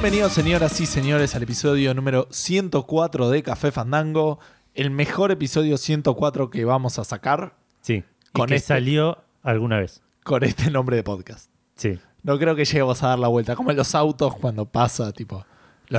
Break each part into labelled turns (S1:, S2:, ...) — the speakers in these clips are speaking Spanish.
S1: Bienvenidos, señoras y señores, al episodio número 104 de Café Fandango. El mejor episodio 104 que vamos a sacar.
S2: Sí,
S1: con
S2: y que
S1: este,
S2: salió alguna vez.
S1: Con este nombre de podcast.
S2: Sí.
S1: No creo que lleguemos a dar la vuelta. Como en los autos cuando pasa, tipo, los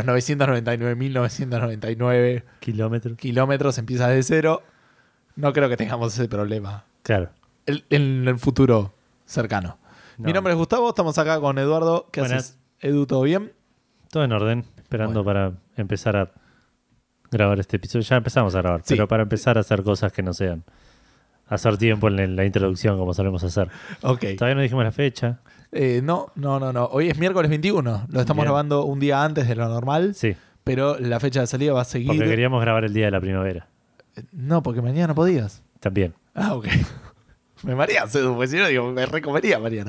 S1: 999.999 kilómetros empieza de cero. No creo que tengamos ese problema.
S2: Claro.
S1: En el futuro cercano.
S2: No.
S1: Mi nombre es Gustavo, estamos acá con Eduardo. ¿Qué
S2: Buenas.
S1: haces, Edu? ¿Todo bien?
S2: Todo en orden, esperando para empezar a grabar este episodio. Ya empezamos a grabar,
S1: Sí.
S2: pero para empezar a hacer cosas que no sean hacer tiempo en la introducción como solemos hacer.
S1: Ok.
S2: Todavía no dijimos la fecha.
S1: No. Hoy es miércoles 21. Lo estamos
S2: Bien.
S1: grabando un día antes de lo normal.
S2: Sí,
S1: Pero la fecha de salida va a seguir.
S2: porque queríamos grabar el día de la primavera.
S1: No, porque mañana no podías.
S2: También.
S1: Ah, ok. Me mareas, Edu, porque si no, digo, me recomería mañana.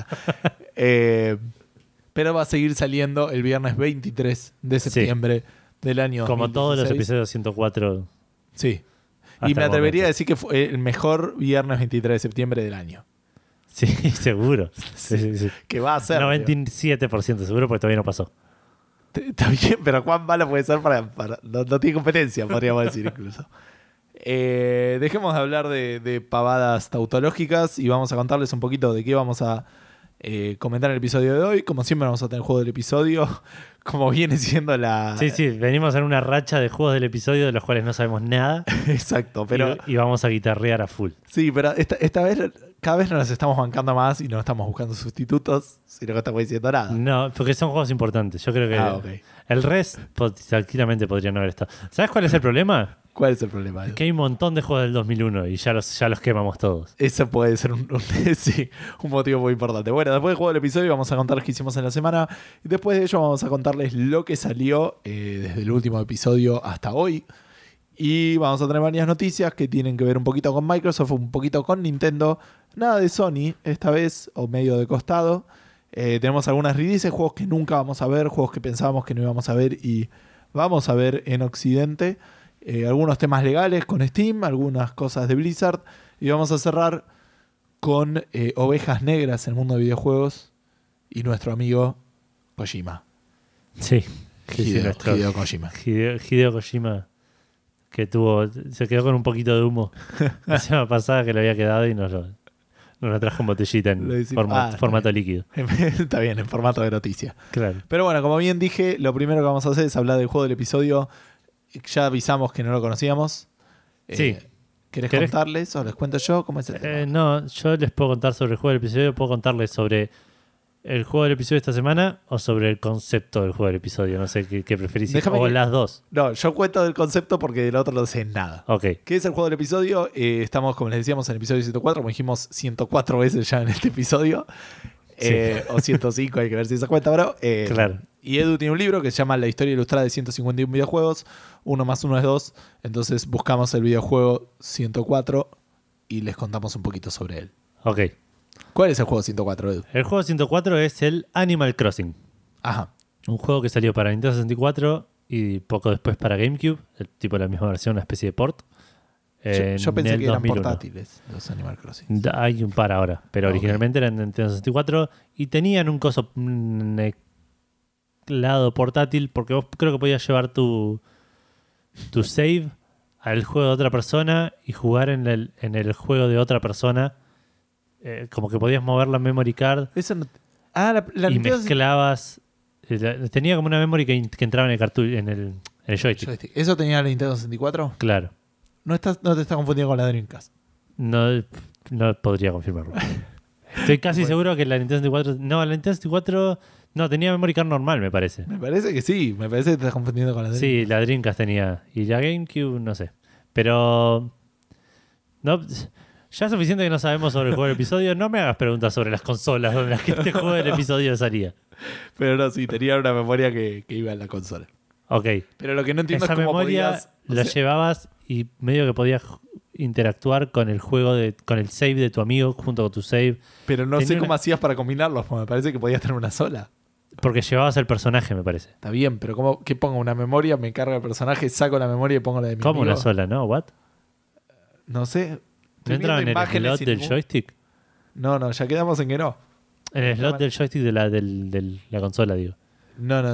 S1: Pero va a seguir saliendo el viernes 23 de septiembre del año
S2: Como
S1: 2016.
S2: todos los episodios 104.
S1: Sí.
S2: Hasta
S1: Y me
S2: el
S1: atrevería a
S2: momento.
S1: decir que fue el mejor viernes 23 de septiembre del año.
S2: Sí, seguro. Sí.
S1: Que va a ser.
S2: 97% seguro porque todavía no pasó.
S1: Está bien, pero ¿cuán malo puede ser para no tiene competencia, podríamos decir incluso. Dejemos de hablar de pavadas tautológicas y vamos a contarles un poquito de qué vamos a comentar en el episodio de hoy. Como siempre vamos a tener el juego del episodio, como viene siendo la...
S2: Sí, venimos en una racha de juegos del episodio de los cuales no sabemos nada.
S1: Exacto, pero...
S2: Y vamos a guitarrear a full.
S1: Sí, pero esta vez cada vez no nos estamos bancando más y no estamos buscando sustitutos, sino que estamos diciendo nada.
S2: No, porque son juegos importantes. Yo creo que
S1: Ok.
S2: el rest tranquilamente podría no haber estado. ¿Sabes cuál es el problema?
S1: ¿Cuál es el problema? Edu?
S2: Que hay un montón de juegos del 2001 y ya los quemamos todos.
S1: Eso puede ser sí, un motivo muy importante. Bueno, después del juego del episodio vamos a contar qué hicimos en la semana. Y después de ello vamos a contarles lo que salió desde el último episodio hasta hoy. Y vamos a tener varias noticias que tienen que ver un poquito con Microsoft, un poquito con Nintendo. Nada de Sony esta vez, o medio de costado. Tenemos algunas releases, juegos que nunca vamos a ver, juegos que pensábamos que no íbamos a ver y vamos a ver en Occidente. Algunos temas legales con Steam, algunas cosas de Blizzard. Y vamos a cerrar con ovejas negras en el mundo de videojuegos y nuestro amigo Kojima.
S2: Sí.
S1: Hideo Kojima.
S2: Hideo Kojima, que se quedó con un poquito de humo la semana pasada que le había quedado y nos lo trajo en botellita
S1: Lo
S2: en
S1: decimos-
S2: formato líquido.
S1: Está bien, en formato de noticia.
S2: Claro.
S1: Pero bueno, como bien dije, lo primero que vamos a hacer es hablar del juego del episodio. Ya avisamos que no lo conocíamos.
S2: Sí.
S1: ¿Querés
S2: ¿Querés?
S1: contarles o les cuento yo cómo es el tema?
S2: No, yo les puedo contar sobre el juego del episodio, puedo contarles sobre el juego del episodio de esta semana o sobre el concepto del juego del episodio. No sé qué preferís.
S1: Déjame
S2: O
S1: que-
S2: las dos.
S1: No, yo cuento del concepto porque del otro no sé nada.
S2: Ok.
S1: ¿Qué es el juego del episodio? Estamos, como les decíamos, en el episodio 104, como dijimos 104 veces ya en este episodio.
S2: Sí.
S1: O 105, hay que ver si se cuenta, bro.
S2: Claro.
S1: Y Edu tiene un libro que se llama La historia ilustrada de 151 videojuegos. 1 más 1 es 2. Entonces buscamos el videojuego 104 y les contamos un poquito sobre él.
S2: Ok.
S1: ¿Cuál es el juego 104, Edu?
S2: El juego 104 es el Animal Crossing.
S1: Ajá.
S2: Un juego que salió para Nintendo 64 y poco después para GameCube. El tipo de la misma versión, una especie de port.
S1: Yo
S2: en
S1: pensé
S2: el
S1: que eran
S2: 2001.
S1: portátiles los Animal Crossing.
S2: Hay un par ahora, pero
S1: Ok.
S2: originalmente eran de Nintendo 64 y tenían un coso, un lado portátil, porque vos creo que podías llevar tu save al juego de otra persona y jugar en el juego de otra persona. Como que podías mover la memory card
S1: Eso no... la
S2: y
S1: Nintendo
S2: mezclabas. Tenía como una memory que entraba en el cartucho, en el joystick.
S1: Joystick. ¿Eso tenía la Nintendo 64?
S2: Claro.
S1: No te estás confundiendo con la Dreamcast.
S2: No podría confirmarlo. Estoy casi
S1: Bueno.
S2: seguro que la Nintendo 64... No, la Nintendo 64... No, tenía memory card normal, me parece.
S1: Me parece que sí. Me parece que te estás confundiendo con la Dreamcast.
S2: Sí, la Dreamcast tenía. Y la GameCube, no sé. Pero... No, ya es suficiente que no sabemos sobre el juego del episodio. No me hagas preguntas sobre las consolas donde las que este juego del episodio salía.
S1: Pero no, sí, tenía una memoria que iba en la consola.
S2: Ok.
S1: Pero lo que no entiendo
S2: Esa
S1: es cómo
S2: memoria
S1: podías... o
S2: la
S1: sea,
S2: llevabas y medio que podías interactuar con el juego, con el save de tu amigo junto con tu save.
S1: pero no sé
S2: tenía
S1: cómo
S2: una-
S1: hacías para combinarlos. Porque me parece que podías tener una sola.
S2: Porque llevabas el personaje, me parece.
S1: Está bien, pero ¿cómo que pongo una memoria, me carga el personaje, saco la memoria y pongo la de mi
S2: ¿Cómo
S1: amigo?
S2: una sola, no? ¿What?
S1: No sé.
S2: ¿No
S1: Estoy
S2: entraba en
S1: viendo
S2: el
S1: imágenes
S2: slot
S1: y
S2: del
S1: ningún-
S2: joystick?
S1: No, ya quedamos en que no.
S2: En el slot del joystick de la consola, digo.
S1: No.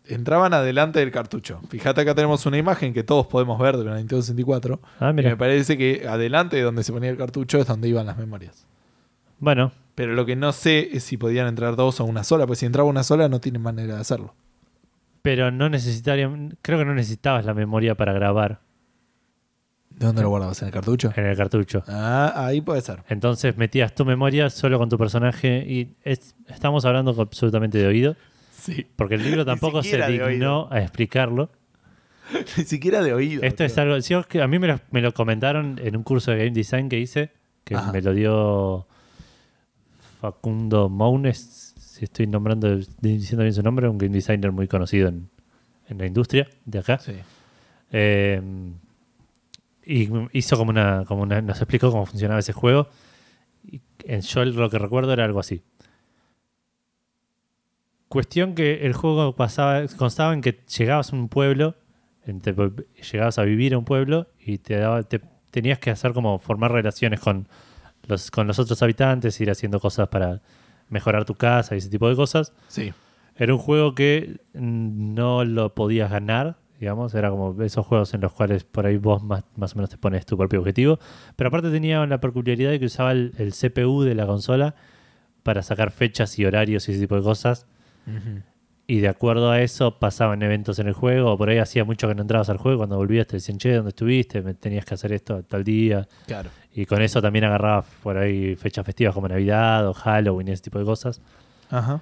S1: entraban adelante del cartucho. Fíjate, acá tenemos una imagen que todos podemos ver de la Nintendo 64.
S2: Ah,
S1: Y
S2: mira.
S1: me parece que adelante de donde se ponía el cartucho es donde iban las memorias.
S2: Bueno,
S1: Pero lo que no sé es si podían entrar dos o una sola, pues si entraba una sola no tienen manera de hacerlo.
S2: pero no necesitarían. Creo que no necesitabas la memoria para grabar
S1: ¿De dónde lo guardabas? ¿En el cartucho?
S2: en el cartucho.
S1: Ah, ahí puede ser.
S2: Entonces metías tu memoria solo con tu personaje y estamos hablando absolutamente de oído,
S1: Sí.
S2: porque el libro tampoco se
S1: siquiera de
S2: dignó a explicarlo.
S1: Ni siquiera de oído.
S2: Esto es
S1: tío.
S2: algo, sí, es que a mí me lo comentaron en un curso de game design que hice, que
S1: Ajá.
S2: me lo dio Facundo Mounes, si estoy diciendo bien su nombre, un game designer muy conocido en la industria de acá.
S1: Sí.
S2: Eh, y hizo como una, nos explicó cómo funcionaba ese juego. Y yo lo que recuerdo era algo así. Cuestión que el juego constaba en que llegabas a un pueblo, llegabas a vivir a un pueblo y tenías que hacer como formar relaciones con los otros habitantes, ir haciendo cosas para mejorar tu casa y ese tipo de cosas.
S1: Sí.
S2: Era un juego que no lo podías ganar, digamos, era como esos juegos en los cuales por ahí vos más o menos te pones tu propio objetivo, pero aparte tenía la peculiaridad de que usaba el CPU de la consola para sacar fechas y horarios y ese tipo de cosas,
S1: Ujú.
S2: y de acuerdo a eso pasaban eventos en el juego, o por ahí hacía mucho que no entrabas al juego, cuando volvías te decían, che, ¿dónde estuviste? Tenías que hacer esto tal día,
S1: Claro.
S2: y con eso también agarrabas por ahí fechas festivas como Navidad o Halloween y ese tipo de cosas.
S1: Ajá.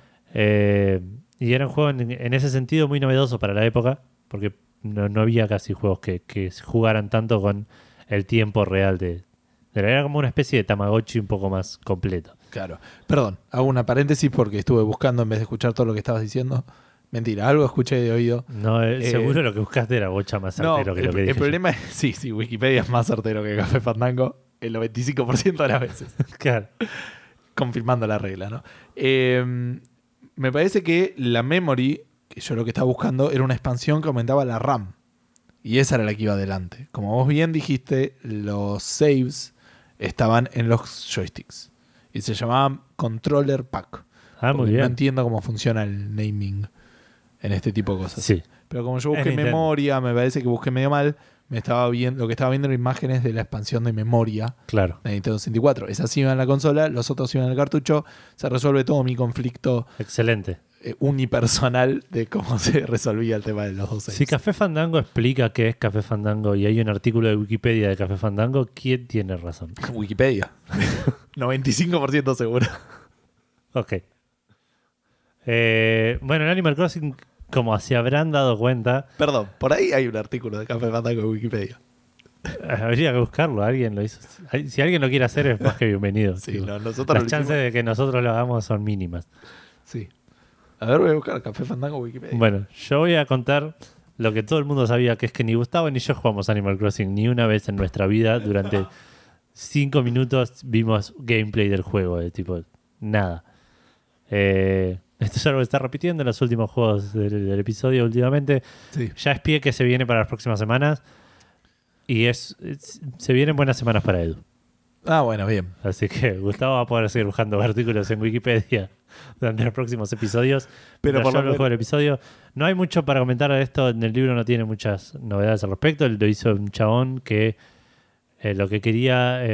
S2: Y era un juego en ese sentido muy novedoso para la época, porque no había casi juegos que jugaran tanto con el tiempo real era como una especie de Tamagotchi un poco más completo.
S1: Claro. Perdón, hago una paréntesis porque estuve buscando en vez de escuchar todo lo que estabas diciendo. Mentira, algo escuché de oído.
S2: No, seguro lo que buscaste era bocha más
S1: No,
S2: certero que lo que
S1: el
S2: dije yo.
S1: problema es, sí, Wikipedia es más certero que Café Fandango el 95% de las veces.
S2: Claro.
S1: Confirmando la regla, ¿no? Me parece que la memory, que yo lo que estaba buscando, era una expansión que aumentaba la RAM. Y esa era la que iba adelante. Como vos bien dijiste, los saves estaban en los joysticks. Y se llamaban Controller Pack.
S2: Ah, muy
S1: Porque
S2: bien.
S1: No entiendo cómo funciona el naming en este tipo de cosas.
S2: Sí.
S1: Pero como yo
S2: Es
S1: busqué
S2: Nintendo.
S1: memoria, me parece que busqué medio mal. Lo que estaba viendo eran imágenes de la expansión de memoria
S2: Claro.
S1: de Nintendo 64. Esas iban en la consola, los otros iban en el cartucho. Se resuelve todo mi conflicto
S2: Excelente.
S1: unipersonal de cómo se resolvía el tema de los dos saves.
S2: Si Café Fandango explica qué es Café Fandango y hay un artículo de Wikipedia de Café Fandango, ¿quién tiene razón?
S1: Wikipedia. 95% seguro.
S2: Ok. Bueno, en Animal Crossing, como se habrán dado cuenta,
S1: Perdón, por ahí hay un artículo de Café Fandango en Wikipedia.
S2: habría que buscarlo. Alguien lo hizo. Si alguien lo quiere hacer, es más que bienvenido.
S1: Sí,
S2: Tipo,
S1: no, nosotros
S2: las
S1: lo
S2: chances
S1: hicimos.
S2: de que nosotros lo hagamos son mínimas.
S1: Sí. A ver, voy a buscar Café Fandango Wikipedia.
S2: Bueno, yo voy a contar lo que todo el mundo sabía, que es que ni Gustavo ni yo jugamos Animal Crossing ni una vez en nuestra vida. Durante 5 minutos vimos gameplay del juego, de tipo, nada. Esto es algo que se está repitiendo en los últimos juegos del episodio últimamente.
S1: Sí.
S2: Ya espié que se viene para las próximas semanas. Y se vienen buenas semanas para Edu.
S1: Ah, bueno, bien.
S2: Así que Gustavo va a poder seguir buscando artículos en Wikipedia durante los próximos episodios.
S1: Pero
S2: Pero
S1: por
S2: yo
S1: lo
S2: lo juego el episodio. No hay mucho para comentar de esto. En el libro no tiene muchas novedades al respecto. Lo hizo un chabón que lo que quería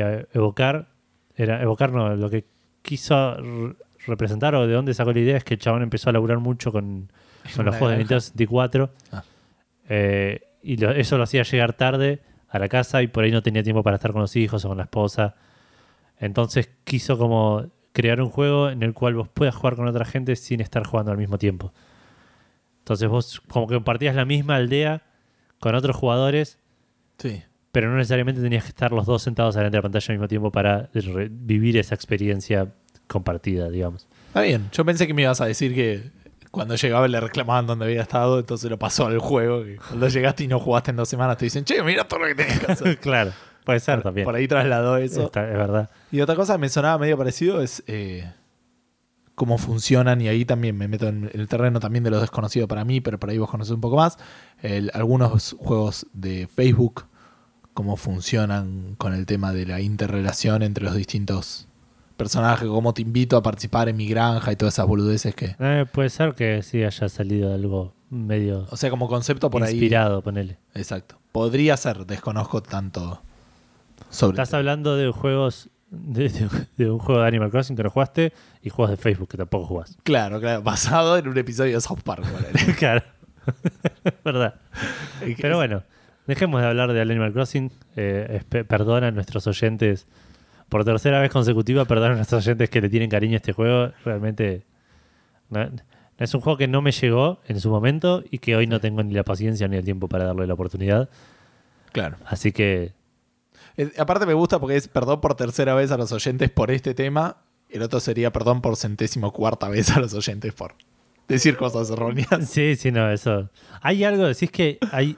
S2: lo que quiso representar o de dónde sacó la idea es que el chabón empezó a laburar mucho con los
S1: una
S2: juegos de
S1: granja.
S2: Nintendo 64.
S1: Ah.
S2: Eso lo hacía llegar tarde a la casa y por ahí no tenía tiempo para estar con los hijos o con la esposa. Entonces quiso como crear un juego en el cual vos puedas jugar con otra gente sin estar jugando al mismo tiempo. Entonces vos como que compartías la misma aldea con otros jugadores,
S1: Sí.
S2: pero no necesariamente tenías que estar los dos sentados delante de la pantalla al mismo tiempo para vivir esa experiencia compartida, digamos.
S1: Está bien. Yo pensé que me ibas a decir que cuando llegaba le reclamaban dónde había estado, entonces lo pasó al juego. Que cuando llegaste y no jugaste en 2 semanas, te dicen, che, mira todo lo que tenías que hacer.
S2: Claro, puede ser también.
S1: Por ahí trasladó eso.
S2: Es verdad.
S1: Y otra cosa que me sonaba medio parecido es cómo funcionan, y ahí también me meto en el terreno también de lo desconocido para mí, pero por ahí vos conocés un poco más. Algunos juegos de Facebook, cómo funcionan con el tema de la interrelación entre los distintos personaje, cómo te invito a participar en mi granja y todas esas boludeces que...
S2: Puede ser que sí haya salido algo medio
S1: O sea, como concepto por
S2: inspirado, ponele.
S1: ahí. Exacto. Podría ser, desconozco tanto sobre
S2: Estás
S1: el tema.
S2: hablando de juegos de un juego de Animal Crossing que no jugaste y juegos de Facebook que tampoco jugás.
S1: Claro, basado en un episodio de South Park. ponele.
S2: Claro. Verdad. Pero bueno, dejemos de hablar de Animal Crossing. Perdona a nuestros oyentes. Por tercera vez consecutiva, perdona a nuestros oyentes que le tienen cariño a este juego. Realmente no, es un juego que no me llegó en su momento y que hoy no tengo ni la paciencia ni el tiempo para darle la oportunidad.
S1: Claro.
S2: Así que
S1: Aparte me gusta porque es perdón por tercera vez a los oyentes por este tema. El otro sería perdón por 104ª vez a los oyentes por decir cosas erróneas.
S2: sí, no, eso. Hay algo, decís que hay...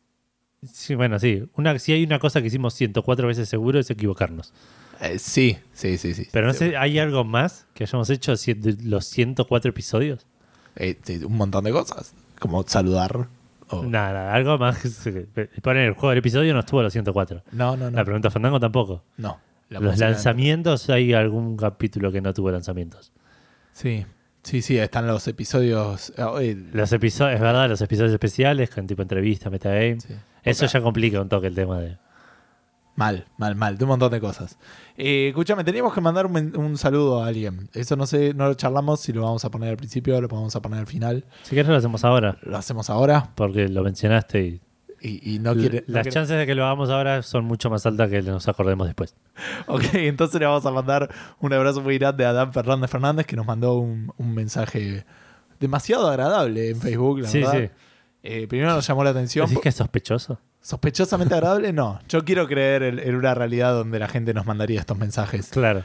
S2: Sí, bueno, sí. Si hay una cosa que hicimos 104 veces seguro es equivocarnos.
S1: Sí.
S2: Pero no
S1: Seguro.
S2: sé, ¿hay algo más que hayamos hecho de los 104 episodios?
S1: Sí, un montón de cosas. Como saludar.
S2: Nada, algo más. Poner el juego del episodio no estuvo a los 104.
S1: No.
S2: La pregunta Fandango tampoco.
S1: No. La
S2: Los
S1: música-
S2: lanzamientos, hay algún capítulo que no tuvo lanzamientos.
S1: Sí, están los episodios.
S2: Los episodios, es verdad, los episodios especiales con tipo entrevista, metagame.
S1: Sí.
S2: Eso
S1: Ok.
S2: ya complica un toque el tema de...
S1: Mal, de un montón de cosas. Escúchame, teníamos que mandar un saludo a alguien. Eso no sé, no lo charlamos si lo vamos a poner al principio o lo vamos a poner al final.
S2: Si quieres lo hacemos ahora,
S1: Lo hacemos ahora
S2: porque lo mencionaste y
S1: y no quiere. no
S2: las
S1: quiere-
S2: chances de que lo hagamos ahora son mucho más altas que nos acordemos después.
S1: Ok, entonces le vamos a mandar un abrazo muy grande a Dan Fernández que nos mandó un mensaje demasiado agradable en Facebook, la
S2: Sí,
S1: verdad. Primero nos llamó la atención.
S2: ¿Decís que es sospechoso?
S1: Sospechosamente agradable, no. Yo quiero creer en una realidad donde la gente nos mandaría estos mensajes.
S2: Claro.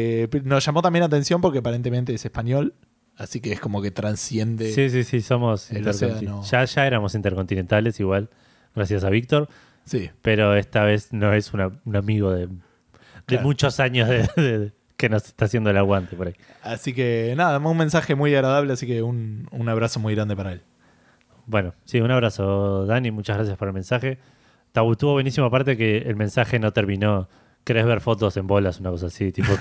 S1: Nos llamó también la atención porque aparentemente es español, así que es como que transciende.
S2: Sí, somos
S1: el
S2: intercontinentales.
S1: océano.
S2: Ya éramos intercontinentales igual, gracias a Víctor,
S1: Sí.
S2: pero esta vez no es un amigo de
S1: Claro.
S2: muchos años que nos está haciendo el aguante por ahí.
S1: Así que nada, un mensaje muy agradable, así que un abrazo muy grande para él.
S2: Bueno, sí, un abrazo, Dani, muchas gracias por el mensaje. Estuvo buenísimo, aparte que el mensaje no terminó. ¿Querés ver fotos en bolas? Una cosa así, tipo.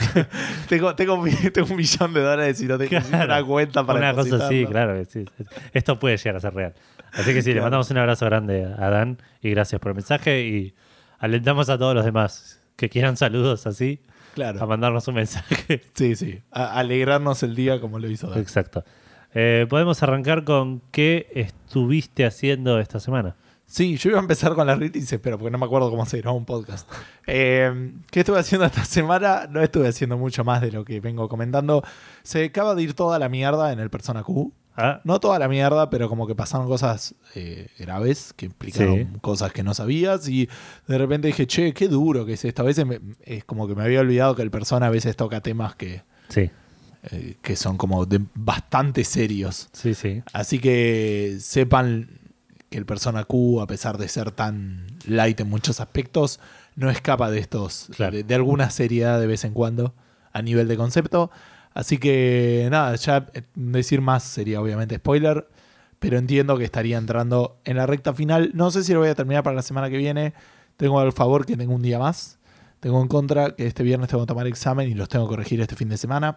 S1: tengo $1 millón y no tengo una cuenta para
S2: una cosa así,
S1: depositarlo.
S2: claro que sí. Esto puede llegar a ser real. Así que sí, le
S1: Claro.
S2: mandamos un abrazo grande a Dan y gracias por el mensaje y alentamos a todos los demás que quieran saludos así a
S1: Claro.
S2: mandarnos un mensaje.
S1: Sí. Alegrarnos el día como lo hizo Dan.
S2: Exacto. Podemos arrancar con qué estuviste haciendo esta semana.
S1: Sí, yo iba a empezar con las rítmices, pero porque no me acuerdo cómo se graba un podcast. ¿Qué estuve haciendo esta semana? No estuve haciendo mucho más de lo que vengo comentando. Se acaba de ir toda la mierda en el Persona Q.
S2: Ah,
S1: No toda la mierda, pero como que pasaron cosas graves que implicaron
S2: Sí.
S1: cosas que no sabías. Y de repente dije, che, qué duro que es esto. A veces es como que me había olvidado que el Persona a veces toca temas
S2: sí,
S1: que son como bastante serios.
S2: sí.
S1: Así que sepan que el Persona Q, a pesar de ser tan light en muchos aspectos, no escapa de estos,
S2: Claro.
S1: de alguna seriedad de vez en cuando a nivel de concepto. Así que nada, ya decir más sería obviamente spoiler, pero entiendo que estaría entrando en la recta final. No sé si lo voy a terminar para la semana que viene. Tengo al favor que tengo un día más. Tengo en contra que este viernes tengo que tomar examen y los tengo que corregir este fin de semana.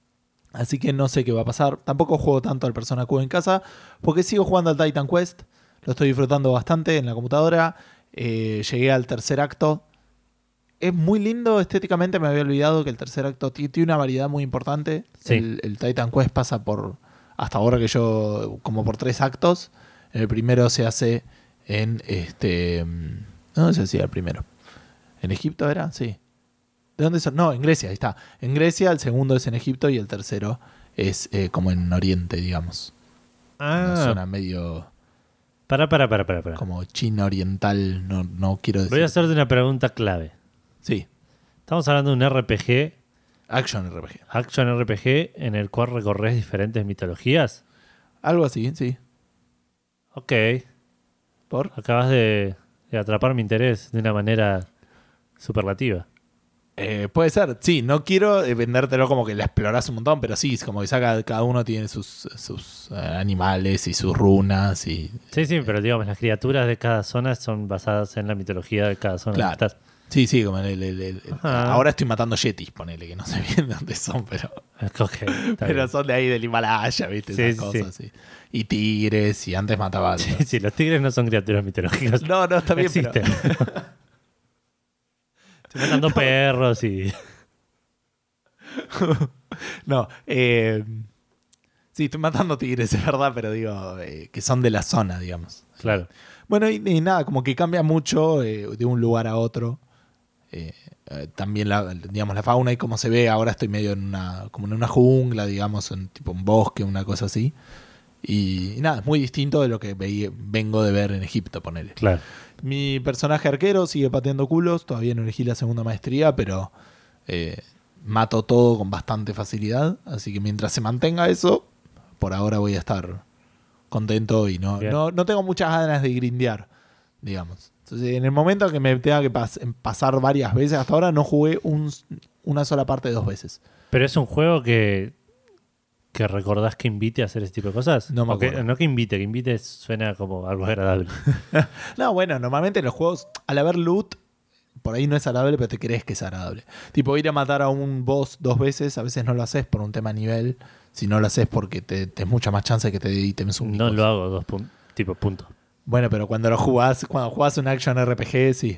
S1: Así que no sé qué va a pasar. Tampoco juego tanto al Persona Q en casa porque sigo jugando al Titan Quest. Lo estoy disfrutando bastante en la computadora. Llegué al tercer acto. Es muy lindo estéticamente. Me había olvidado que el tercer acto tiene una variedad muy importante.
S2: Sí.
S1: El Titan Quest pasa por, hasta ahora que yo, como por 3 actos. El primero se hace en ¿dónde se hacía el primero? ¿En Egipto era? Sí. ¿De dónde son? No, en Grecia, ahí está. En Grecia, el segundo es en Egipto y el tercero es como en Oriente, digamos. Una zona medio
S2: Para.
S1: como China oriental, no quiero decir.
S2: Voy a hacerte una pregunta clave.
S1: Sí,
S2: Estamos hablando de un RPG,
S1: Action RPG.
S2: Action RPG, en el cual recorres diferentes mitologías.
S1: Algo así, sí.
S2: Ok,
S1: ¿Por?
S2: acabas de atrapar mi interés de una manera superlativa.
S1: Puede ser, sí, no quiero vendértelo como que la explorás un montón, pero sí, es como que cada uno tiene sus animales y sus runas y...
S2: Sí, pero digamos, las criaturas de cada zona son basadas en la mitología de cada zona.
S1: Claro.
S2: donde estás.
S1: Sí, sí, como
S2: Ajá.
S1: ahora estoy matando yetis, ponele, que no sé bien de dónde son,
S2: Ok, está
S1: pero
S2: bien.
S1: son de ahí del Himalaya, ¿viste?
S2: Sí,
S1: Esas
S2: sí, sí.
S1: cosas, sí. Y tigres, y antes mataba a
S2: Sí,
S1: los...
S2: sí, los tigres no son criaturas mitológicas.
S1: No, no, está bien, pero...
S2: Existen. Estoy matando perros y...
S1: No, sí, estoy matando tigres, es verdad, pero digo, que son de la zona, digamos.
S2: Claro.
S1: Bueno, y nada, como que cambia mucho de un lugar a otro. También digamos, la fauna y cómo se ve. Ahora estoy medio como en una jungla, digamos, en tipo un bosque, una cosa así. Y nada, es muy distinto de lo que vengo de ver en Egipto, ponele.
S2: Claro.
S1: Mi personaje arquero sigue pateando culos. Todavía no elegí la segunda maestría, pero mato todo con bastante facilidad. Así que mientras se mantenga eso, por ahora voy a estar contento y
S2: Bien.
S1: no tengo muchas ganas de grindear, digamos. Entonces, en el momento que me tenga que pasar varias veces, hasta ahora no jugué una sola parte 2 veces.
S2: Pero es un juego que recordás que invite a hacer ese tipo de cosas.
S1: No me
S2: O que-
S1: acuerdo.
S2: no que invite suena como algo agradable.
S1: No, bueno, normalmente en los juegos, al haber loot, por ahí no es agradable, pero te crees que es agradable. Tipo, ir a matar a un boss 2 veces, a veces no lo haces por un tema de nivel, si no lo haces porque te es mucha más chance de que te dé ítems únicos.
S2: No lo hago tipo punto.
S1: Bueno, pero cuando jugás un action RPG, sí.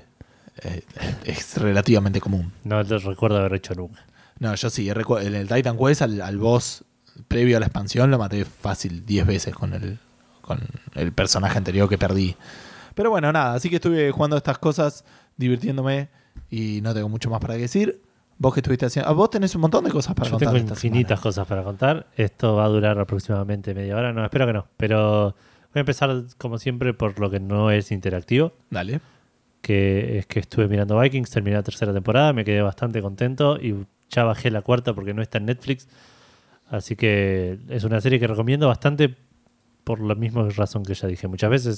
S1: Es relativamente común.
S2: No lo recuerdo haber hecho nunca.
S1: No, yo sí. En el Titan Quest, al boss previo a la expansión, lo maté fácil 10 veces con el personaje anterior que perdí. Pero bueno, nada. Así que estuve jugando estas cosas, divirtiéndome y no tengo mucho más para decir. Vos que estuviste haciendo. Vos tenés un montón de cosas para
S2: Yo
S1: contar.
S2: tengo
S1: esta
S2: infinitas
S1: semana.
S2: cosas para contar. Esto va a durar aproximadamente media hora. No, espero que no. Pero voy a empezar, como siempre, por lo que no es interactivo.
S1: Dale.
S2: Que es que estuve mirando Vikings, terminé la tercera temporada, me quedé bastante contento y ya bajé la cuarta porque no está en Netflix. Así que es una serie que recomiendo bastante por la misma razón que ya dije. Muchas veces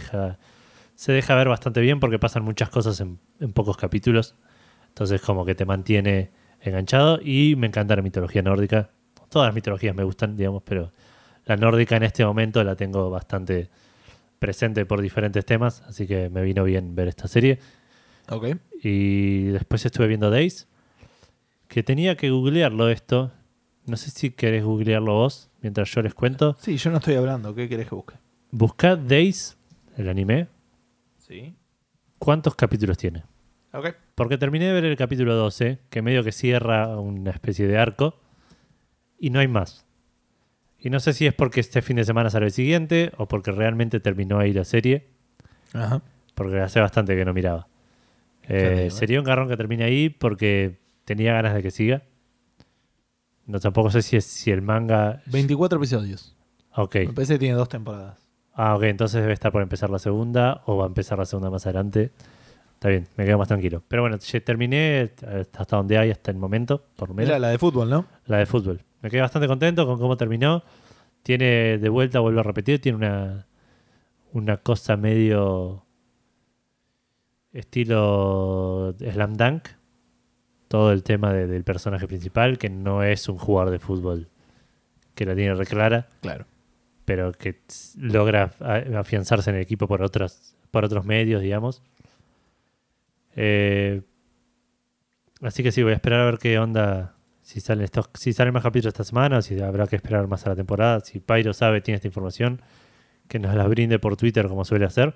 S2: se deja ver bastante bien porque pasan muchas cosas en pocos capítulos. Entonces como que te mantiene enganchado y me encanta la mitología nórdica. Todas las mitologías me gustan, digamos, pero la nórdica en este momento la tengo bastante presente por diferentes temas, así que me vino bien ver esta serie.
S1: Ok.
S2: Y después estuve viendo Days, que tenía que googlearlo esto. No sé si querés googlearlo vos mientras yo les cuento.
S1: Sí, yo no estoy hablando. ¿Qué querés que busque?
S2: Buscad Days, el anime.
S1: Sí.
S2: ¿Cuántos capítulos tiene?
S1: Ok.
S2: Porque terminé de ver el capítulo 12, que medio que cierra una especie de arco, y no hay más. Y no sé si es porque este fin de semana sale el siguiente o porque realmente terminó ahí la serie,
S1: Ajá.
S2: porque hace bastante que no miraba.
S1: Qué
S2: Sería un garrón que termine ahí porque tenía ganas de que siga. No, tampoco sé si el manga...
S1: 24 episodios.
S2: Ok.
S1: Me parece que tiene 2 temporadas.
S2: Ah, ok. Entonces debe estar por empezar la segunda o va a empezar la segunda más adelante. Está bien, me quedo más tranquilo. Pero bueno, ya terminé hasta donde hay hasta el momento, por lo menos.
S1: Era la de fútbol, ¿no?
S2: La de fútbol. Me quedé bastante contento con cómo terminó. Tiene de vuelta, vuelvo a repetir, tiene una cosa medio estilo Slam Dunk. Todo el tema del personaje principal, que no es un jugador de fútbol que la tiene reclara,
S1: Claro.
S2: pero que logra afianzarse en el equipo por otros medios, digamos. Así que sí, voy a esperar a ver qué onda, si salen más capítulos esta semana o si habrá que esperar más a la temporada. Si Pyro tiene esta información, que nos la brinde por Twitter como suele hacer.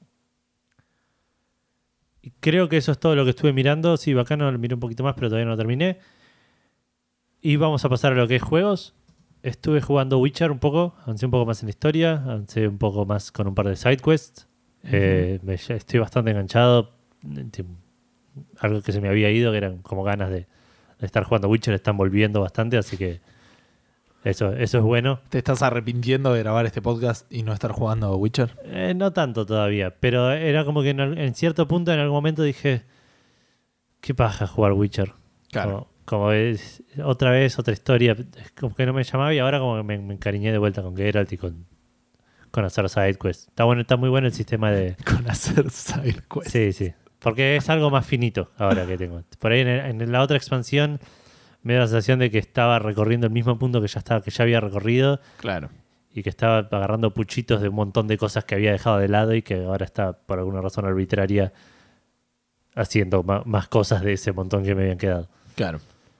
S2: Y creo que eso es todo lo que estuve mirando. Sí, bacano, lo miré un poquito más, pero todavía no lo terminé. Y vamos a pasar a lo que es juegos. Estuve jugando Witcher un poco, avancé un poco más en la historia, avancé un poco más con un par de side quests. Estoy bastante enganchado. Algo que se me había ido, que eran como ganas de estar jugando Witcher, están volviendo bastante, así que eso es bueno.
S1: ¿Te estás arrepintiendo de grabar este podcast y no estar jugando Witcher?
S2: No tanto todavía, pero era como que en cierto punto, en algún momento dije, qué paja jugar Witcher.
S1: Claro.
S2: Como es otra vez, otra historia, como que no me llamaba y ahora como que me encariñé de vuelta con Geralt y con hacer side quests. Está muy bueno el sistema de...
S1: Con hacer side quests.
S2: Sí, porque es algo más finito ahora que tengo. Por ahí en la otra expansión me da la sensación de que estaba recorriendo el mismo punto que ya había recorrido
S1: Claro.
S2: y que estaba agarrando puchitos de un montón de cosas que había dejado de lado y que ahora está por alguna razón arbitraria haciendo más cosas de ese montón que me habían quedado.
S1: Claro.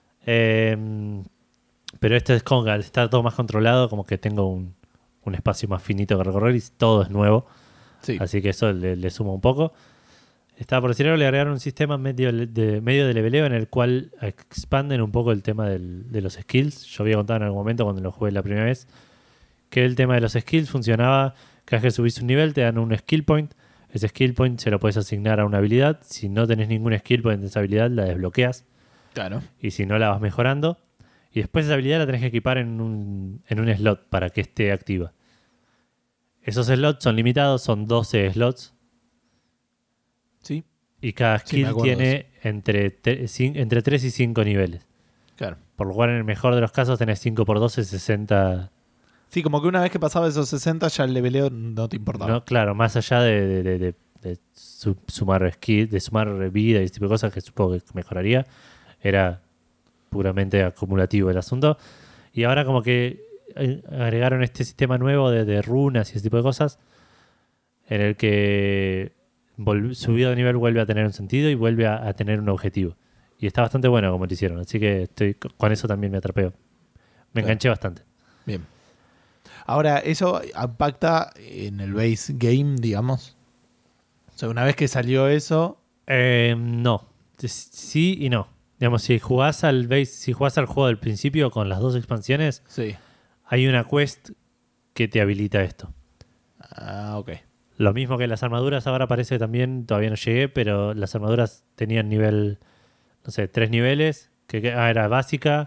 S2: Pero esto es como que al estar todo más controlado, como que tengo un espacio más finito que recorrer y todo es nuevo.
S1: Sí.
S2: Así que eso le suma un poco. Estaba por decir algo, le agregaron un sistema medio de leveleo en el cual expanden un poco el tema de los skills. Yo había contado en algún momento cuando lo jugué la primera vez que el tema de los skills funcionaba. Cada vez que subís un nivel te dan un skill point. Ese skill point se lo puedes asignar a una habilidad. Si no tenés ningún skill point de esa habilidad, la desbloqueas.
S1: Claro.
S2: Y si no, la vas mejorando. Y después esa habilidad la tenés que equipar en un slot para que esté activa. Esos slots son limitados, son 12 slots.
S1: Sí.
S2: Y cada skill tiene entre 3 y 5 niveles.
S1: Claro.
S2: Por lo cual, en el mejor de los casos, tenés 5 por 12, 60.
S1: Sí, como que una vez que pasaba esos 60 ya el leveleo no te importaba.
S2: No, claro, más allá de sumar skill, de sumar vida y ese tipo de cosas que supongo que mejoraría, era puramente acumulativo el asunto. Y ahora como que agregaron este sistema nuevo de runas y ese tipo de cosas en el que subido de nivel vuelve a tener un sentido y vuelve a tener un objetivo. Y está bastante bueno como lo hicieron. Así que con eso también me atrapeo. Me enganché bastante.
S1: Bien. Ahora, ¿eso impacta en el base game, digamos? O sea, una vez que salió eso...
S2: No. Sí y no. Digamos, si jugás al juego del principio con las dos expansiones,
S1: sí,
S2: hay una quest que te habilita esto.
S1: Ah, ok.
S2: Lo mismo que las armaduras ahora parece que también, todavía no llegué, pero las armaduras tenían nivel, no sé, 3 niveles, era básica,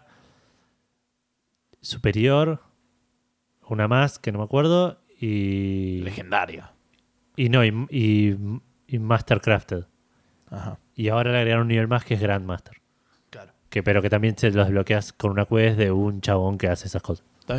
S2: superior, una más, que no me acuerdo, y...
S1: Legendaria.
S2: Y Mastercrafted.
S1: Ajá.
S2: Y ahora le agregaron un nivel más que es Grandmaster.
S1: Claro.
S2: Pero que también se los desbloqueas con una quest de un chabón que hace esas cosas.
S1: Está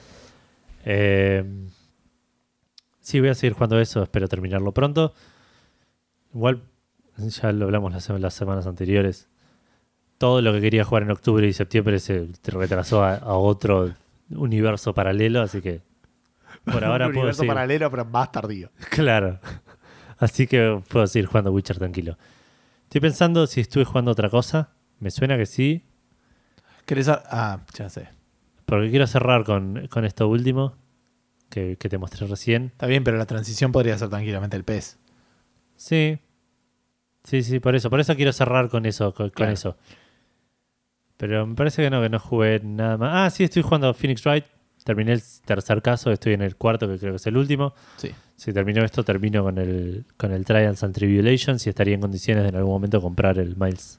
S1: bien.
S2: Sí, voy a seguir jugando eso, espero terminarlo pronto. Igual, ya lo hablamos las semanas anteriores. Todo lo que quería jugar en octubre y septiembre se retrasó a otro universo paralelo, así que por ahora
S1: un
S2: puedo
S1: universo
S2: seguir.
S1: paralelo, pero más tardío.
S2: Claro. Así que puedo seguir jugando Witcher tranquilo. Estoy pensando si estuve jugando otra cosa. Me suena que sí.
S1: ¿Querés ya sé.
S2: Porque quiero cerrar con esto último que te mostré recién.
S1: Está bien, pero la transición podría ser tranquilamente el PES.
S2: Sí. Sí, por eso. Por eso quiero cerrar con eso. Con eso. Pero me parece que no jugué nada más. Sí, estoy jugando Phoenix Wright. Terminé el tercer caso, estoy en el cuarto, que creo que es el último.
S1: Sí.
S2: Si termino esto, termino con el Trials and Tribulations y estaría en condiciones de en algún momento comprar el Miles.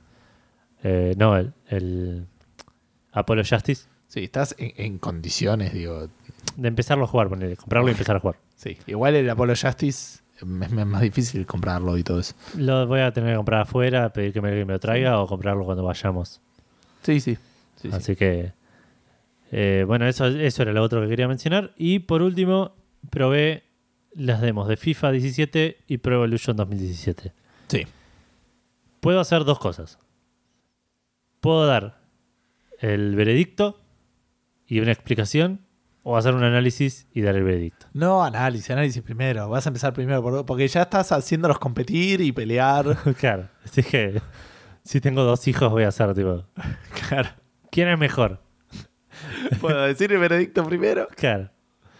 S2: El Apollo Justice.
S1: Sí, estás en condiciones, digo.
S2: De empezarlo a jugar, comprarlo y empezar a jugar.
S1: Sí, igual el Apollo Justice es más difícil comprarlo y todo eso.
S2: Lo voy a tener que comprar afuera, pedir que me lo traiga o comprarlo cuando vayamos.
S1: Sí.
S2: Así que... bueno, eso era lo otro que quería mencionar. Y por último, probé las demos de FIFA 17 y Pro Evolution 2017.
S1: Sí.
S2: Puedo hacer dos cosas. Puedo dar el veredicto y una explicación, o hacer un análisis y dar el veredicto.
S1: No, análisis primero. Vas a empezar primero, porque ya estás haciéndolos competir y pelear.
S2: Claro, así que si tengo 2 hijos voy a hacer tipo...
S1: Claro.
S2: ¿Quién es mejor?
S1: ¿Puedo decir el veredicto primero?
S2: Claro.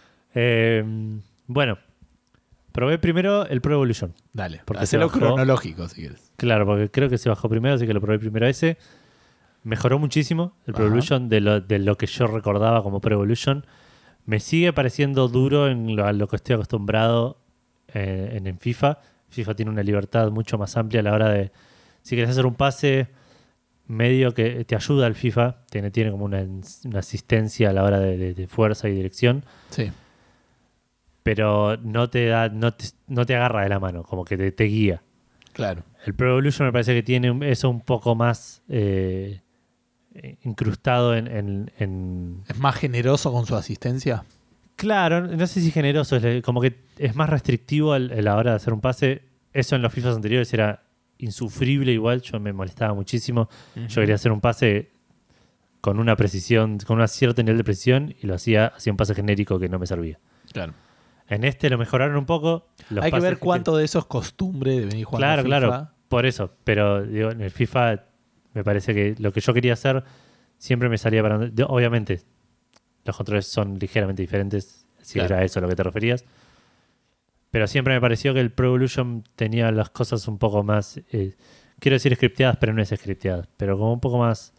S2: Bueno, probé primero el Pro Evolution.
S1: Dale,
S2: porque
S1: hacelo cronológico si quieres.
S2: Claro, porque creo que se bajó primero, así que lo probé primero ese. Mejoró muchísimo el Pro Evolution de lo que yo recordaba como Pro Evolution. Me sigue pareciendo duro a lo que estoy acostumbrado en FIFA. FIFA tiene una libertad mucho más amplia a la hora de... Si quieres hacer un pase medio que te ayuda al FIFA, tiene como una asistencia a la hora de fuerza y dirección.
S1: Sí.
S2: Pero no te agarra de la mano, como que te guía.
S1: Claro.
S2: El Pro Evolution me parece que tiene eso un poco más incrustado en...
S1: ¿Es más generoso con su asistencia?
S2: Claro, no sé si generoso, como que es más restrictivo a la hora de hacer un pase. Eso en los FIFAs anteriores era insufrible igual, yo me molestaba muchísimo. Uh-huh. Yo quería hacer un pase con una precisión, con un cierto nivel de precisión y hacía un pase genérico que no me servía.
S1: Claro.
S2: En este lo mejoraron un poco.
S1: Hay que ver cuánto de eso es costumbre de venir jugando
S2: Claro. Por eso, pero digo, en el FIFA me parece que lo que yo quería hacer siempre me salía para... Obviamente, los controles son ligeramente diferentes, si
S1: Claro.
S2: era eso a lo que te referías. Pero siempre me pareció que el Pro Evolution tenía las cosas un poco más... quiero decir scripteadas, pero no es scripteadas. Pero como un poco más...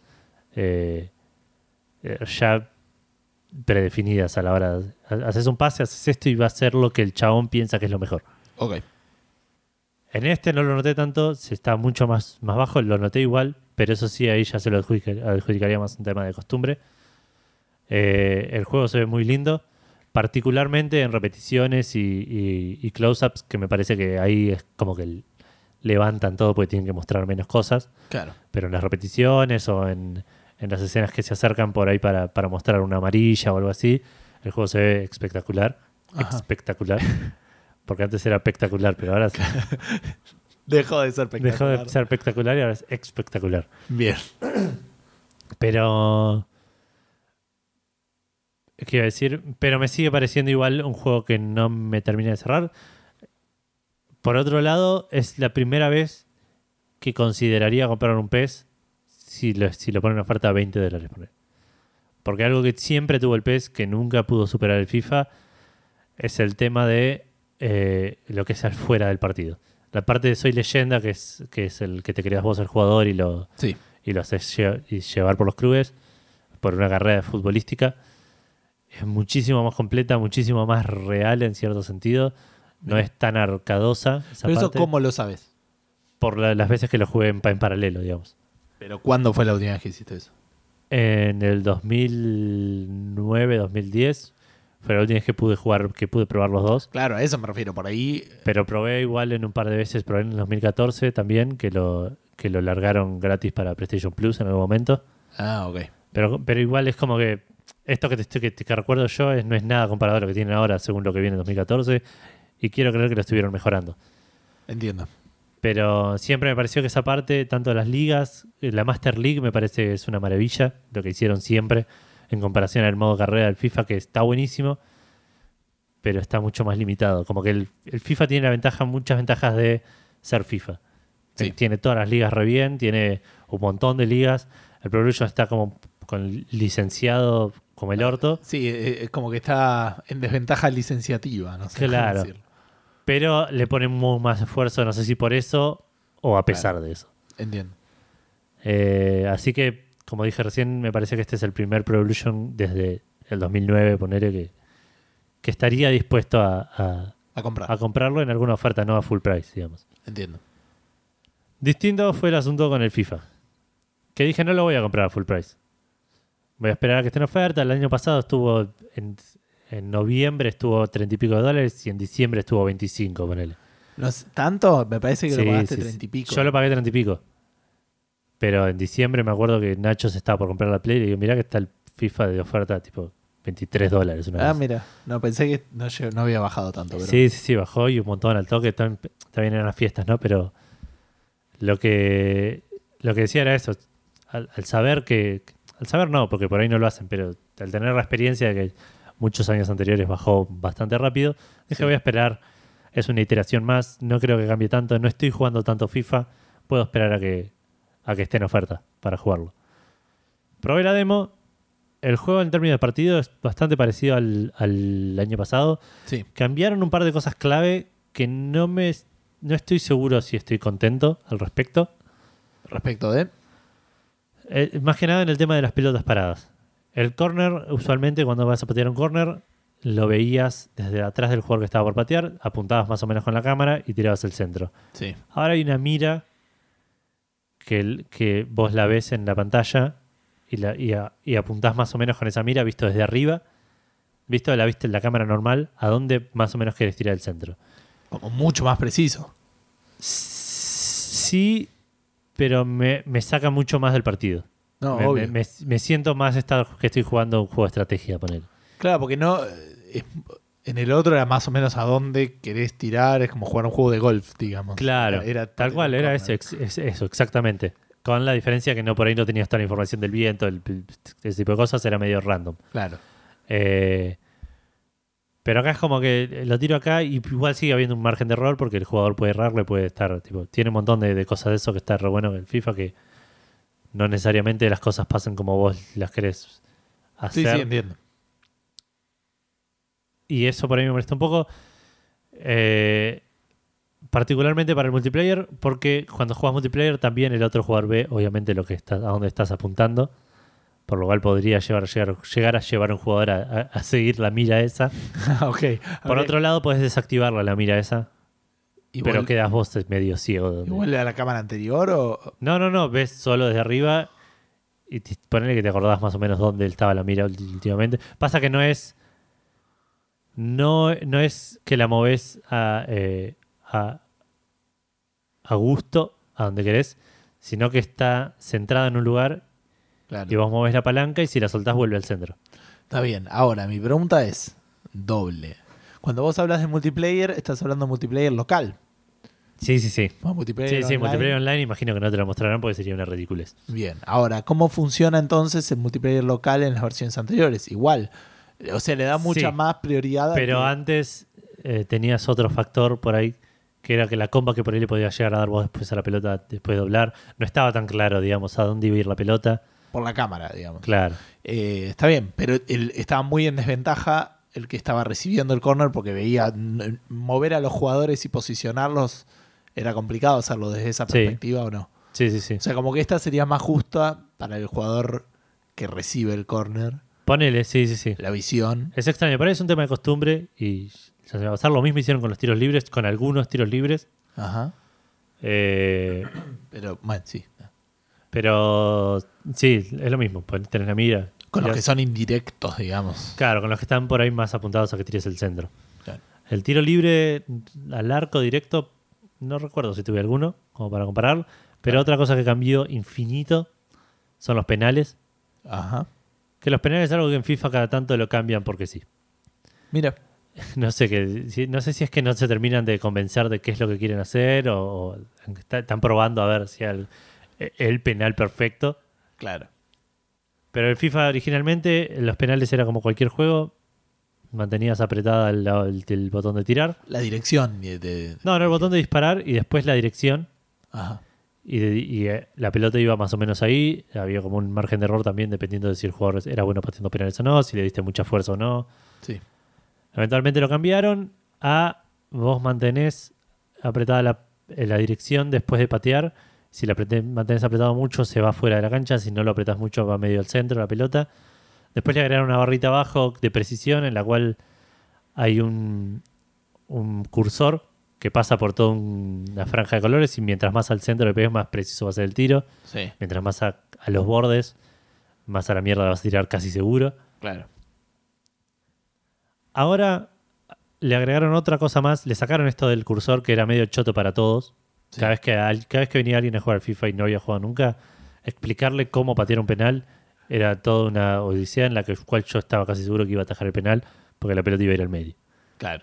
S2: ya predefinidas a la hora de... Haces un pase, haces esto y va a ser lo que el chabón piensa que es lo mejor.
S1: Ok.
S2: En este no lo noté tanto, se está mucho más bajo, lo noté igual, pero eso sí, ahí ya se lo adjudicaría más un tema de costumbre. El juego se ve muy lindo, particularmente en repeticiones y close-ups, que me parece que ahí es como que levantan todo porque tienen que mostrar menos cosas,
S1: Claro.
S2: pero en las repeticiones o en las escenas que se acercan por ahí para mostrar una amarilla o algo así, el juego se ve espectacular.
S1: Ajá.
S2: Espectacular. Porque antes era espectacular, pero ahora
S1: Dejó de ser espectacular.
S2: dejó de ser espectacular y ahora es espectacular.
S1: Bien.
S2: Pero... ¿Qué iba a decir? Pero me sigue pareciendo igual un juego que no me termina de cerrar. Por otro lado, es la primera vez que consideraría comprar un PES si lo ponen en oferta a $20. Porque algo que siempre tuvo el PES, que nunca pudo superar el FIFA, es el tema de lo que es fuera del partido. La parte de Soy Leyenda, que es el que te creas vos el jugador y lo haces llevar por los clubes, por una carrera futbolística, es muchísimo más completa, muchísimo más real en cierto sentido. No es tan arcadosa esa
S1: Pero eso,
S2: parte,
S1: ¿cómo lo sabes?
S2: por las veces que lo jugué en paralelo, digamos.
S1: Pero ¿cuándo fue la última vez que hiciste eso?
S2: En el 2009, 2010 fue la última vez que pude jugar, que pude probar los dos.
S1: Claro, a eso me refiero. Por ahí.
S2: Pero probé igual en un par de veces, probé en el 2014 también, que lo largaron gratis para PlayStation Plus en algún momento.
S1: Ah, ok.
S2: Pero igual es como que esto que recuerdo yo no es nada comparado a lo que tienen ahora, según lo que viene en 2014, y quiero creer que lo estuvieron mejorando.
S1: Entiendo.
S2: Pero siempre me pareció que esa parte, tanto de las ligas, la Master League me parece que es una maravilla, lo que hicieron siempre, en comparación al modo carrera del FIFA, que está buenísimo, pero está mucho más limitado. Como que el FIFA tiene muchas ventajas de ser FIFA.
S1: Sí.
S2: Tiene todas las ligas re bien, tiene un montón de ligas. El Pro Evolution está como con licenciado como el orto.
S1: Sí, es como que está en desventaja licenciativa, no sé
S2: Claro.
S1: cómo decirlo.
S2: Pero le ponen muy más esfuerzo, no sé si por eso o a pesar de eso.
S1: Entiendo.
S2: Así que, como dije recién, me parece que este es el primer Pro Evolution desde el 2009, ponerle que estaría dispuesto a
S1: comprar.
S2: a comprarlo en alguna oferta, no a full price, digamos.
S1: Entiendo.
S2: Distinto fue el asunto con el FIFA. Que dije, no lo voy a comprar a full price. Voy a esperar a que esté en oferta. El año pasado estuvo en noviembre estuvo $30 y pico y en diciembre estuvo 25, ponele.
S1: No sé, ¿tanto? Me parece que
S2: Sí,
S1: lo pagaste
S2: sí,
S1: 30 y pico.
S2: Yo lo pagué 30 y pico. Pero en diciembre me acuerdo que Nacho se estaba por comprar la Play y le digo, mirá que está el FIFA de oferta tipo $23. Una vez.
S1: Mira. No, pensé que no había bajado tanto. Pero...
S2: Sí, bajó y un montón al toque. También eran las fiestas, ¿no? Pero lo que decía era eso. Al saber que... Al saber no, porque por ahí no lo hacen, pero al tener la experiencia de que muchos años anteriores bajó bastante rápido, dije, voy a esperar. Es una iteración más. No creo que cambie tanto. No estoy jugando tanto FIFA. Puedo esperar a que esté en oferta para jugarlo. Probé la demo. El juego en términos de partido es bastante parecido al año pasado.
S1: Sí.
S2: Cambiaron un par de cosas clave que no estoy seguro si estoy contento al respecto.
S1: Respecto de...
S2: Más que nada en el tema de las pelotas paradas. El corner, usualmente cuando vas a patear un corner, lo veías desde atrás del jugador que estaba por patear, apuntabas más o menos con la cámara y tirabas el centro.
S1: Sí.
S2: Ahora hay una mira que vos la ves en la pantalla y apuntás más o menos con esa mira visto desde arriba, visto la vista en la cámara normal, a dónde más o menos querés tirar el centro.
S1: Como mucho más preciso.
S2: Sí, pero me saca mucho más del partido.
S1: No, obvio.
S2: Me siento más que estoy jugando un juego de estrategia, poner.
S1: Claro, porque no... en el otro era más o menos a dónde querés tirar. Es como jugar un juego de golf, digamos.
S2: Claro,
S1: Era
S2: tal cual, era eso, exactamente. Con la diferencia que por ahí no tenías toda la información del viento, ese tipo de cosas, era medio random.
S1: Claro.
S2: Pero acá es como que lo tiro acá y igual sigue habiendo un margen de error porque el jugador puede errarle, puede estar, tipo, tiene un montón de cosas de eso que está re bueno en el FIFA, que no necesariamente las cosas pasen como vos las querés
S1: Sí,
S2: hacer.
S1: sí, entiendo.
S2: Y eso por ahí me molesta un poco. Particularmente para el multiplayer, porque cuando juegas multiplayer también el otro jugador ve obviamente lo que a dónde estás apuntando, por lo cual podría llegar a llevar a un jugador a seguir la mira esa.
S1: Ok.
S2: Por otro lado podés desactivarla la mira esa, pero quedas vos medio ciego.
S1: ¿Y vuelve a la cámara anterior o...?
S2: No, ves solo desde arriba y ponele que te acordás más o menos dónde estaba la mira últimamente. Pasa que no es que la movés a gusto, a donde querés, sino que está centrada en un lugar
S1: Claro.
S2: y vos movés la palanca y si la soltás vuelve al centro.
S1: Está bien. Ahora, mi pregunta es doble. Cuando vos hablas de multiplayer, estás hablando de multiplayer local.
S2: Sí.
S1: ¿No? Multiplayer
S2: Sí,
S1: online.
S2: multiplayer online imagino que no te lo mostrarán porque sería una ridiculez.
S1: Bien. Ahora, ¿cómo funciona entonces el multiplayer local en las versiones anteriores? Igual. O sea, le da mucha
S2: Sí,
S1: más prioridad.
S2: Pero antes tenías otro factor por ahí, que era que la comba que por ahí le podías llegar a dar vos después a la pelota, después de doblar, no estaba tan claro, digamos, a dónde iba a ir la pelota.
S1: Por la cámara, digamos.
S2: Claro.
S1: Está bien, pero estaba muy en desventaja el que estaba recibiendo el corner porque veía mover a los jugadores y posicionarlos. Era complicado hacerlo desde esa perspectiva o no.
S2: Sí.
S1: O sea, como que esta sería más justa para el jugador que recibe el corner.
S2: Ponele, sí.
S1: La visión.
S2: Es extraño, pero es un tema de costumbre y ya se va a pasar. Lo mismo hicieron con los tiros libres, con algunos tiros libres.
S1: Ajá.
S2: Eh,
S1: Pero, bueno, sí.
S2: pero sí, es lo mismo. Tenés la mira.
S1: Con los
S2: Ya-
S1: que son indirectos, digamos.
S2: Claro, con los que están por ahí más apuntados a que tires el centro.
S1: Claro.
S2: El tiro libre al arco directo, no recuerdo si tuve alguno, como para comparar. Pero
S1: Claro.
S2: otra cosa que cambió infinito son los penales.
S1: Ajá.
S2: Que los penales es algo que en FIFA cada tanto lo cambian porque sí.
S1: Mira.
S2: No sé no sé si es que no se terminan de convencer de qué es lo que quieren hacer o están probando a ver si el penal perfecto.
S1: Claro.
S2: Pero el FIFA originalmente los penales era como cualquier juego. Mantenías apretada el botón de tirar.
S1: La dirección
S2: No, el botón de disparar y después la dirección.
S1: Ajá.
S2: Y la pelota iba más o menos ahí. Había como un margen de error también dependiendo de si el jugador era bueno pateando penales o no, si le diste mucha fuerza o no.
S1: Sí.
S2: Eventualmente lo cambiaron a vos mantenés apretada la dirección después de patear. Si la mantenés apretado mucho se va fuera de la cancha. Si no lo apretás mucho va medio al centro la pelota. Después le agregaron una barrita abajo de precisión en la cual hay un cursor que pasa por toda una franja de colores y mientras más al centro le pegues más preciso va a ser el tiro.
S1: Sí.
S2: Mientras más a los bordes, más a la mierda vas a tirar casi seguro.
S1: Claro.
S2: Ahora le agregaron otra cosa más. Le sacaron esto del cursor que era medio choto para todos.
S1: Sí.
S2: Cada vez que venía alguien a jugar al FIFA y no había jugado nunca, explicarle cómo patear un penal era toda una odisea en la cual yo estaba casi seguro que iba a atajar el penal porque la pelota iba a ir al medio.
S1: Claro.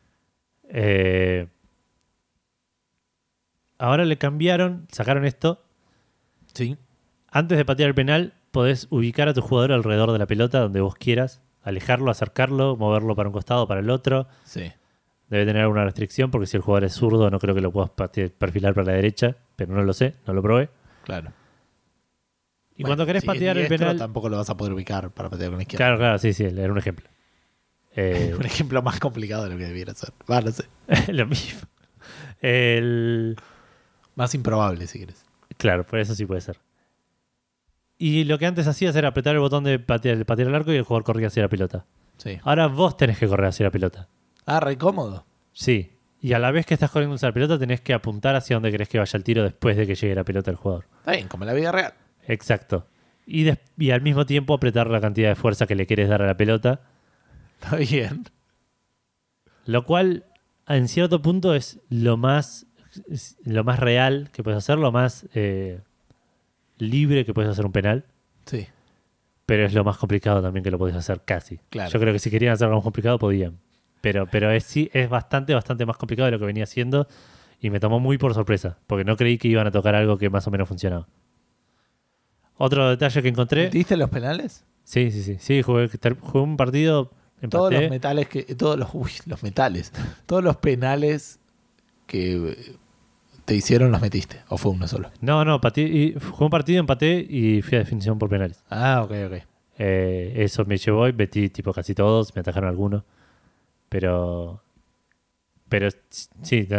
S2: Ahora le cambiaron, sacaron esto.
S1: Sí.
S2: Antes de patear el penal, podés ubicar a tu jugador alrededor de la pelota donde vos quieras. Alejarlo, acercarlo, moverlo para un costado o para el otro.
S1: Sí.
S2: Debe tener alguna restricción porque si el jugador es zurdo no creo que lo puedas perfilar para la derecha, pero no lo sé, no lo probé.
S1: Claro.
S2: Y cuando querés
S1: si es
S2: patear el
S1: diestro,
S2: penal...
S1: tampoco lo vas a poder ubicar para patear con la izquierda.
S2: Claro, sí, era un ejemplo.
S1: Un ejemplo más complicado de lo que debiera ser. Va, no sé.
S2: Lo mismo.
S1: Más improbable, si quieres.
S2: Claro, por eso sí puede ser. Y lo que antes hacías era apretar el botón de patear el arco y el jugador corría hacia la pelota.
S1: Sí.
S2: Ahora vos tenés que correr hacia la pelota.
S1: Ah, re cómodo.
S2: Sí. Y a la vez que estás corriendo hacia la pelota tenés que apuntar hacia donde querés que vaya el tiro después de que llegue la pelota al jugador.
S1: Está bien, como en la vida real.
S2: Exacto. Y al mismo tiempo apretar la cantidad de fuerza que le quieres dar a la pelota.
S1: Está bien.
S2: Lo cual, en cierto punto, es lo más real que puedes hacer, lo más libre que puedes hacer un penal.
S1: Sí.
S2: Pero es lo más complicado también que lo podés hacer casi.
S1: Claro.
S2: Yo creo que si querían hacer algo más complicado podían. Pero es bastante más complicado de lo que venía haciendo y me tomó muy por sorpresa, porque no creí que iban a tocar algo que más o menos funcionaba. Otro detalle que encontré...
S1: ¿Metiste los penales?
S2: Sí, jugué un partido
S1: Todos los
S2: empaté.
S1: metales los metales. Todos los penales que te hicieron los metiste. ¿O fue uno solo?
S2: No, jugué un partido, empaté y fui a definición por penales.
S1: Ah, ok.
S2: Eso me llevó y metí tipo casi todos, me atajaron algunos. Pero sí,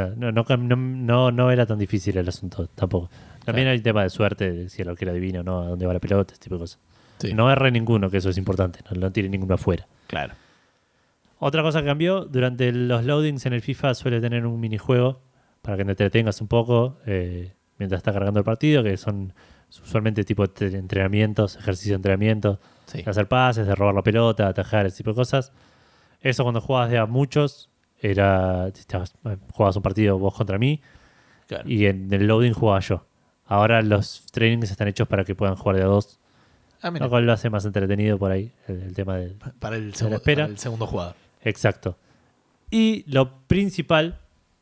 S2: no era tan difícil el asunto tampoco. También hay tema de suerte, de si el arquero adivina o no a dónde va la pelota, ese tipo de cosas.
S1: Sí.
S2: No erré ninguno, que eso es importante, no tiene ninguno afuera.
S1: Claro.
S2: Otra cosa que cambió, durante los loadings en el FIFA suele tener un minijuego para que te entretengas un poco mientras está cargando el partido, que son usualmente tipo de entrenamientos, ejercicio de entrenamiento,
S1: Sí.
S2: de hacer pases, de robar la pelota, atajar, ese tipo de cosas. Eso cuando jugabas de a muchos, jugabas un partido vos contra mí
S1: Claro.
S2: y en el loading jugaba yo. Ahora los trainings están hechos para que puedan jugar de a dos,
S1: Ah, mira.
S2: lo cual lo hace más entretenido por ahí, el tema del...
S1: Para el,
S2: la espera.
S1: para el segundo jugador.
S2: Exacto. Y lo principal,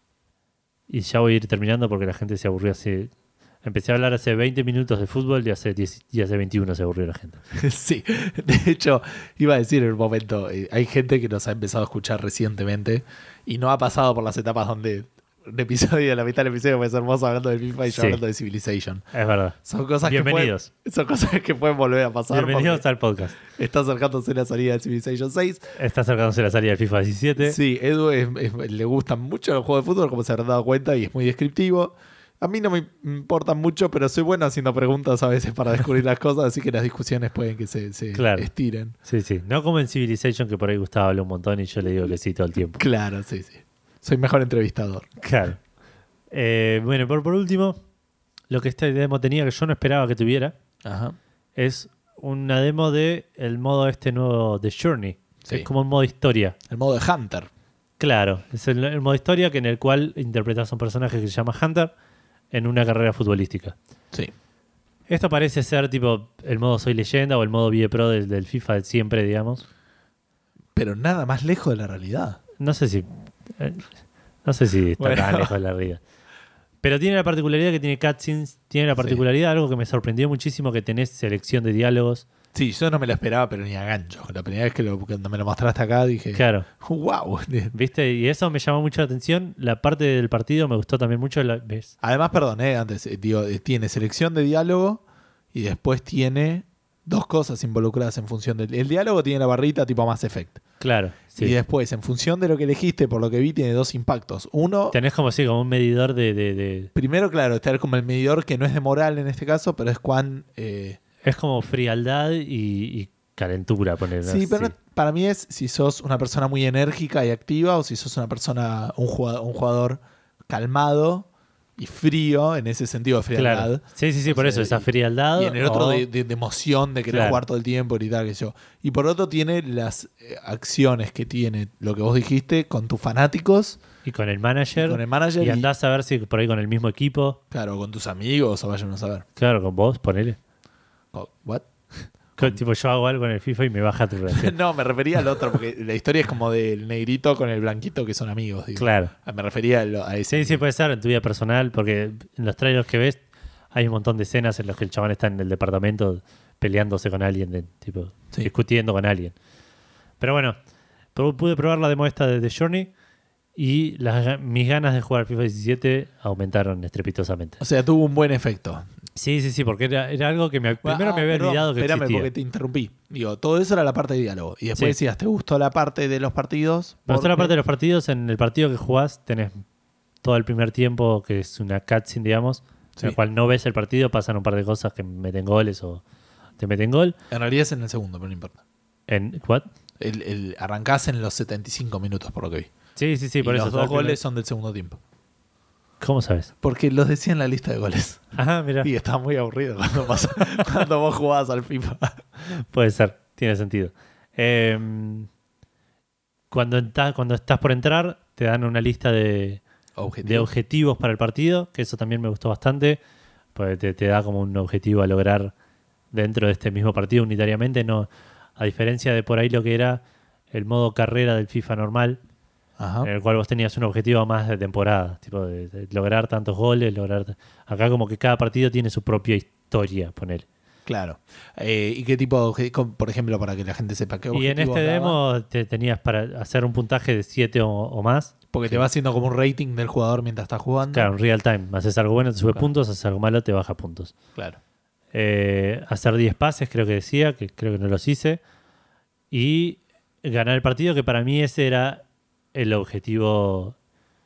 S2: y ya voy a ir terminando porque la gente se aburrió empecé a hablar hace 20 minutos de fútbol y hace 21 se aburrió la gente.
S1: Sí, de hecho, iba a decir en un momento, hay gente que nos ha empezado a escuchar recientemente y no ha pasado por las etapas donde un episodio, la mitad del episodio puede ser vos hablando de FIFA y yo
S2: Sí.
S1: hablando de Civilization.
S2: Es verdad.
S1: Son cosas
S2: Bienvenidos.
S1: son cosas que pueden volver a pasar.
S2: Bienvenidos
S1: porque
S2: al podcast.
S1: Está acercándose la salida de Civilization 6.
S2: Está acercándose la salida del FIFA 17.
S1: Sí, Edu le gustan mucho los juegos de fútbol, como se habrán dado cuenta, y es muy descriptivo. A mí no me importan mucho, pero soy bueno haciendo preguntas a veces para descubrir las cosas, así que las discusiones pueden que se
S2: Claro.
S1: estiren.
S2: Sí, sí. No como en Civilization, que por ahí Gustavo habla un montón y yo le digo que sí todo el tiempo.
S1: Claro, sí. Soy mejor entrevistador.
S2: Claro. Bueno, por último, lo que esta demo tenía que yo no esperaba que tuviera
S1: Ajá.
S2: es una demo de el modo este nuevo de Journey.
S1: Sí.
S2: Es como un modo historia.
S1: El modo de Hunter.
S2: Claro, es el modo historia en el cual interpretas a un personaje que se llama Hunter en una carrera futbolística.
S1: Sí.
S2: Esto parece ser tipo el modo Soy Leyenda o el modo Vie Pro del FIFA de siempre, digamos.
S1: Pero nada más lejos de la realidad.
S2: No sé si está
S1: Bueno.
S2: tan lejos de la realidad. Pero tiene la particularidad que tiene cutscenes, tiene la particularidad, algo que me sorprendió muchísimo, que tenés selección de diálogos.
S1: Sí, yo no me lo esperaba, pero ni a gancho. La primera vez cuando me lo mostraste acá dije,
S2: Claro,
S1: wow.
S2: ¿viste? Y eso me llamó mucho la atención. La parte del partido me gustó también mucho. ¿Ves?
S1: Además, perdón, antes, tiene selección de diálogo y después tiene dos cosas involucradas en función del... El diálogo tiene la barrita tipo Mass Effect.
S2: Claro, sí.
S1: Y después, en función de lo que elegiste, por lo que vi, tiene dos impactos. Uno,
S2: Tenés como un medidor de...
S1: primero, claro, está como el medidor que no es de moral en este caso, pero es cuán...
S2: Es como frialdad y calentura, poner.
S1: sí, pero para mí es si sos una persona muy enérgica y activa o si sos un jugador calmado y frío, en ese sentido de frialdad.
S2: Claro. Sí, por eso, esa frialdad.
S1: Y en el otro
S2: o-
S1: de emoción, de querer
S2: Claro.
S1: jugar todo el tiempo, gritar, que yo. Y por otro tiene las acciones que tiene lo que vos dijiste con tus fanáticos,
S2: y con el manager.
S1: con el manager
S2: Y andás a ver si por ahí con el mismo equipo.
S1: claro, con tus amigos o vayan a saber.
S2: Claro, con vos, ponele.
S1: ¿What?
S2: Tipo, yo hago algo en el FIFA y me baja tu relación.
S1: No, me refería al otro, porque la historia es como del negrito con el blanquito que son amigos. Digo.
S2: Claro.
S1: Me refería a ese.
S2: Sí, puede ser en tu vida personal, porque en los trailers que ves hay un montón de escenas en las que el chabón está en el departamento peleándose con alguien, tipo,
S1: Sí.
S2: discutiendo con alguien. Pero bueno, pude probar la demo esta de The Journey y mis ganas de jugar al FIFA 17 aumentaron estrepitosamente.
S1: O sea, tuvo un buen efecto.
S2: Sí, porque era algo que primero me había
S1: Perdón,
S2: olvidado que
S1: espérame,
S2: existía.
S1: porque te interrumpí. Digo, todo eso era la parte de diálogo. Y después
S2: Sí.
S1: decías, ¿te gustó la parte de los partidos?
S2: Me gustó la
S1: Porque-
S2: parte de los partidos. En el partido que jugás tenés todo el primer tiempo, que es una cutscene, digamos,
S1: Sí.
S2: en el cual no ves el partido, pasan un par de cosas que meten goles o te meten gol.
S1: En realidad es en el segundo, pero no importa.
S2: ¿What?
S1: Arrancás en los 75 minutos, por lo que vi.
S2: Sí,
S1: y
S2: por eso.
S1: los
S2: todo
S1: dos
S2: el primer-
S1: goles son del segundo tiempo.
S2: ¿Cómo sabes?
S1: Porque los decía en la lista de goles.
S2: Ajá, mira.
S1: Y estaba muy aburrido cuando vos jugabas al FIFA.
S2: Puede ser, tiene sentido. Cuando estás por entrar, te dan una lista de objetivos para el partido, que eso también me gustó bastante, porque te da como un objetivo a lograr dentro de este mismo partido unitariamente, no, a diferencia de por ahí lo que era el modo carrera del FIFA normal,
S1: Ajá.
S2: en el cual vos tenías un objetivo más de temporada, tipo de lograr tantos goles, acá como que cada partido tiene su propia historia, poner.
S1: Claro. ¿Y qué tipo de objetivo? Por ejemplo, para que la gente sepa qué
S2: Y en
S1: objetivos
S2: este
S1: daba?
S2: demo te tenías para hacer un puntaje de 7 o más.
S1: Porque te va haciendo como un rating del jugador mientras estás jugando.
S2: Claro, en real time. Haces algo bueno, te sube
S1: Claro.
S2: puntos, haces algo malo, te baja puntos.
S1: Claro.
S2: Hacer 10 pases, creo que decía, que creo que no los hice. Y ganar el partido, que para mí ese era el objetivo.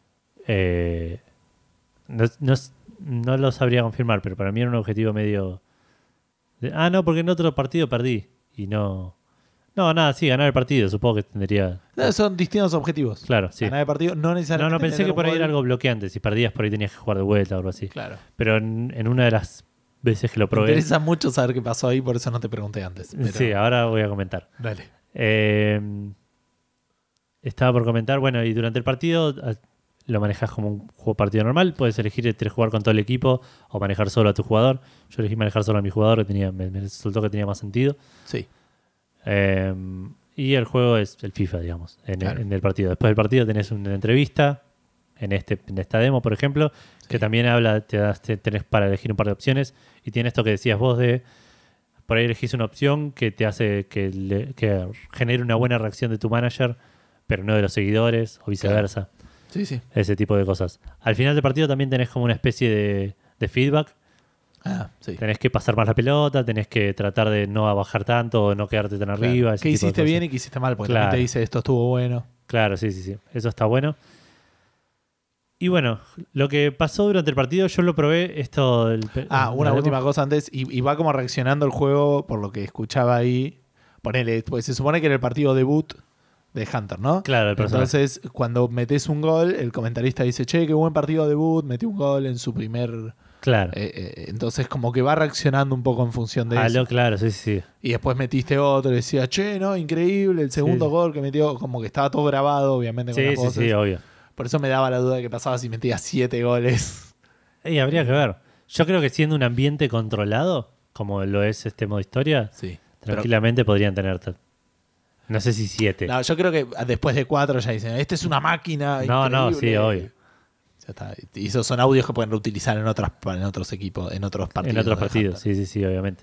S2: No lo sabría confirmar, pero para mí era un objetivo medio. No, porque en otro partido perdí. Y no. No, nada, sí, ganar el partido. Supongo que tendría.
S1: No, son distintos objetivos.
S2: Claro, sí.
S1: Ganar el partido no necesariamente.
S2: No, pensé
S1: tener
S2: que
S1: un
S2: por ahí era
S1: gol.
S2: algo bloqueante. Si perdías, por ahí tenías que jugar de vuelta o algo así.
S1: Claro.
S2: Pero en una de las veces que lo
S1: Me
S2: probé.
S1: interesa mucho saber qué pasó ahí, por eso no te pregunté antes. Pero...
S2: Sí, ahora voy a comentar.
S1: Dale.
S2: Estaba por comentar, bueno, y durante el partido lo manejas como un juego partido normal. Puedes elegir entre jugar con todo el equipo o manejar solo a tu jugador. Yo elegí manejar solo a mi jugador, que me resultó que tenía más sentido.
S1: Sí.
S2: Y el juego es el FIFA, digamos,
S1: Claro.
S2: en el partido. Después del partido tenés una entrevista, en esta demo, por ejemplo, que
S1: Sí.
S2: también habla, tenés para elegir un par de opciones. Y tiene esto que decías vos de, por ahí elegís una opción que te hace que genere una buena reacción de tu manager, pero no de los seguidores, o viceversa.
S1: Sí, sí.
S2: Ese tipo de cosas. Al final del partido también tenés como una especie de feedback.
S1: Ah, sí.
S2: Tenés que pasar más la pelota, tenés que tratar de no bajar tanto o no quedarte tan arriba. ese
S1: ¿Qué
S2: tipo de
S1: hiciste
S2: cosas.
S1: bien y qué hiciste mal? Porque
S2: Claro.
S1: también te dice esto estuvo bueno.
S2: Claro, sí. Eso está bueno. Y bueno, lo que pasó durante el partido, yo lo probé.
S1: Una última cosa antes. Y va como reaccionando el juego por lo que escuchaba ahí. Ponele, pues se supone que era el partido debut de Hunter, ¿no?
S2: Claro, el personaje.
S1: Entonces, cuando metes un gol, el comentarista dice, che, qué buen partido debut, metió un gol en su primer...
S2: Claro.
S1: Entonces, como que va reaccionando un poco en función de eso.
S2: Claro, sí.
S1: Y después metiste otro y decía, che, no, increíble, el segundo
S2: Sí.
S1: gol que metió, como que estaba todo grabado, obviamente, con las voces.
S2: Sí, obvio.
S1: Por eso me daba la duda de qué pasaba si metías 7 goles.
S2: Y habría que ver. Yo creo que siendo un ambiente controlado, como lo es este modo historia,
S1: Sí.
S2: tranquilamente podrían tener. No sé si 7.
S1: No, yo creo que después de 4 ya dicen, este es una máquina.
S2: No,
S1: increíble".
S2: sí, obvio.
S1: Ya está. Y esos son audios que pueden reutilizar en otros equipos, en otros partidos.
S2: En otros
S1: de
S2: partidos,
S1: Hunter.
S2: sí, obviamente.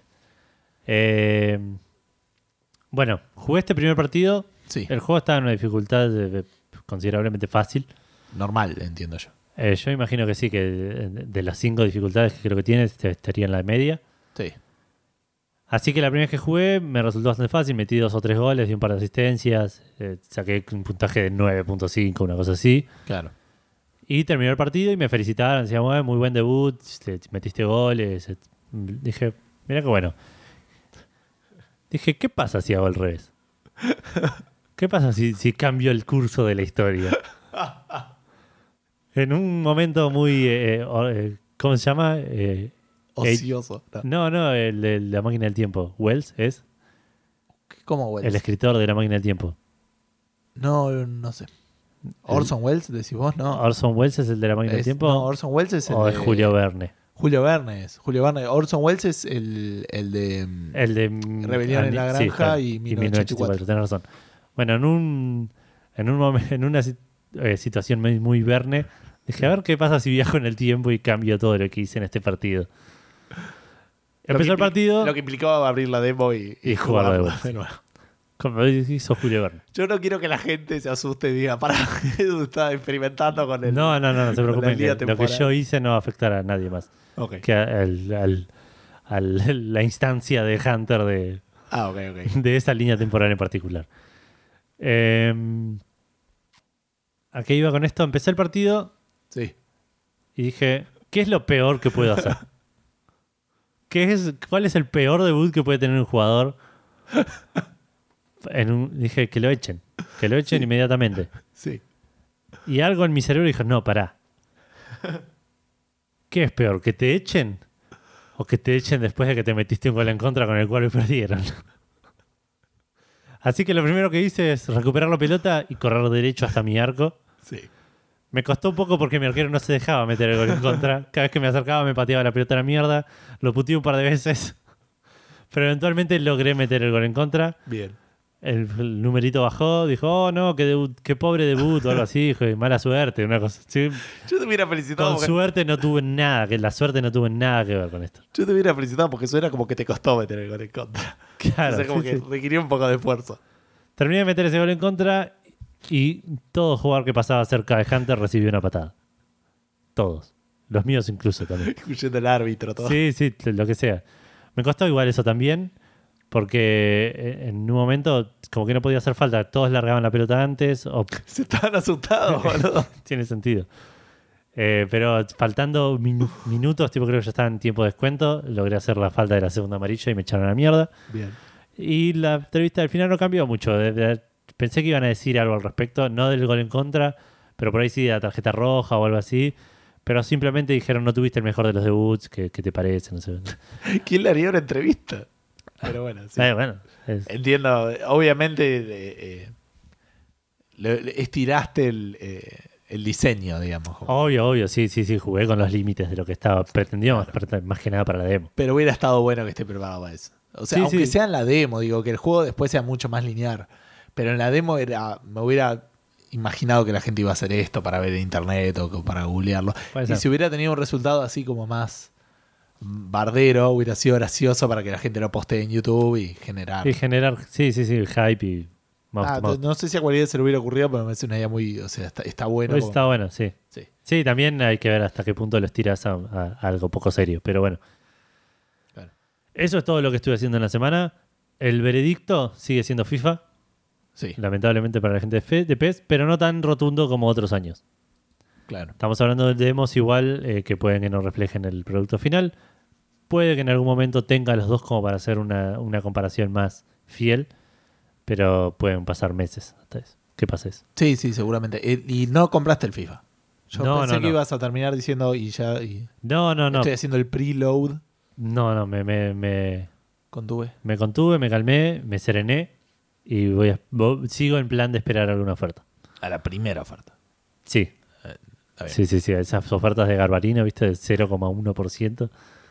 S2: Bueno, jugué este primer partido.
S1: Sí,
S2: El juego estaba en una dificultad considerablemente fácil.
S1: normal, entiendo yo.
S2: Yo imagino que sí, que de las 5 dificultades que creo que tiene, estaría en la media.
S1: Sí,
S2: Así que la primera vez que jugué me resultó bastante fácil. Metí 2 o 3 goles y un par de asistencias. Saqué un puntaje de 9.5, una cosa así.
S1: claro.
S2: Y terminó el partido y me felicitaron. Decían, "Bueno, muy buen debut, metiste goles". Dije, mira qué bueno. Dije, ¿qué pasa si hago al revés? ¿Qué pasa si cambio el curso de la historia? En un momento muy... ¿cómo se llama?
S1: Ocioso. No.
S2: No, el de la máquina del tiempo. Wells es
S1: ¿Cómo Wells?
S2: el escritor de la máquina del tiempo.
S1: No sé. Orson Welles, decís vos, ¿no?
S2: Orson Welles es el de la máquina del tiempo.
S1: No, Orson Welles es el
S2: ¿O
S1: de...
S2: es Julio Verne?
S1: Julio Verne. Orson Welles es el de...
S2: El de
S1: Rebelión en la Granja
S2: claro,
S1: y 1984.
S2: Tenés razón. Bueno, en una situación muy Verne, dije, a ver qué pasa si viajo en el tiempo y cambio todo lo que hice en este partido. Empezó el partido
S1: Lo que implicaba abrir la demo y
S2: jugarlo de
S1: jugarla
S2: vuelta.
S1: de nuevo.
S2: como hizo Julio Verne.
S1: Yo no quiero que la gente se asuste y diga, para, Edu está experimentando con el...
S2: No se
S1: con la
S2: preocupen.
S1: línea
S2: Lo que
S1: temporal.
S2: yo hice no va a afectar a nadie más
S1: Ok.
S2: que la instancia de Hunter
S1: Ok.
S2: de esa línea temporal en particular. ¿A qué iba con esto? Empecé el partido
S1: Sí.
S2: y dije, ¿qué es lo peor que puedo hacer? ¿Cuál es el peor debut que puede tener un jugador? Dije, que lo echen. Que lo echen inmediatamente.
S1: Sí.
S2: Y algo en mi cerebro dijo, no, pará. ¿Qué es peor? ¿Que te echen? ¿O que te echen después de que te metiste un gol en contra con el cual perdieron? Así que lo primero que hice es recuperar la pelota y correr derecho hasta mi arco.
S1: Sí.
S2: Me costó un poco porque mi arquero no se dejaba meter el gol en contra. Cada vez que me acercaba me pateaba la pelota a la mierda. Lo puteé un par de veces. Pero eventualmente logré meter el gol en contra.
S1: Bien.
S2: el numerito bajó, dijo, oh no, qué pobre debut o algo así, dijo, y mala suerte, una cosa así.
S1: Yo te hubiera felicitado
S2: Con
S1: porque,
S2: suerte no tuve nada, que la suerte no tuvo nada que ver con esto.
S1: yo te hubiera felicitado porque suena como que te costó meter el gol en contra.
S2: Claro,
S1: O sea, como
S2: sí,
S1: que
S2: sí.
S1: requirió un poco de esfuerzo.
S2: Terminé de meter ese gol en contra y todo jugador que pasaba cerca de Hunter recibió una patada. Todos. Los míos incluso también.
S1: Incluyendo el árbitro, todo.
S2: Sí, sí, lo que sea. Me costó igual eso también, porque en un momento como que no podía hacer falta. Todos largaban la pelota antes, o
S1: Se estaban asustados, boludo.
S2: tiene sentido. Pero faltando minutos, tipo creo que ya estaba en tiempo de descuento, logré hacer la falta de la segunda amarilla y me echaron a la mierda.
S1: Bien.
S2: Y la entrevista del final no cambió mucho. Pensé que iban a decir algo al respecto, no del gol en contra, pero por ahí sí de la tarjeta roja o algo así. Pero simplemente dijeron, no tuviste el mejor de los debuts, ¿qué te parece? No sé.
S1: ¿Quién le haría una entrevista? Pero bueno, sí.
S2: Bueno,
S1: Entiendo, obviamente estiraste el diseño, digamos.
S2: obvio, sí, jugué con los límites de lo que estaba pretendiendo, más que nada para la demo.
S1: Pero hubiera estado bueno que esté preparado para eso. O sea,
S2: Sí,
S1: aunque
S2: sí.
S1: sea en la demo, digo, que el juego después sea mucho más lineal. Pero en la demo me hubiera imaginado que la gente iba a hacer esto para ver en internet o para googlearlo.
S2: Puede
S1: Y
S2: ser.
S1: si hubiera tenido un resultado así como más bardero, hubiera sido gracioso para que la gente lo postee en YouTube y generar.
S2: Y generar, sí, hype y mouse to mouse.
S1: No sé si a cualquiera se le hubiera ocurrido, pero me parece una idea muy. O sea, está bueno.
S2: Pues está bueno, sí.
S1: Sí.
S2: Sí, también hay que ver hasta qué punto lo estiras a algo poco serio, pero bueno.
S1: Claro.
S2: Eso es todo lo que estuve haciendo en la semana. El veredicto sigue siendo FIFA,
S1: Sí,
S2: lamentablemente para la gente de PES, pero no tan rotundo como otros años.
S1: claro.
S2: Estamos hablando de demos igual, que pueden que no reflejen el producto final. Puede que en algún momento tenga los dos como para hacer una comparación más fiel, pero pueden pasar meses hasta eso. ¿Qué pasa eso?
S1: Sí, seguramente. Y no compraste el FIFA. Yo
S2: No,
S1: pensé
S2: no,
S1: que
S2: no.
S1: ibas a terminar diciendo y
S2: No.
S1: estoy haciendo el preload
S2: No, me
S1: con Tuve.
S2: Me contuve, me calmé, me serené y sigo en plan de esperar alguna oferta.
S1: A la primera oferta.
S2: Sí,
S1: Está bien.
S2: sí. Esas ofertas de Garbarino, ¿viste? Del 0,1%.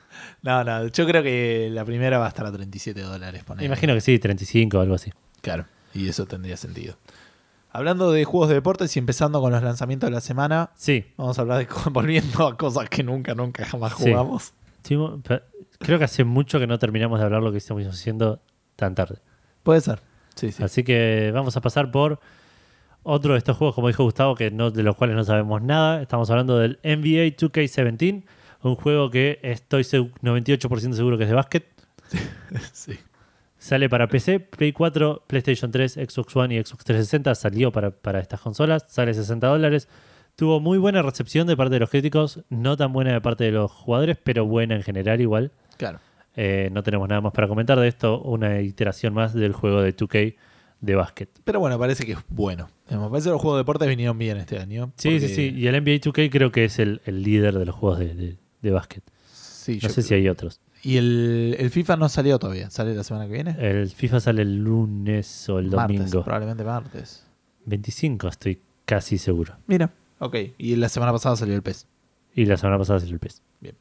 S1: No, yo creo que la primera va a estar a $37.
S2: Me imagino que sí, 35 o algo así.
S1: Claro, y eso tendría sentido. Hablando de juegos de deportes y empezando con los lanzamientos de la semana,
S2: Sí,
S1: vamos a hablar de volviendo a cosas que nunca jamás
S2: Sí.
S1: jugamos.
S2: sí, creo que hace mucho que no terminamos de hablar lo que estamos haciendo tan tarde.
S1: Puede ser. Sí.
S2: Así que vamos a pasar por otro de estos juegos, como dijo Gustavo, de los cuales no sabemos nada. Estamos hablando del NBA 2K17, un juego que estoy 98% seguro que es de básquet.
S1: Sí.
S2: Sale para PC, Play 4, PlayStation 3, Xbox One y Xbox 360. Salió para estas consolas. Sale $60. Tuvo muy buena recepción de parte de los críticos. No tan buena de parte de los jugadores, pero buena en general igual.
S1: Claro.
S2: No tenemos nada más para comentar de esto. Una iteración más del juego de 2K de básquet.
S1: Pero bueno, parece que es bueno. Me parece que los juegos de deportes vinieron bien este año.
S2: Sí.
S1: porque-
S2: Y el NBA 2K creo que es el líder de los juegos de básquet.
S1: Sí,
S2: No
S1: yo
S2: sé si
S1: creo.
S2: hay otros.
S1: Y el FIFA no salió todavía. ¿Sale la semana que viene?
S2: El FIFA sale el lunes o el
S1: Martes,
S2: domingo.
S1: probablemente martes.
S2: 25 estoy casi seguro.
S1: Mira. Ok. Y la semana pasada salió el PES.
S2: Y la semana pasada salió el PES.
S1: Bien.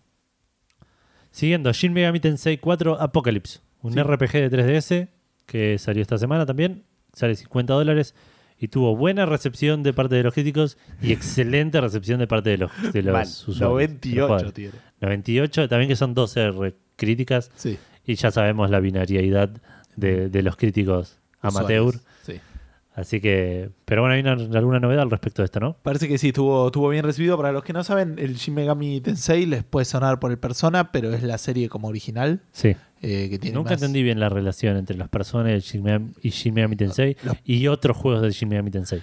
S2: Siguiendo, Shin Megami Tensei 4 Apocalypse. Un
S1: Sí.
S2: RPG de 3DS que salió esta semana también. Sale $50 y tuvo buena recepción de parte de los críticos y excelente recepción de parte de los
S1: Mal.
S2: usuarios. de los
S1: 98
S2: jugadores.
S1: tiene.
S2: 98, también que son 12 críticas
S1: Sí.
S2: y ya sabemos la binariedad de los críticos amateur.
S1: Usuarios. Sí.
S2: Así que, pero bueno, hay alguna novedad al respecto de esto, ¿no?
S1: Parece que sí, estuvo bien recibido. Para los que no saben, el Shin Megami Tensei les puede sonar por el Persona, pero es la serie como original.
S2: Sí.
S1: Que tiene
S2: Nunca
S1: más-
S2: entendí bien la relación entre las personas y Shin Megami Tensei
S1: Los-
S2: y otros juegos de Shin Megami Tensei.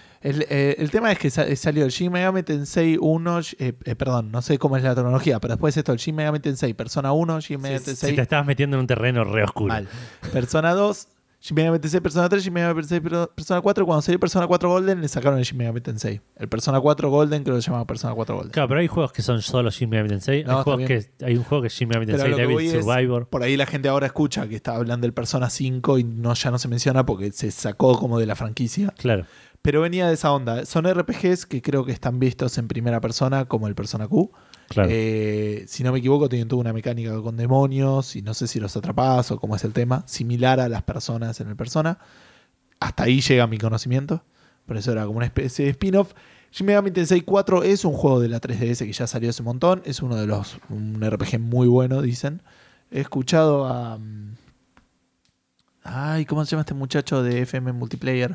S1: El tema es que salió el Shin Megami Tensei 1, perdón, no sé cómo es la tecnología, pero después esto, el Shin Megami Tensei Persona 1, Shin Megami
S2: Si
S1: Tensei
S2: te estabas metiendo en un terreno re oscuro.
S1: mal, Persona 2, Shin Megami Tensei Persona 3, Shin Megami Tensei Persona 4. Cuando salió Persona 4 Golden le sacaron el Shin Megami Tensei. El Persona 4 Golden creo que se llama Persona 4 Golden.
S2: Claro, pero hay juegos que son solo Shin Megami Tensei.
S1: No,
S2: Hay un juego que es Shin Megami
S1: Pero
S2: Tensei
S1: lo que
S2: Devil
S1: voy es,
S2: Survivor.
S1: por ahí la gente ahora escucha que está hablando del Persona 5 y ya no se menciona porque se sacó como de la franquicia.
S2: Claro.
S1: Pero venía de esa onda. Son RPGs que creo que están vistos en primera persona como el Persona Q.
S2: Claro.
S1: Si no me equivoco, tienen toda una mecánica con demonios y no sé si los atrapás o cómo es el tema. Similar a las personas en el Persona. hasta ahí llega mi conocimiento. Por eso era como una especie de spin-off. Shin Megami Tensei 4 es un juego de la 3DS que ya salió hace un montón. Es uno de un RPG muy bueno, dicen. He escuchado a... Ay, ¿cómo se llama este muchacho de FM Multiplayer?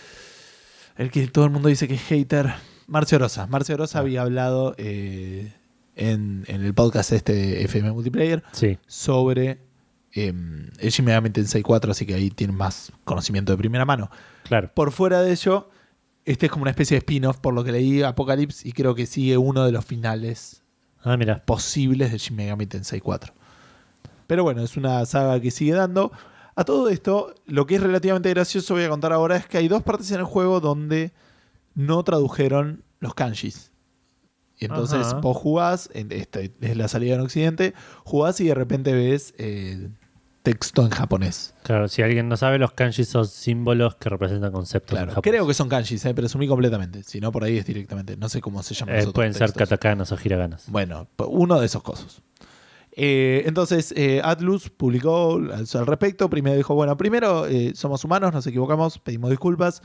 S1: El que todo el mundo dice que es hater. Marcio Rosa. Marcio Rosa había hablado en el podcast de FM Multiplayer sobre el Shin Megami Tensei 4, así que ahí tienen más conocimiento de primera mano.
S2: Claro.
S1: Por fuera de ello, este es como una especie de spin-off, por lo que leí Apocalypse, y creo que sigue uno de los finales posibles de Shin Megami Tensei 4. Pero bueno, es una saga que sigue dando. A todo esto, lo que es relativamente gracioso, voy a contar ahora, es que hay 2 partes en el juego donde no tradujeron los kanjis. Y entonces vos jugás, es la salida en Occidente, jugás y de repente ves texto en japonés.
S2: Claro, si alguien no sabe, los kanjis son símbolos que representan conceptos en japonés.
S1: Creo que son kanjis, presumí completamente. Si no, por ahí es directamente. No sé cómo se llaman los otros
S2: pueden
S1: textos.
S2: ser katakanas o hiraganas.
S1: Bueno, uno de esos cosas. Entonces, Atlus publicó al respecto. Primero dijo, bueno, somos humanos, nos equivocamos, pedimos disculpas.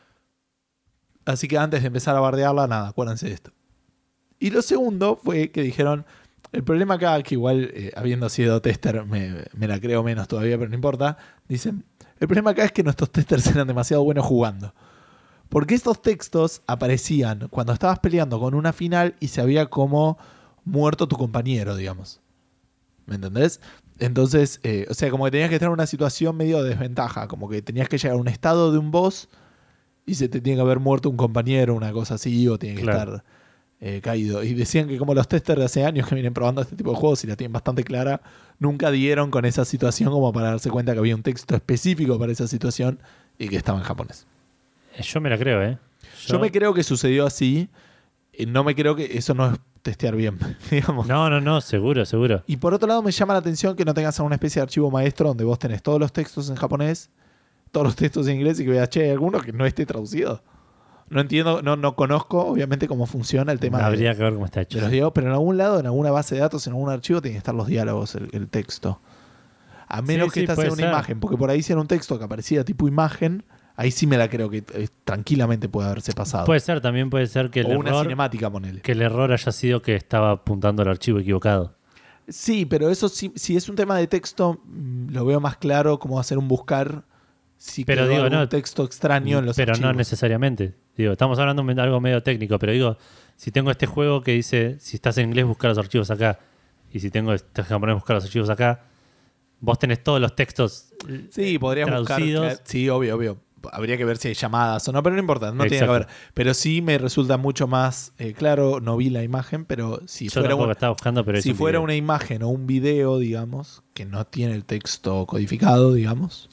S1: Así que antes de empezar a bardearla, nada, acuérdense de esto. Y lo segundo fue que dijeron, el problema acá, que igual habiendo sido tester me la creo menos todavía, pero no importa. Dicen, el problema acá es que nuestros testers eran demasiado buenos jugando. Porque estos textos aparecían cuando estabas peleando con una final y se había como muerto tu compañero, digamos. ¿Me entendés? Entonces, o sea, como que tenías que estar en una situación medio de desventaja. Como que tenías que llegar a un estado de un boss y se te tiene que haber muerto un compañero, una cosa así, o tiene que estar caído. Y decían que como los testers de hace años que vienen probando este tipo de juegos y la tienen bastante clara, nunca dieron con esa situación como para darse cuenta que había un texto específico para esa situación y que estaba en japonés.
S2: Yo me la creo, ¿eh?
S1: Yo me creo que sucedió así. No me creo que eso no es testear bien, digamos.
S2: No, seguro.
S1: Y por otro lado me llama la atención que no tengas una especie de archivo maestro donde vos tenés todos los textos en japonés, todos los textos en inglés y que veas, hay alguno que no esté traducido. No entiendo, no conozco obviamente cómo funciona el tema
S2: habría que ver cómo está hecho.
S1: de los diálogos, pero en algún lado, en alguna base de datos, en algún archivo tienen que estar los diálogos, el texto. A menos que esta sea una imagen, porque por ahí si era un texto que aparecía tipo imagen, ahí sí me la creo que tranquilamente puede haberse pasado.
S2: También puede ser que
S1: una cinemática, ponele.
S2: Que el error haya sido que estaba apuntando al archivo equivocado.
S1: Sí, pero eso sí, si es un tema de texto, lo veo más claro como hacer un buscar si
S2: pero
S1: quedó algún texto extraño en los archivos.
S2: Pero no necesariamente. Estamos hablando de algo medio técnico, pero si tengo este juego que dice, si estás en inglés, buscar los archivos acá, y si tengo este japonés, buscar los archivos acá, vos tenés todos los textos
S1: podrías
S2: traducidos.
S1: Buscar, sí, obvio. Habría que ver si hay llamadas o no, pero no importa, no tiene que ver. Pero sí me resulta mucho más claro, no vi la imagen, pero si fuera una imagen o un video, digamos, que no tiene el texto codificado, digamos,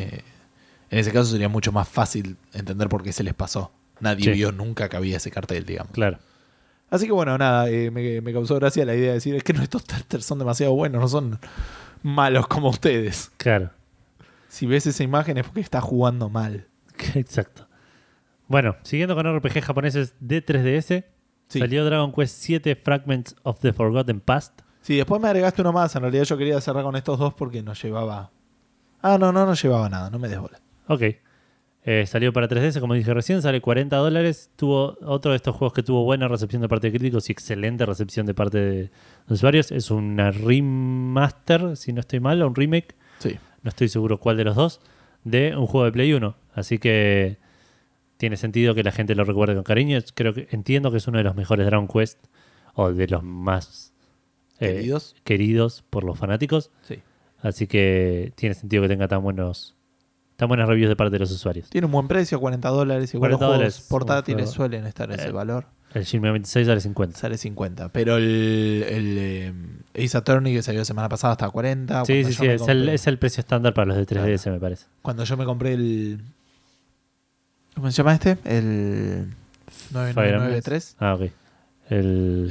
S1: en ese caso sería mucho más fácil entender por qué se les pasó. Nadie vio nunca que había ese cartel, digamos.
S2: Claro.
S1: Así que bueno, nada, me causó gracia la idea de decir, es que estos testers son demasiado buenos, no son malos como ustedes.
S2: Claro.
S1: Si ves esa imagen es porque estás jugando mal.
S2: Exacto. Bueno, siguiendo con RPG japoneses de 3DS, salió Dragon Quest VII Fragments of the Forgotten Past.
S1: Sí, después me agregaste uno más. En realidad yo quería cerrar con estos dos porque no llevaba... no llevaba nada, no me des bola.
S2: Ok. Salió para 3DS, como dije recién, sale $40. Tuvo otro de estos juegos que tuvo buena recepción de parte de críticos y excelente recepción de parte de usuarios. Es una remaster, si no estoy mal, o un remake.
S1: Sí.
S2: No estoy seguro cuál de los dos, de un juego de Play 1. Así que tiene sentido que la gente lo recuerde con cariño. Entiendo que es uno de los mejores Dragon Quest, o de los más queridos por los fanáticos.
S1: Sí.
S2: Así que tiene sentido que tenga tan buenas reviews de parte de los usuarios.
S1: Tiene un buen precio, $40. Igual los juegos portátiles suelen estar en ese valor.
S2: El Shin Megami Tensei sale 50.
S1: Sale 50. Pero el Ace Attorney que salió la semana pasada estaba 40.
S2: Sí. Es el precio estándar para los de 3DS, me parece.
S1: Cuando yo me compré el... ¿Cómo se llama este? El 9993.
S2: Ok. El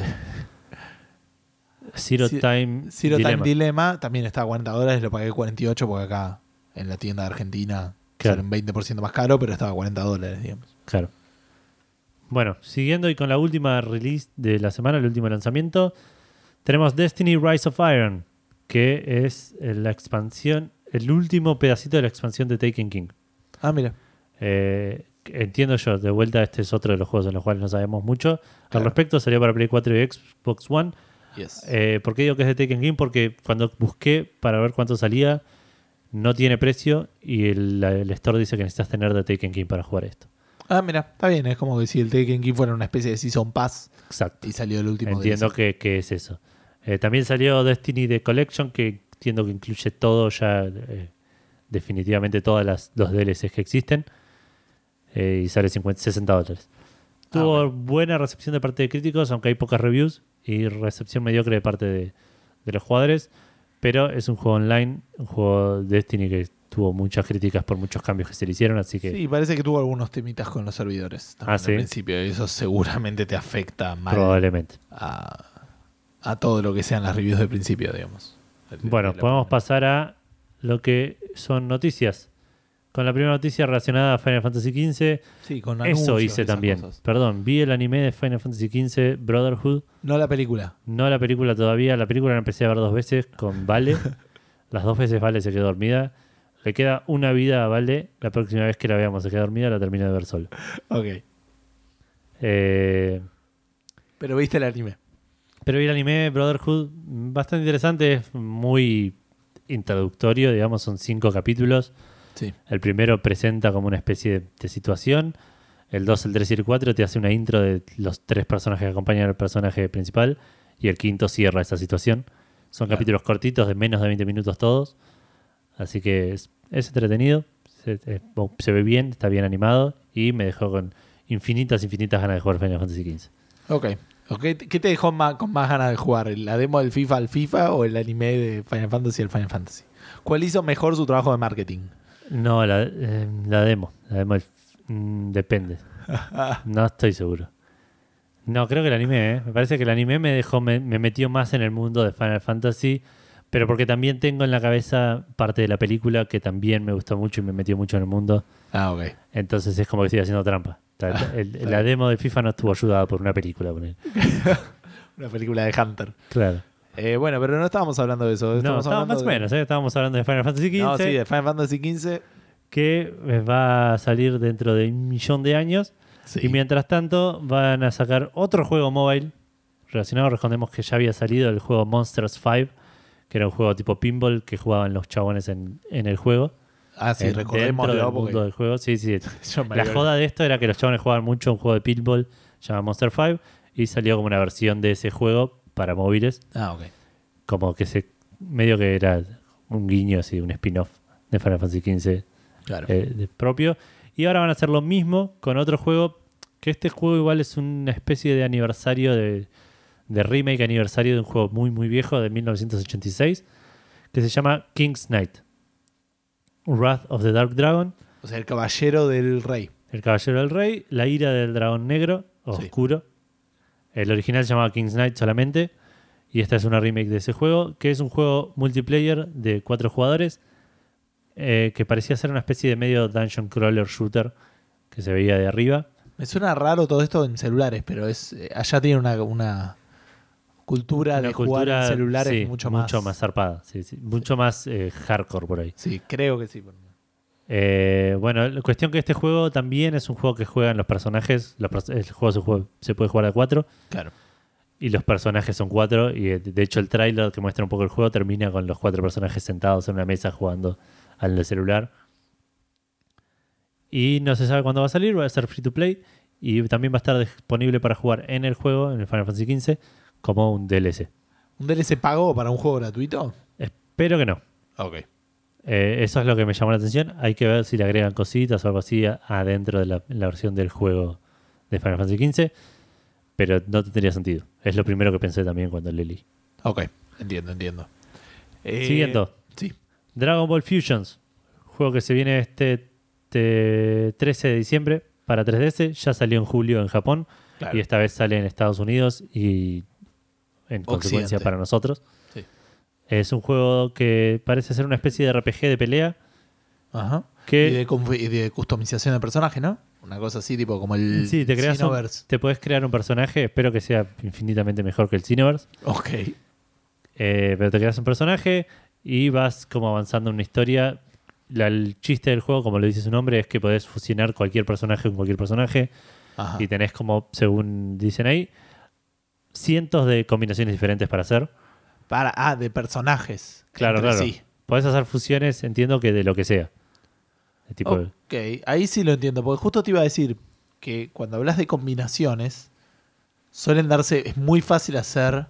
S2: Zero Time
S1: Dilemma también estaba a $40. Lo pagué 48 porque acá en la tienda de Argentina sale un 20% más caro, pero estaba a $40, digamos.
S2: Claro. Bueno, siguiendo y con la última release de la semana, el último lanzamiento, tenemos Destiny Rise of Iron, que es la expansión, el último pedacito de la expansión de Taken King.
S1: Mira.
S2: Entiendo yo, de vuelta, este es otro de los juegos en los cuales no sabemos mucho.
S1: Claro.
S2: Al respecto, salió para Play 4 y Xbox One.
S1: Yes.
S2: ¿Por qué digo que es de Taken King? Porque cuando busqué para ver cuánto salía, no tiene precio y el store dice que necesitas tener de Taken King para jugar esto.
S1: Ah, mira, está bien. Es como que si el Taken King fuera una especie de Season Pass
S2: Exacto.
S1: y salió el último
S2: Entiendo
S1: DLC.
S2: que es eso. También salió Destiny The Collection, que entiendo que incluye todo ya, definitivamente todos los DLCs que existen. Y sale $60. Tuvo
S1: bueno.
S2: buena recepción de parte de críticos, aunque hay pocas reviews, y recepción mediocre de parte de los jugadores. Pero es un juego online, un juego Destiny que tuvo muchas críticas por muchos cambios que se le hicieron, así que
S1: Sí, parece que tuvo algunos temitas con los servidores también
S2: Ah, ¿sí?
S1: al principio. Y eso seguramente te afecta mal
S2: probablemente.
S1: a todo lo que sean las reviews del principio, digamos.
S2: Bueno, podemos pasar a lo que son noticias. Con la primera noticia relacionada a Final Fantasy XV.
S1: Sí, con
S2: Eso
S1: anuncios y
S2: hice
S1: esas
S2: también.
S1: cosas.
S2: Perdón, vi el anime de Final Fantasy XV, Brotherhood.
S1: No la película.
S2: No la película todavía. La película la empecé a ver 2 veces con Vale. Las 2 veces Vale se quedó dormida. Le queda una vida a Vale. La próxima vez que la veamos se queda dormida, la termino de ver solo.
S1: Ok.
S2: Eh,
S1: Pero viste el anime.
S2: pero vi el anime Brotherhood. Bastante interesante. Es muy introductorio, digamos. Son 5 capítulos.
S1: Sí.
S2: El primero presenta como una especie de situación. El 2, el 3 y el 4 te hace una intro de los 3 personajes que acompañan al personaje principal. Y el quinto cierra esa situación. Son
S1: Claro.
S2: capítulos cortitos de menos de 20 minutos todos. Así que es entretenido. Se ve bien, está bien animado. Y me dejó con infinitas ganas de jugar Final Fantasy XV.
S1: Ok. ¿Qué te dejó con más ganas de jugar? ¿La demo del FIFA al FIFA o el anime de Final Fantasy al Final Fantasy? ¿Cuál hizo mejor su trabajo de marketing?
S2: No, la demo. La demo depende. No estoy seguro. No, creo que el anime, me parece que el anime me metió más en el mundo de Final Fantasy, pero porque también tengo en la cabeza parte de la película que también me gustó mucho y me metió mucho en el mundo.
S1: Ah, ok.
S2: Entonces es como que estoy haciendo trampa. La demo de FIFA no estuvo ayudada por una película.
S1: Una película de Hunter.
S2: Claro.
S1: Bueno, pero no estábamos hablando de eso.
S2: No,
S1: Estamos
S2: estaba
S1: hablando
S2: más o menos. Estábamos hablando de Final Fantasy XV,
S1: No, sí, de Final Fantasy XV.
S2: que va a salir dentro de 1.000.000 de años.
S1: Sí.
S2: Y mientras tanto van a sacar otro juego mobile relacionado. Recordemos que ya había salido el juego Monsters 5, que era un juego tipo pinball que jugaban los chabones en el juego.
S1: Ah, sí,
S2: Dentro
S1: recordémoslo.
S2: del
S1: porque
S2: mundo del juego. Sí.
S1: yo me
S2: La
S1: había-
S2: joda de esto era que los chabones jugaban mucho un juego de pinball llamado Monster 5 y salió como una versión de ese juego para móviles.
S1: Ah, ok.
S2: Como que medio que era un guiño, así, un spin-off de Final Fantasy XV
S1: Claro.
S2: propio. Y ahora van a hacer lo mismo con otro juego, que este juego igual es una especie de aniversario de remake aniversario de un juego muy muy viejo de 1986 que se llama King's Knight, Wrath of the Dark Dragon,
S1: O sea, el caballero del rey.
S2: el caballero del rey, la ira del dragón negro o
S1: Sí.
S2: oscuro. El original se llamaba King's Knight solamente y esta es una remake de ese juego, que es un juego multiplayer de 4 jugadores que parecía ser una especie de medio dungeon crawler shooter que se veía de arriba.
S1: Me suena raro todo esto en celulares, pero allá tiene una cultura de jugar en celulares
S2: sí,
S1: mucho más.
S2: zarpada, sí, mucho más hardcore por ahí.
S1: Sí, creo que sí.
S2: Bueno, la cuestión que este juego también es un juego que juegan los personajes. El juego se puede jugar a 4
S1: Claro.
S2: y los personajes son 4. Y de hecho, el tráiler que muestra un poco el juego termina con los 4 personajes sentados en una mesa jugando al celular. Y no se sabe cuándo va a salir, va a ser free to play. Y también va a estar disponible para jugar en el juego, en el Final Fantasy XV, como un DLC.
S1: ¿Un DLC pago para un juego gratuito?
S2: Espero que no.
S1: Ok.
S2: Eso es lo que me llamó la atención. Hay que ver si le agregan cositas o algo así adentro de la versión del juego de Final Fantasy XV. Pero no tendría sentido. Es lo primero que pensé también cuando le leí.
S1: Ok, entiendo.
S2: Siguiendo.
S1: Sí.
S2: Dragon Ball Fusions. Juego que se viene este 13 de diciembre para 3DS. Ya salió en julio en Japón.
S1: Claro.
S2: Y esta vez sale en Estados Unidos y en consecuencia para nosotros.
S1: Sí.
S2: Es un juego que parece ser una especie de RPG de pelea.
S1: Ajá.
S2: Que
S1: Y de customización de personaje, ¿no? Una cosa así, tipo como el
S2: sí, te
S1: Xenoverse.
S2: te puedes crear un personaje. Espero que sea infinitamente mejor que el Xenoverse.
S1: Ok.
S2: Pero te creas un personaje y vas como avanzando en una historia el chiste del juego, como lo dice su nombre, es que podés fusionar cualquier personaje con cualquier personaje.
S1: Ajá.
S2: Y tenés como, según dicen ahí, cientos de combinaciones diferentes para hacer.
S1: De personajes.
S2: Claro,
S1: entre
S2: claro.
S1: sí.
S2: Podés hacer fusiones, entiendo que de lo que sea. De tipo,
S1: Ok, ahí sí lo entiendo. Porque justo te iba a decir que cuando hablas de combinaciones, suelen darse. Es muy fácil hacer.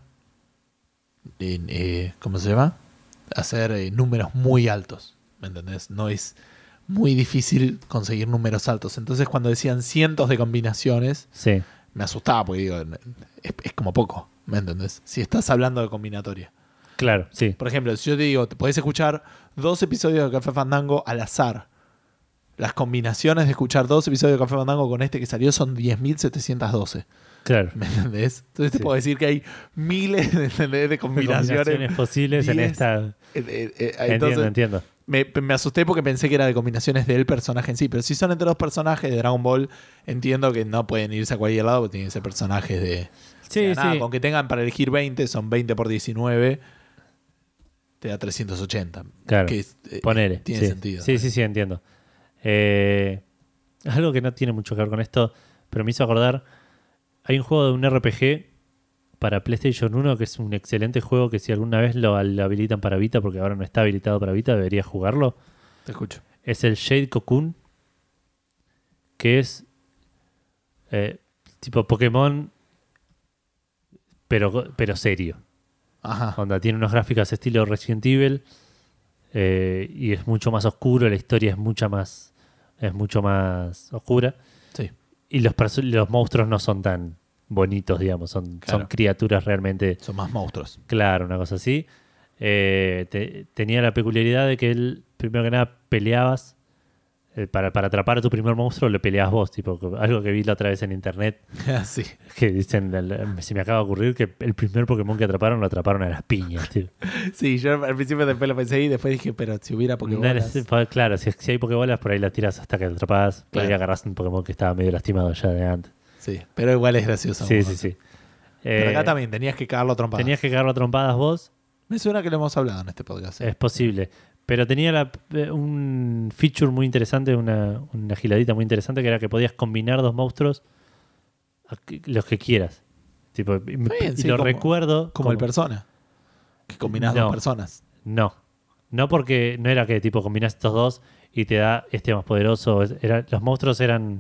S1: ¿Cómo se llama? Hacer números muy altos. ¿Me entendés? No es muy difícil conseguir números altos. Entonces, cuando decían cientos de combinaciones,
S2: sí,
S1: me asustaba porque digo, es como poco. ¿Me entendés? Si estás hablando de combinatoria.
S2: claro, sí.
S1: Por ejemplo, si yo te digo, te podés escuchar 2 episodios de Café Fandango al azar. Las combinaciones de escuchar 2 episodios de Café Fandango con este que salió son 10.712.
S2: Claro.
S1: ¿Me entendés? Entonces te
S2: Sí.
S1: puedo decir que hay miles de combinaciones
S2: posibles en
S1: 10.
S2: esta.
S1: Entonces,
S2: Entiendo.
S1: me asusté porque pensé que era de combinaciones del personaje en sí. Pero si son entre 2 personajes de Dragon Ball, entiendo que no pueden irse a cualquier lado porque tienen que ser personajes de...
S2: Sí,
S1: o sea, nada,
S2: sí.
S1: con que tengan para elegir 20, son 20 por 19, te da 380.
S2: Claro.
S1: Que
S2: Ponele.
S1: tiene
S2: sí.
S1: sentido.
S2: Sí, entiendo. Algo que no tiene mucho que ver con esto, pero me hizo acordar. Hay un juego de un RPG para PlayStation 1 que es un excelente juego que si alguna vez lo habilitan para Vita, porque ahora no está habilitado para Vita, debería jugarlo.
S1: Te escucho.
S2: Es el Shade Cocoon, que es tipo Pokémon, pero serio.
S1: Ajá.
S2: Onda, tiene unas gráficas estilo Resident Evil y es mucho más oscuro, la historia es mucho más oscura.
S1: Sí.
S2: Y los monstruos no son tan bonitos, digamos, son criaturas realmente,
S1: Son más monstruos.
S2: claro, una cosa así. Tenía la peculiaridad de que él, primero que nada, peleabas. Para atrapar a tu primer monstruo, le peleabas vos. Tipo, algo que vi la otra vez en internet.
S1: Sí.
S2: Que dicen, se me acaba de ocurrir que el primer Pokémon que atraparon lo atraparon a las piñas, tío.
S1: Sí, yo al principio después lo pensé y después dije, pero si hubiera Pokébolas.
S2: Claro, si hay Pokébolas, por ahí las tiras hasta que lo atrapas. Por ahí
S1: Claro.
S2: agarras un Pokémon que estaba medio lastimado ya de antes.
S1: Sí, pero igual es gracioso.
S2: Sí.
S1: Pero acá también tenías que cagarlo a trompadas.
S2: Tenías que cagarlo a trompadas vos.
S1: Me suena que lo hemos hablado en este podcast.
S2: Es posible. Pero tenía un feature muy interesante, una giladita muy interesante, que era que podías combinar 2 monstruos los que quieras. Tipo,
S1: bien,
S2: y
S1: sí,
S2: lo
S1: como-
S2: recuerdo.
S1: Como el Persona. Que combinás
S2: No.
S1: 2 personas.
S2: No porque no era que tipo combinás estos 2 y te da este más poderoso. Los monstruos eran...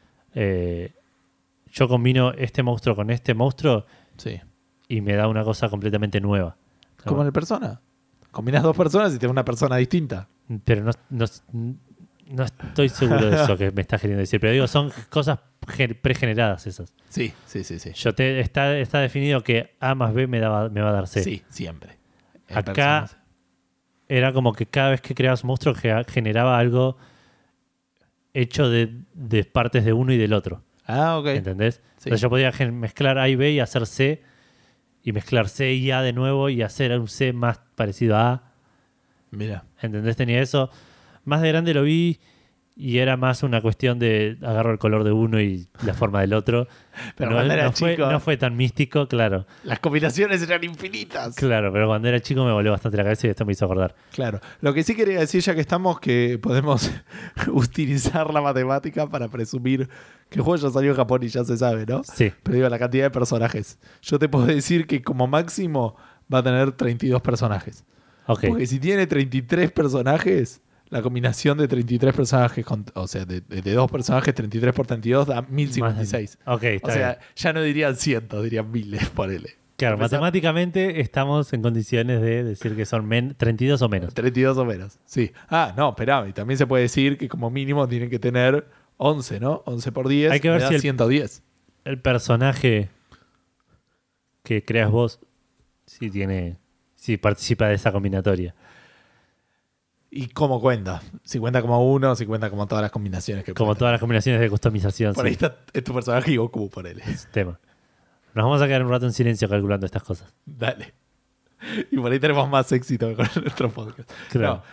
S2: yo combino este monstruo con este monstruo
S1: Sí.
S2: y me da una cosa completamente nueva.
S1: Como en el Persona. Combinás 2 personas y te da una persona distinta.
S2: Pero no estoy seguro de eso que me estás queriendo decir. Pero digo, son cosas pregeneradas esas.
S1: Sí.
S2: Está definido que A más B me va a dar C.
S1: Sí, siempre. En
S2: Acá
S1: Persona.
S2: era como que cada vez que creabas un monstruo generaba algo hecho de partes de uno y del otro.
S1: Ah, ok.
S2: ¿Entendés?
S1: Sí.
S2: Entonces yo podía mezclar A y B y hacer C, y mezclar C y A de nuevo y hacer un C más parecido a A.
S1: Mira.
S2: ¿Entendés? Tenía eso. Más de grande lo vi y era más una cuestión de agarro el color de uno y la forma del otro.
S1: Pero cuando era chico,
S2: no fue tan místico, claro.
S1: las combinaciones eran infinitas.
S2: Claro, pero cuando era chico me volvió bastante la cabeza y esto me hizo acordar.
S1: Claro. Lo que sí quería decir, ya que estamos, que podemos utilizar la matemática para presumir que el juego ya salió en Japón y ya se sabe, ¿no?
S2: Sí.
S1: Pero digo, la cantidad de personajes. Yo te puedo decir que como máximo va a tener 32 personajes.
S2: Ok.
S1: Porque si tiene 33 personajes, la combinación de 33 personajes, o sea, de 2 personajes, 33 por 32 da 1056.
S2: Ok,
S1: O
S2: está
S1: sea,
S2: bien.
S1: ya no dirían cientos, dirían miles, ponele.
S2: Claro,
S1: a pesar-
S2: matemáticamente estamos en condiciones de decir que son 32 o menos.
S1: 32 o menos, sí. Ah, no, esperá, y también se puede decir que como mínimo tienen que tener 11, ¿no? 11 por 10,
S2: Hay que ver
S1: me da
S2: si
S1: 110.
S2: El personaje que creas vos, si participa de esa combinatoria.
S1: ¿Y cómo cuenta? Si cuenta como uno, si cuenta como todas las combinaciones que
S2: Como
S1: puede
S2: todas las combinaciones de customización.
S1: Por ahí
S2: Sí,
S1: está tu personaje y Goku, ponele.
S2: ese tema. Nos vamos a quedar un rato en silencio calculando estas cosas.
S1: Dale. Y por ahí tenemos más éxito con nuestro podcast.
S2: Claro.
S1: No,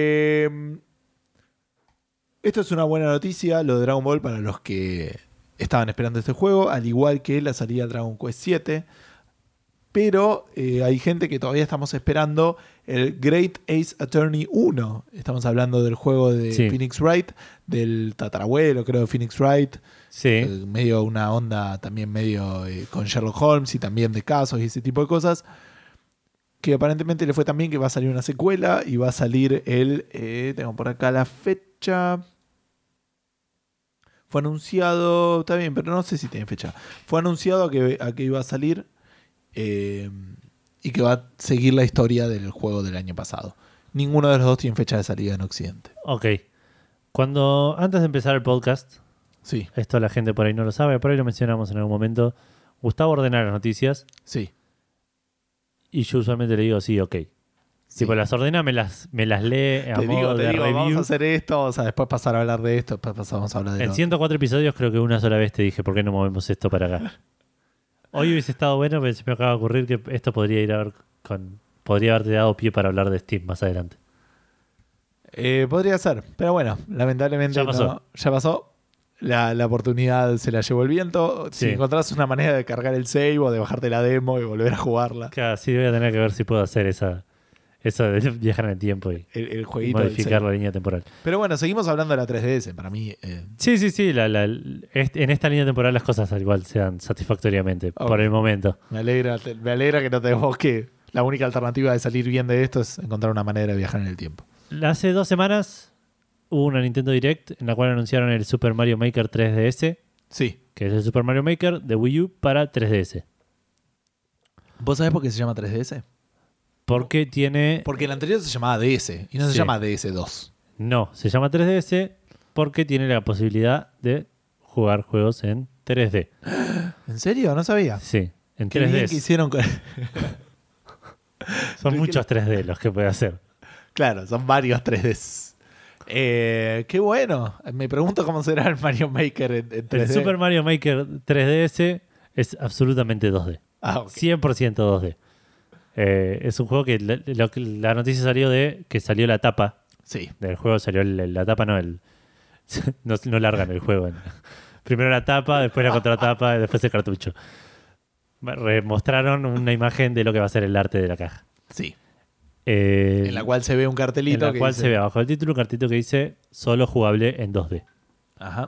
S1: esto es una buena noticia, lo de Dragon Ball, para los que estaban esperando este juego, al igual que la salida de Dragon Quest 7. Pero hay gente que todavía estamos esperando el Great Ace Attorney 1. Estamos hablando del juego de
S2: Sí.
S1: Phoenix Wright, del tatarabuelo, creo, de Phoenix Wright.
S2: Sí.
S1: Medio una onda también medio con Sherlock Holmes y también de casos y ese tipo de cosas. Que aparentemente le fue tan bien que va a salir una secuela y va a salir tengo por acá la fecha. Fue anunciado, está bien, pero no sé si tiene fecha. Fue anunciado a que iba a salir y que va a seguir la historia del juego del año pasado. Ninguno de los dos tiene fecha de salida en Occidente.
S2: Ok. Antes de empezar el podcast,
S1: Sí,
S2: esto la gente por ahí no lo sabe, por ahí lo mencionamos en algún momento, Gustavo ordena las noticias
S1: sí.
S2: y yo usualmente le digo sí, ok.
S1: Sí.
S2: Tipo, las ordena, me las lee a
S1: Te
S2: modo de
S1: digo, vamos
S2: review.
S1: a hacer esto, o sea, después pasar a hablar de esto, después pasamos a hablar de
S2: En
S1: lo
S2: 104 episodios creo que una sola vez te dije, ¿por qué no movemos esto para acá? Hoy hubiese estado bueno, pero se me acaba de ocurrir que esto podría haberte dado pie para hablar de Steam más adelante.
S1: Podría ser, pero bueno, lamentablemente
S2: Ya pasó.
S1: no, ya pasó. La oportunidad se la llevó el viento.
S2: Sí.
S1: Si encontrás una manera de cargar el save o de bajarte la demo y volver a jugarla,
S2: Claro, sí, voy a tener que ver si puedo hacer eso de viajar en el tiempo y
S1: el jueguito del
S2: modificar
S1: save.
S2: la línea temporal.
S1: Pero bueno, seguimos hablando de la 3DS. Para mí,
S2: Sí. En esta línea temporal las cosas igual sean satisfactoriamente,
S1: Ok.
S2: por el momento.
S1: me alegra que no te que la única alternativa de salir bien de esto es encontrar una manera de viajar en el tiempo.
S2: Hace 2 semanas hubo una Nintendo Direct en la cual anunciaron el Super Mario Maker 3DS,
S1: Sí.
S2: que es el Super Mario Maker de Wii U para 3DS.
S1: ¿Vos sabés por qué se llama 3DS?
S2: Porque tiene...
S1: Porque el anterior se llamaba DS y no se
S2: Sí.
S1: llama DS2.
S2: No, se llama 3DS porque tiene la posibilidad de jugar juegos en 3D.
S1: ¿En serio? No sabía.
S2: Sí, en
S1: Qué bien
S2: 3D.
S1: que hicieron con...
S2: Son muchos 3D los que puede hacer.
S1: Claro, son varios 3Ds. Qué bueno. Me pregunto cómo será el Mario Maker en 3D.
S2: El Super Mario Maker 3DS es absolutamente 2D.
S1: Ah, ok.
S2: 100% 2D. Es un juego que la noticia salió de que salió la tapa
S1: Sí.
S2: del juego, salió la tapa, no, no largan el juego. Primero la tapa, después la contratapa, después el cartucho. Mostraron una imagen de lo que va a ser el arte de la caja.
S1: Sí. En la cual se ve un
S2: en
S1: cartelito.
S2: la
S1: que
S2: cual
S1: dice-
S2: se ve abajo del título un cartito que dice solo jugable en 2D.
S1: Ajá.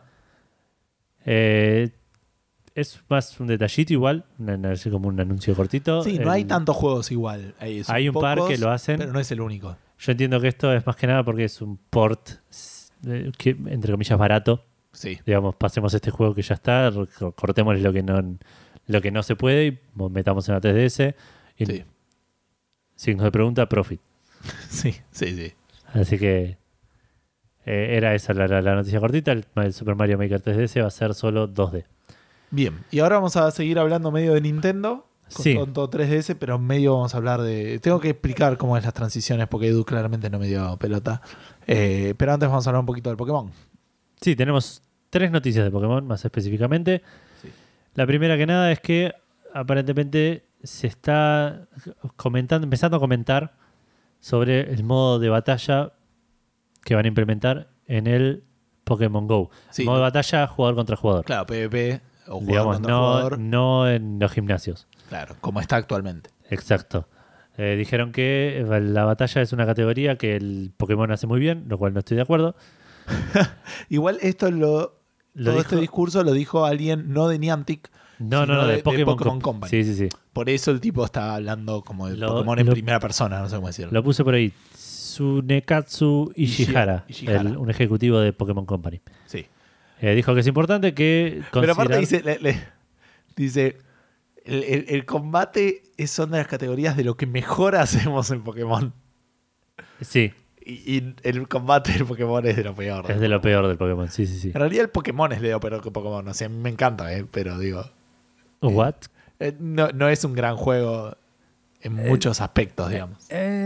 S2: Es más un detallito igual, así como un anuncio cortito.
S1: Sí, no hay tantos juegos igual. Son
S2: Hay un par
S1: pocos,
S2: que lo hacen.
S1: pero no es el único.
S2: Yo entiendo que esto es más que nada porque es un port, que, entre comillas, barato.
S1: Sí.
S2: Digamos, pasemos este juego que ya está, cortemos lo que no se puede y metamos en la 3DS. Y
S1: Sí.
S2: signos de pregunta, profit.
S1: Sí, sí, sí.
S2: Así que era esa la noticia cortita. El Super Mario Maker 3DS va a ser solo 2D.
S1: Bien. Y ahora vamos a seguir hablando medio de Nintendo.
S2: Sí.
S1: Con todo 3DS, pero medio vamos a hablar de... Tengo que explicar cómo es las transiciones porque Edu claramente no me dio pelota. Pero antes vamos a hablar un poquito del Pokémon.
S2: Sí, tenemos 3 noticias de Pokémon, más específicamente.
S1: Sí.
S2: La primera que nada es que aparentemente se está empezando a comentar sobre el modo de batalla que van a implementar en el Pokémon GO.
S1: Sí.
S2: Modo de batalla jugador contra jugador.
S1: Claro, PvP o jugador
S2: Digamos,
S1: contra jugador.
S2: no en los gimnasios.
S1: Claro, como está actualmente.
S2: Exacto. Dijeron que la batalla es una categoría que el Pokémon hace muy bien, lo cual no estoy de acuerdo.
S1: Igual esto todo este discurso lo dijo alguien no de Niantic,
S2: No,
S1: sino
S2: de Pokémon,
S1: Company.
S2: Sí, sí, sí.
S1: Por eso el tipo está hablando como de
S2: Lo-
S1: Pokémon en
S2: lo-
S1: primera persona, no sé cómo decirlo.
S2: Lo puse por ahí. Tsunekatsu Ishihara,
S1: Ishihara.
S2: un ejecutivo de Pokémon Company.
S1: Sí.
S2: Dijo que es importante que
S1: Pero aparte
S2: considerar-
S1: dice el combate es una de las categorías de lo que mejor hacemos en Pokémon.
S2: Sí,
S1: Y el combate del Pokémon es de lo peor.
S2: es de lo peor del Pokémon. Sí, sí, sí.
S1: En realidad el Pokémon es de lo peor que Pokémon. O sea, a mí me encanta, pero digo...
S2: ¿What?
S1: No es un gran juego en muchos aspectos, digamos.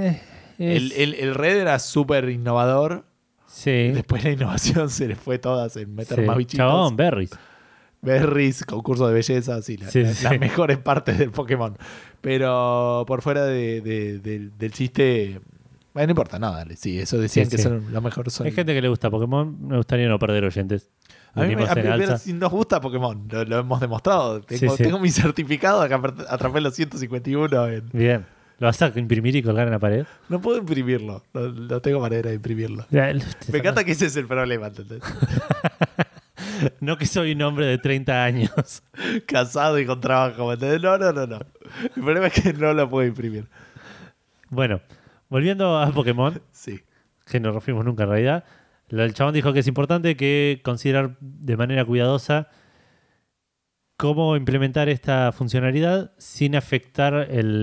S1: El Red era súper innovador.
S2: Sí.
S1: Después la innovación se le fue todas en meter
S2: Sí.
S1: más bichitos.
S2: Chabón, berries.
S1: Berries, concurso de belleza, sí,
S2: Sí,
S1: las
S2: sí.
S1: mejores partes del Pokémon. Pero por fuera del chiste, bueno, no importa, nada, dale. Sí, eso decían
S2: Sí,
S1: que
S2: sí.
S1: son los mejores.
S2: Hay gente que le gusta Pokémon. Me gustaría no perder oyentes.
S1: A mí,
S2: venimos en
S1: pero
S2: alza.
S1: si nos gusta Pokémon, lo hemos demostrado.
S2: Sí, sí.
S1: Tengo mi certificado de que atrapé los 151.
S2: Bien. ¿Lo vas a imprimir y colgar en la pared?
S1: No puedo imprimirlo. No tengo manera de imprimirlo. Me encanta que ese es el problema, ¿entendés?
S2: No que soy un hombre de 30 años.
S1: Casado y con trabajo, ¿entendés? No. El problema es que no lo puedo imprimir.
S2: Bueno, volviendo a Pokémon,
S1: Sí.
S2: que no nos fuimos nunca en realidad, el chabón dijo que es importante que considerar de manera cuidadosa cómo implementar esta funcionalidad sin afectar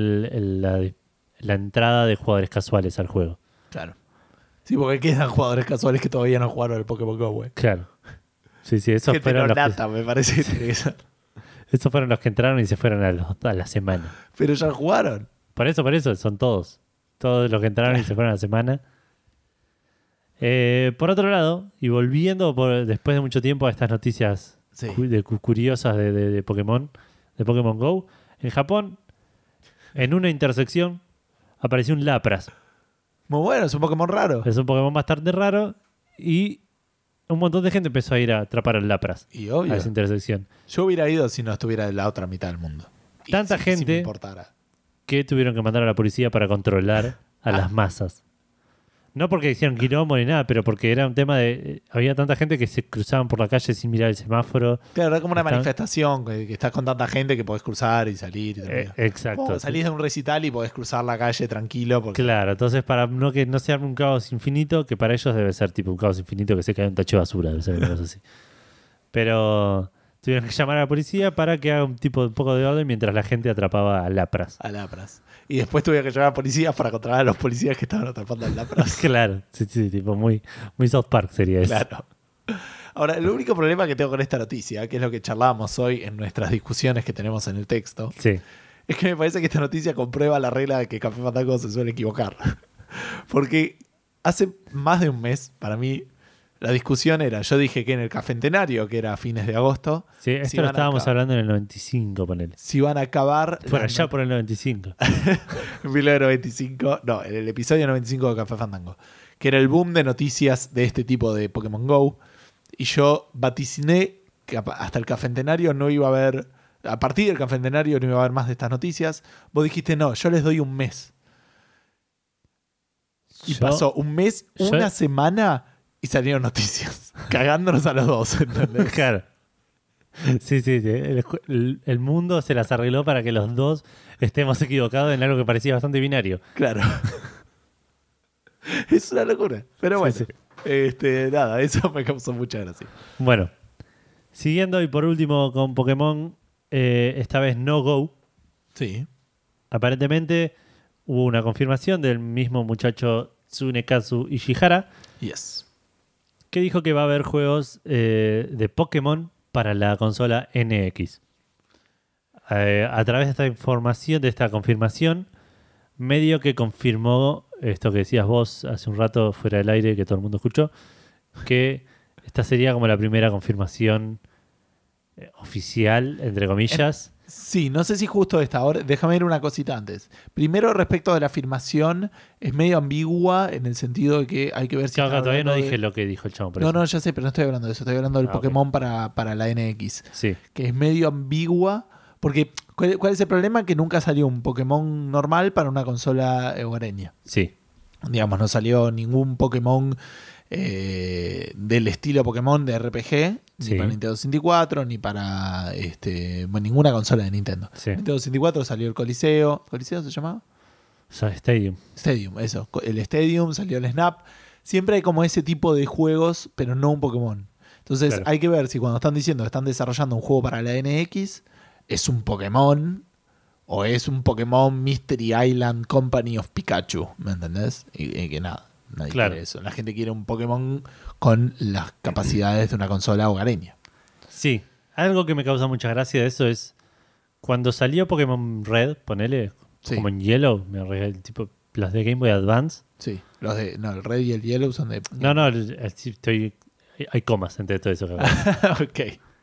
S2: la entrada de jugadores casuales al juego.
S1: Claro. Sí, porque quedan jugadores casuales que todavía no jugaron el Pokémon GO, güey.
S2: Claro. Sí, esos
S1: Gente
S2: fueron,
S1: no
S2: los
S1: nata, me parece que tiene que ser.
S2: esos fueron los que entraron y se fueron a la semana.
S1: Pero ya jugaron.
S2: Por eso, son todos. Todos los que entraron y se fueron a la semana. Por otro lado, y volviendo después de mucho tiempo a estas noticias
S1: Sí.
S2: curiosas de Pokémon GO, en Japón, en una intersección, apareció un Lapras.
S1: Muy bueno, es un Pokémon raro.
S2: Es un Pokémon bastante raro y un montón de gente empezó a ir a atrapar al Lapras
S1: Y
S2: a
S1: obvio.
S2: esa intersección.
S1: Yo hubiera ido si no estuviera de la otra mitad del mundo. Y
S2: Tanta
S1: si
S2: gente
S1: me importara.
S2: que tuvieron que mandar a la policía para controlar a las masas. No porque hicieron quilombo ni nada, pero porque era un tema de... había tanta gente que se cruzaban por la calle sin mirar el semáforo.
S1: Claro, era como una
S2: Están-
S1: manifestación que estás con tanta gente que podés cruzar y salir. Y también.
S2: Exacto.
S1: Salís de un recital y podés cruzar la calle tranquilo. Porque...
S2: Claro, entonces para que no se arme un caos infinito, que para ellos debe ser tipo un caos infinito que se cae un tacho de basura, debe ser una cosa así. Pero tuvieron que llamar a la policía para que haga un poco de orden mientras la gente atrapaba a Lapras.
S1: A Lapras. Y después tuve que llamar a policías para controlar a los policías que estaban atrapando a Lapras.
S2: Claro, sí, tipo muy South Park sería eso.
S1: Claro. Ahora, el único problema que tengo con esta noticia, que es lo que charlábamos hoy en nuestras discusiones que tenemos en el texto,
S2: Sí.
S1: es que me parece que esta noticia comprueba la regla de que Café Fandango se suele equivocar. Porque hace más de un mes, para mí, la discusión era, yo dije que en el Cafentenario, que era a fines de agosto,
S2: Sí, esto
S1: si
S2: lo
S1: van a
S2: estábamos
S1: acabar-
S2: hablando en el 95, ponele.
S1: si van a acabar...
S2: Por allá por el 95.
S1: En 1995, no, en el episodio 95 de Café Fandango, que era el boom de noticias de este tipo de Pokémon GO. Y yo vaticiné que hasta el Cafentenario no iba a haber, a partir del Cafentenario no iba a haber más de estas noticias. Vos dijiste, no, yo les doy un mes. Y
S2: Yo-
S1: pasó un mes,
S2: yo-
S1: una semana y salieron noticias. Cagándonos a los dos, ¿entendés?
S2: Claro. Sí. El mundo se las arregló para que los dos estemos equivocados en algo que parecía bastante binario.
S1: Claro. Es una locura. Pero bueno,
S2: Sí.
S1: nada, eso me causó mucha gracia.
S2: Bueno, siguiendo y por último con Pokémon, esta vez no Go.
S1: Sí.
S2: Aparentemente hubo una confirmación del mismo muchacho Tsunekazu Ishihara
S1: Yes.
S2: que dijo que va a haber juegos de Pokémon para la consola NX. A través de esta información, de esta confirmación, medio que confirmó esto que decías vos hace un rato fuera del aire que todo el mundo escuchó, que esta sería como la primera confirmación oficial, entre comillas.
S1: Sí, no sé si justo esta hora. Déjame ver una cosita antes. Primero, respecto de la afirmación, es medio ambigua en el sentido de que hay que ver si.
S2: Claro,
S1: está
S2: todavía no
S1: hablando
S2: dije
S1: de-
S2: lo que dijo el chabón. por
S1: No,
S2: eso.
S1: no, ya sé, pero no estoy hablando de eso. Estoy hablando del
S2: Ah,
S1: Pokémon para la NX,
S2: Sí,
S1: que es medio ambigua. Porque, ¿cuál es el problema? Que nunca salió un Pokémon normal para una consola hogareña.
S2: sí.
S1: Digamos, no salió ningún Pokémon del estilo Pokémon de RPG,
S2: Sí.
S1: ni para Nintendo 64, ni para ninguna consola de Nintendo.
S2: Sí.
S1: Nintendo 64 salió el Coliseo. ¿Coliseo se llamaba?
S2: O sea, Stadium.
S1: Stadium, eso. El Stadium, salió el Snap. Siempre hay como ese tipo de juegos, pero no un Pokémon. Entonces
S2: Claro.
S1: hay que ver si cuando están diciendo que están desarrollando un juego para la NX, es un Pokémon o es un Pokémon Mystery Island Company of Pikachu. ¿Me entendés? Y que nada, nadie
S2: Claro.
S1: quiere eso. La gente quiere un Pokémon con las capacidades de una consola hogareña.
S2: Sí, algo que me causa mucha gracia de eso es cuando salió Pokémon Red, ponele,
S1: Sí.
S2: como en Yellow, tipo las de Game Boy Advance.
S1: Sí, el Red y el Yellow son de...
S2: No, sí, hay comas entre todo eso. Que acabo.
S1: Ok.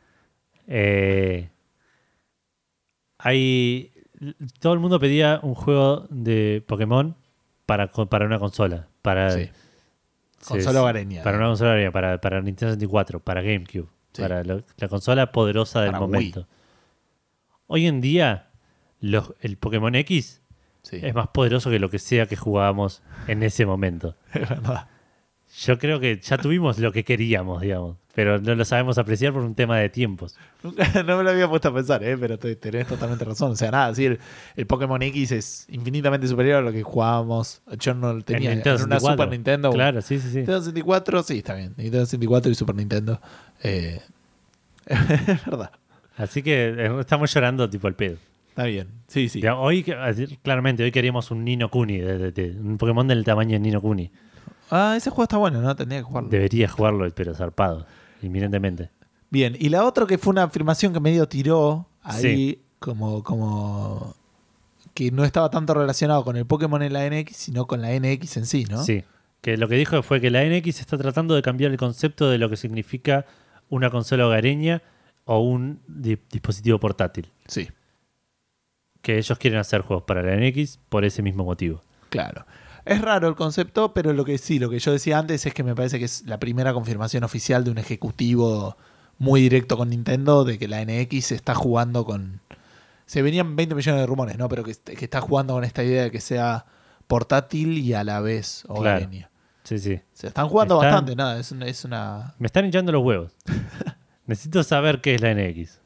S2: Todo el mundo pedía un juego de Pokémon para una consola.
S1: Sí. Consola hogareña.
S2: Para una consola hogareña, para Nintendo 64, para GameCube.
S1: Sí.
S2: Para la consola poderosa del
S1: Para
S2: momento. Hoy en día, el Pokémon X
S1: Sí.
S2: es más poderoso que lo que sea que jugábamos en ese momento.
S1: Es verdad.
S2: Yo creo que ya tuvimos lo que queríamos, digamos, pero no lo sabemos apreciar por un tema de tiempos.
S1: Nunca, no me lo había puesto a pensar, pero tenés totalmente razón. O sea, nada, sí, el Pokémon X es infinitamente superior a lo que jugábamos. Yo no lo tenía en
S2: Nintendo
S1: una
S2: 64.
S1: Super Nintendo.
S2: Claro, sí.
S1: Nintendo 64, sí, está bien. Nintendo 64 y Super Nintendo. Es verdad.
S2: Así que estamos llorando tipo al pedo.
S1: Está bien. Sí, sí.
S2: Ya, claramente, hoy queríamos un Ni no Kuni, un Pokémon del tamaño de Ni no Kuni.
S1: Ese juego está bueno, ¿no? Tendría que jugarlo.
S2: Debería jugarlo, pero zarpado, inminentemente.
S1: Bien, y la otra que fue una afirmación que medio tiró ahí,
S2: Sí.
S1: como que no estaba tanto relacionado con el Pokémon en la NX, sino con la NX en sí, ¿no?
S2: Sí, que lo que dijo fue que la NX está tratando de cambiar el concepto de lo que significa una consola hogareña o un dispositivo portátil.
S1: Sí,
S2: Que ellos quieren hacer juegos para la NX por ese mismo motivo.
S1: claro. Es raro el concepto, pero lo que yo decía antes es que me parece que es la primera confirmación oficial de un ejecutivo muy directo con Nintendo de que la NX está jugando con... Se venían 20 millones de rumores, ¿no? Pero que está jugando con esta idea de que sea portátil y a la vez hogareña.
S2: Sí.
S1: Se están jugando bastante, nada, es una...
S2: Me están hinchando los huevos. Necesito saber qué es la NX.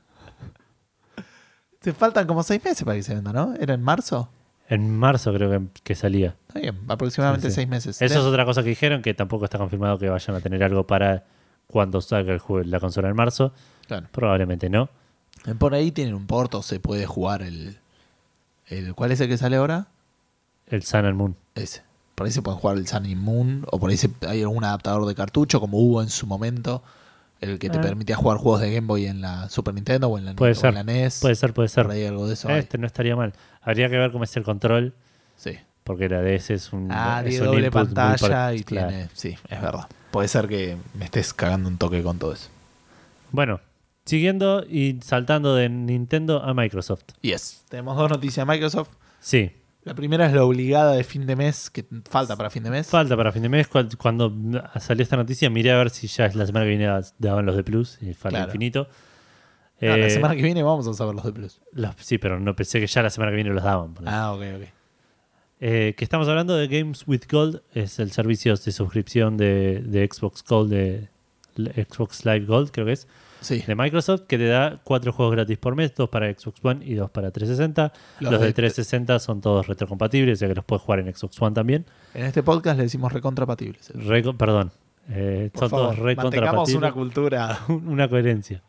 S1: Te faltan como 6 meses para que se venda, ¿no? ¿Era en marzo?
S2: En marzo creo que salía.
S1: Está bien, aproximadamente
S2: Sí.
S1: 6 meses.
S2: Eso es otra cosa que dijeron, que tampoco está confirmado que vayan a tener algo para cuando salga el juego, la consola en marzo.
S1: Claro.
S2: Probablemente no.
S1: Por ahí tienen un porto, se puede jugar el ¿cuál es el que sale ahora?
S2: El Sun and Moon.
S1: Ese. Por ahí se pueden jugar el Sun and Moon, o por ahí hay algún adaptador de cartucho, como hubo en su momento, el que te permitía jugar juegos de Game Boy en la Super Nintendo o en la,
S2: Puede
S1: o
S2: ser.
S1: en la NES.
S2: Puede ser.
S1: Por ahí algo de eso hay.
S2: No estaría mal. Habría que ver cómo es el control,
S1: Sí.
S2: porque la DS es un es
S1: Tiene
S2: un
S1: doble
S2: input muy
S1: pantalla y
S2: claro.
S1: tiene... Sí, es verdad. Puede ser que me estés cagando un toque con todo eso.
S2: Bueno, siguiendo y saltando de Nintendo a Microsoft.
S1: Yes. Tenemos 2 noticias de Microsoft.
S2: Sí,
S1: La primera es la obligada de fin de mes, que falta para fin de mes.
S2: falta para fin de mes. Cuando salió esta noticia, miré a ver si ya es la semana que viene daban los de Plus y falta
S1: Claro.
S2: infinito.
S1: La semana que viene vamos a saber los de Plus.
S2: Sí, pero no pensé que ya la semana que viene los daban.
S1: Ok.
S2: Que estamos hablando de Games with Gold, es el servicio de suscripción de Xbox Gold, de Xbox Live Gold, creo que es,
S1: Sí.
S2: de Microsoft, que te da 4 juegos gratis por mes, 2 para Xbox One y 2 para 360. Los de 360 son todos retrocompatibles, o sea que los puedes jugar en Xbox One también.
S1: En este podcast le decimos recontrapatibles.
S2: Perdón,
S1: Por
S2: son
S1: favor,
S2: todos
S1: mantengamos
S2: recontrapatibles.
S1: una cultura.
S2: Una coherencia.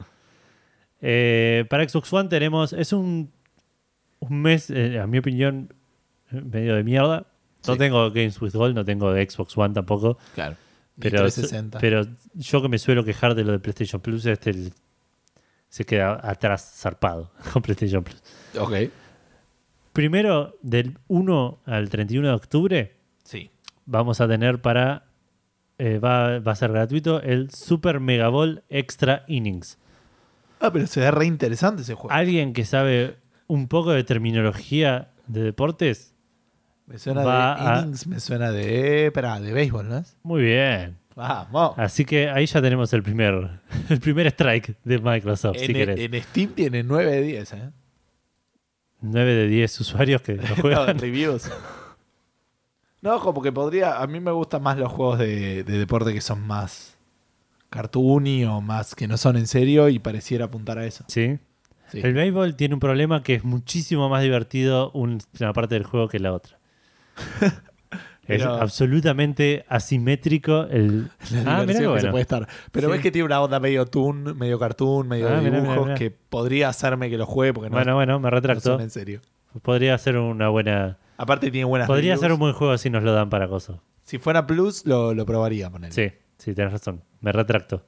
S2: Para Xbox One tenemos, es un mes, a mi opinión, medio de mierda. No
S1: Sí.
S2: tengo Games with Gold, no tengo de Xbox One tampoco.
S1: Claro.
S2: Pero,
S1: 360.
S2: pero yo que me suelo quejar de lo de PlayStation Plus, se queda atrás zarpado con PlayStation Plus.
S1: Ok.
S2: Primero, del 1 al 31 de octubre,
S1: Sí.
S2: vamos a tener va a ser gratuito el Super Mega Ball Extra Innings.
S1: Pero se ve re interesante ese juego.
S2: Alguien que sabe un poco de terminología de deportes,
S1: Me suena
S2: va
S1: de
S2: a-
S1: innings, me suena de béisbol, ¿no es?
S2: muy bien.
S1: Vamos.
S2: Así que ahí ya tenemos el primer strike de Microsoft, si querés.
S1: En Steam tiene 9 de 10,
S2: 9 de 10 usuarios que lo
S1: No,
S2: juegan.
S1: en reviews. No, ojo, porque podría... A mí me gustan más los juegos de deporte que son más cartoony o más que no son en serio y pareciera apuntar a eso.
S2: Sí.
S1: Sí.
S2: El béisbol tiene un problema que es muchísimo más divertido una parte del juego que la otra. Es
S1: Pero-
S2: absolutamente asimétrico el...
S1: La diversión
S2: mirá qué
S1: que se
S2: bueno.
S1: puede estar. Pero
S2: Sí.
S1: ves que tiene una onda medio toon, medio cartoon, medio
S2: Mirá,
S1: dibujos
S2: mirá.
S1: que podría hacerme que lo juegue porque no,
S2: Bueno, me
S1: no
S2: retracto.
S1: son en serio.
S2: Podría ser una buena...
S1: Aparte tiene buenas
S2: Podría
S1: reviews.
S2: ser un buen juego si nos lo dan para cosas.
S1: Si fuera Plus, lo probaría poner.
S2: Sí, tenés razón. Me retracto.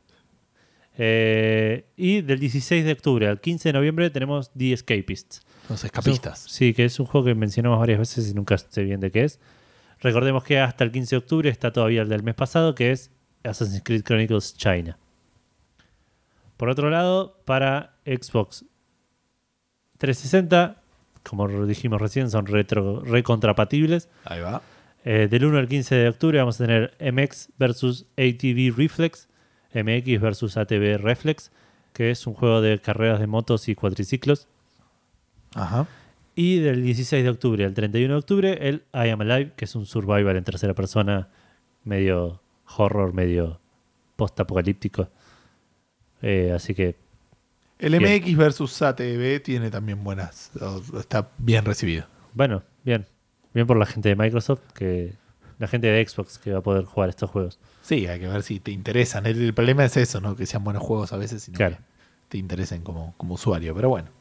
S2: Y del 16 de octubre al 15 de noviembre tenemos The Escapists.
S1: Los escapistas.
S2: Sí, que es un juego que mencionamos varias veces y nunca sé bien de qué es. Recordemos que hasta el 15 de octubre está todavía el del mes pasado, que es Assassin's Creed Chronicles China. Por otro lado, para Xbox 360, como dijimos recién, son recontrapatibles.
S1: Ahí va.
S2: Del 1 al 15 de octubre vamos a tener MX versus ATV Reflex. MX versus ATV Reflex, que es un juego de carreras de motos y cuatriciclos.
S1: Ajá.
S2: Y del 16 de octubre al 31 de octubre, el I Am Alive, que es un survival en tercera persona, medio horror, medio post-apocalíptico. Así que...
S1: El
S2: bien.
S1: MX versus ATV tiene también buenas. Está bien recibido.
S2: Bueno, bien. Bien por la gente de Microsoft, que la gente de Xbox que va a poder jugar estos juegos.
S1: Sí, hay que ver si te interesan. El problema es eso, ¿no? Que sean buenos juegos a veces, sino
S2: Claro.
S1: que te interesen como usuario. Pero bueno,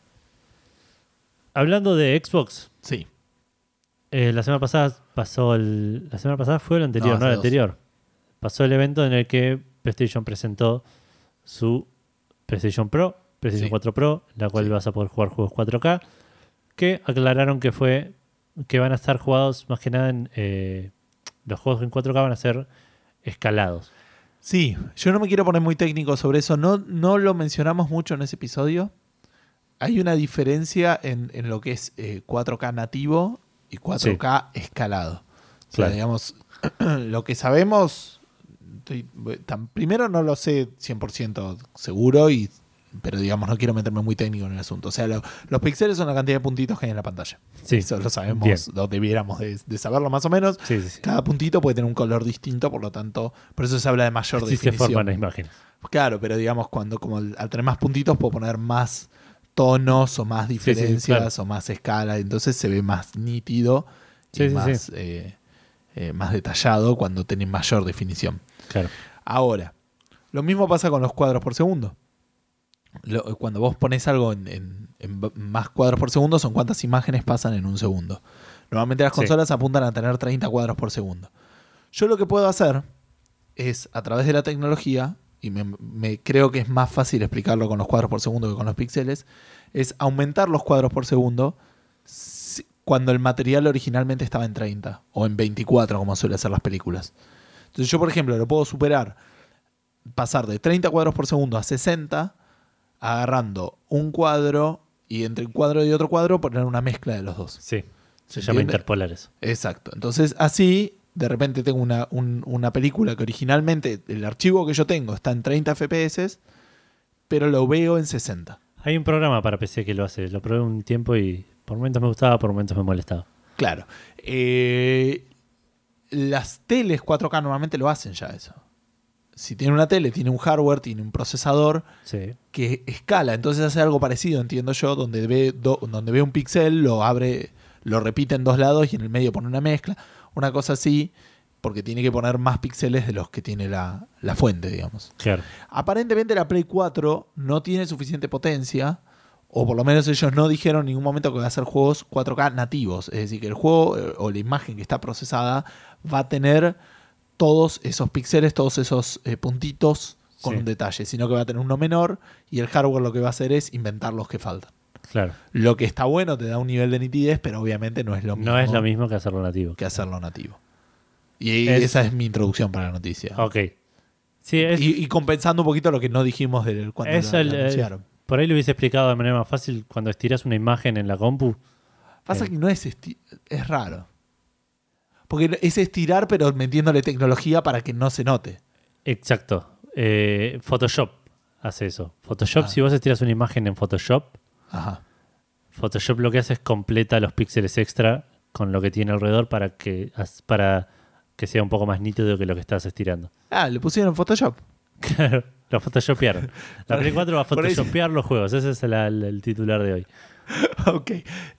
S2: Hablando de Xbox,
S1: sí.
S2: la semana pasada pasó el... ¿La semana pasada fue el anterior?
S1: No,
S2: No,
S1: hace
S2: el
S1: dos.
S2: anterior. Pasó el evento en el que PlayStation presentó su PlayStation Pro, PlayStation
S1: Sí.
S2: 4 Pro, en la cual
S1: Sí.
S2: vas a poder jugar juegos 4K, que aclararon que van a estar jugados más que nada en... los juegos en 4K van a ser escalados.
S1: Sí, yo no me quiero poner muy técnico sobre eso. No lo mencionamos mucho en ese episodio. Hay una diferencia en lo que es 4K nativo y 4K escalado. O sea,
S2: Claro.
S1: digamos, lo que sabemos, primero no lo sé 100% seguro, pero digamos, no quiero meterme muy técnico en el asunto. O sea, los píxeles son la cantidad de puntitos que hay en la pantalla.
S2: Sí.
S1: Eso lo sabemos,
S2: Bien.
S1: lo debiéramos de saberlo más o menos.
S2: Sí, sí, sí.
S1: Cada puntito puede tener un color distinto, por lo tanto, por eso se habla de mayor
S2: Así se
S1: definición.
S2: forman las imágenes.
S1: Claro, pero digamos, al tener más puntitos puedo poner más tonos o más diferencias
S2: claro.
S1: o más escala, entonces se ve más nítido y
S2: Sí,
S1: más, más detallado cuando tiene mayor definición.
S2: Claro.
S1: Ahora, lo mismo pasa con los cuadros por segundo. Cuando vos pones algo en más cuadros por segundo, son cuántas imágenes pasan en un segundo. Normalmente las
S2: Sí.
S1: consolas apuntan a tener 30 cuadros por segundo. Yo lo que puedo hacer es, a través de la tecnología, y me creo que es más fácil explicarlo con los cuadros por segundo que con los píxeles, es aumentar los cuadros por segundo cuando el material originalmente estaba en 30 o en 24, como suele hacer las películas. Entonces yo, por ejemplo, lo puedo pasar de 30 cuadros por segundo a 60, agarrando un cuadro y entre un cuadro y otro cuadro poner una mezcla de los dos.
S2: Sí. Se
S1: ¿Se
S2: llama
S1: entiende?
S2: interpolar eso.
S1: Exacto. Entonces, así, de repente tengo una película que originalmente el archivo que yo tengo está en 30 FPS, pero lo veo en 60.
S2: Hay un programa para PC que lo hace. Lo probé un tiempo y por momentos me gustaba, por momentos me molestaba.
S1: Claro. Las teles 4K normalmente lo hacen ya eso. Si tiene una tele, tiene un hardware, tiene un procesador
S2: Sí.
S1: que escala. Entonces hace algo parecido, entiendo yo, donde ve un píxel, lo abre, lo repite en dos lados y en el medio pone una mezcla. Una cosa así, porque tiene que poner más píxeles de los que tiene la fuente, digamos.
S2: Claro.
S1: Aparentemente la Play 4 no tiene suficiente potencia, o por lo menos ellos no dijeron en ningún momento que va a hacer juegos 4K nativos. Es decir, que el juego o la imagen que está procesada va a tener todos esos píxeles, todos esos puntitos con
S2: Sí.
S1: un detalle, sino que va a tener uno menor y el hardware lo que va a hacer es inventar los que faltan.
S2: Claro.
S1: Lo que está bueno te da un nivel de nitidez, pero obviamente no es lo mismo
S2: No es lo mismo que hacerlo nativo.
S1: que hacerlo nativo. Y
S2: Es-
S1: esa es mi introducción para la noticia.
S2: Ok. Sí, es,
S1: Y compensando un poquito lo que no dijimos cuando
S2: eso
S1: lo anunciaron.
S2: por ahí lo hubiese explicado de manera más fácil cuando estiras una imagen en la compu.
S1: Pasa que no es es raro. Porque es estirar, pero metiéndole tecnología para que no se note.
S2: Exacto. Photoshop hace eso. Photoshop,
S1: Ah.
S2: si vos estiras una imagen en Photoshop,
S1: Ajá.
S2: Photoshop lo que hace es completa los píxeles extra con lo que tiene alrededor para que sea un poco más nítido que lo que estás estirando.
S1: Ah, le pusieron Photoshop.
S2: Claro, lo photoshopearon. La Play 4 va a
S1: Por ahí-
S2: photoshopear los juegos. Ese es el titular de hoy.
S1: Ok.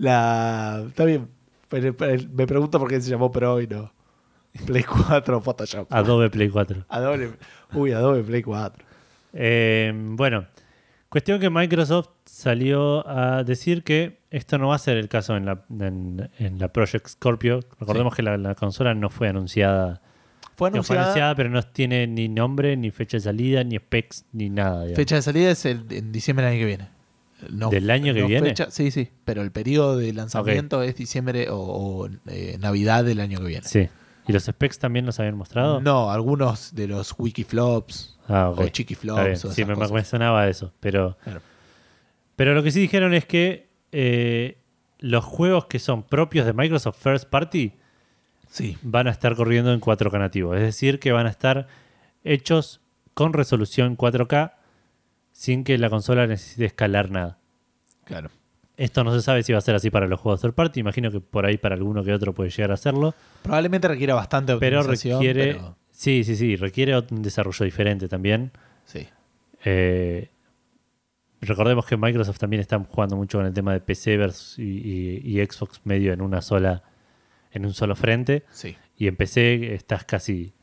S1: Está bien. Pero me pregunto por qué se llamó Pro y no Play 4 Photoshop.
S2: Adobe Play 4.
S1: Adobe Play 4.
S2: Bueno, cuestión que Microsoft salió a decir que esto no va a ser el caso en la Project Scorpio. Recordemos que la consola no fue anunciada.
S1: Fue
S2: No fue
S1: anunciada.
S2: anunciada, pero no tiene ni nombre, ni fecha de salida, ni specs, ni nada. digamos.
S1: Fecha de salida es en diciembre del año que viene.
S2: ¿Del año que viene?
S1: Sí, sí. Pero el periodo de lanzamiento es diciembre o Navidad del año que viene.
S2: Sí. ¿Y los specs también los habían mostrado?
S1: No, algunos de los wikiflops
S2: Ah, ok.
S1: o
S2: Está
S1: chiquiflops.
S2: bien.
S1: O
S2: Sí,
S1: esas
S2: me
S1: cosas.
S2: sonaba eso. Pero
S1: Claro.
S2: lo que sí dijeron es que los juegos que son propios de Microsoft First Party
S1: Sí.
S2: van a estar corriendo en 4K nativo. Es decir, que van a estar hechos con resolución 4K sin que la consola necesite escalar nada.
S1: Claro.
S2: Esto no se sabe si va a ser así para los juegos third party. Imagino que por ahí para alguno que otro puede llegar a hacerlo.
S1: Probablemente requiera bastante
S2: Pero
S1: optimización.
S2: requiere...
S1: pero-
S2: Sí. Requiere un desarrollo diferente también.
S1: Sí.
S2: Recordemos que Microsoft también está jugando mucho con el tema de PC versus y Xbox medio en un solo frente.
S1: Sí.
S2: Y en PC estás casi...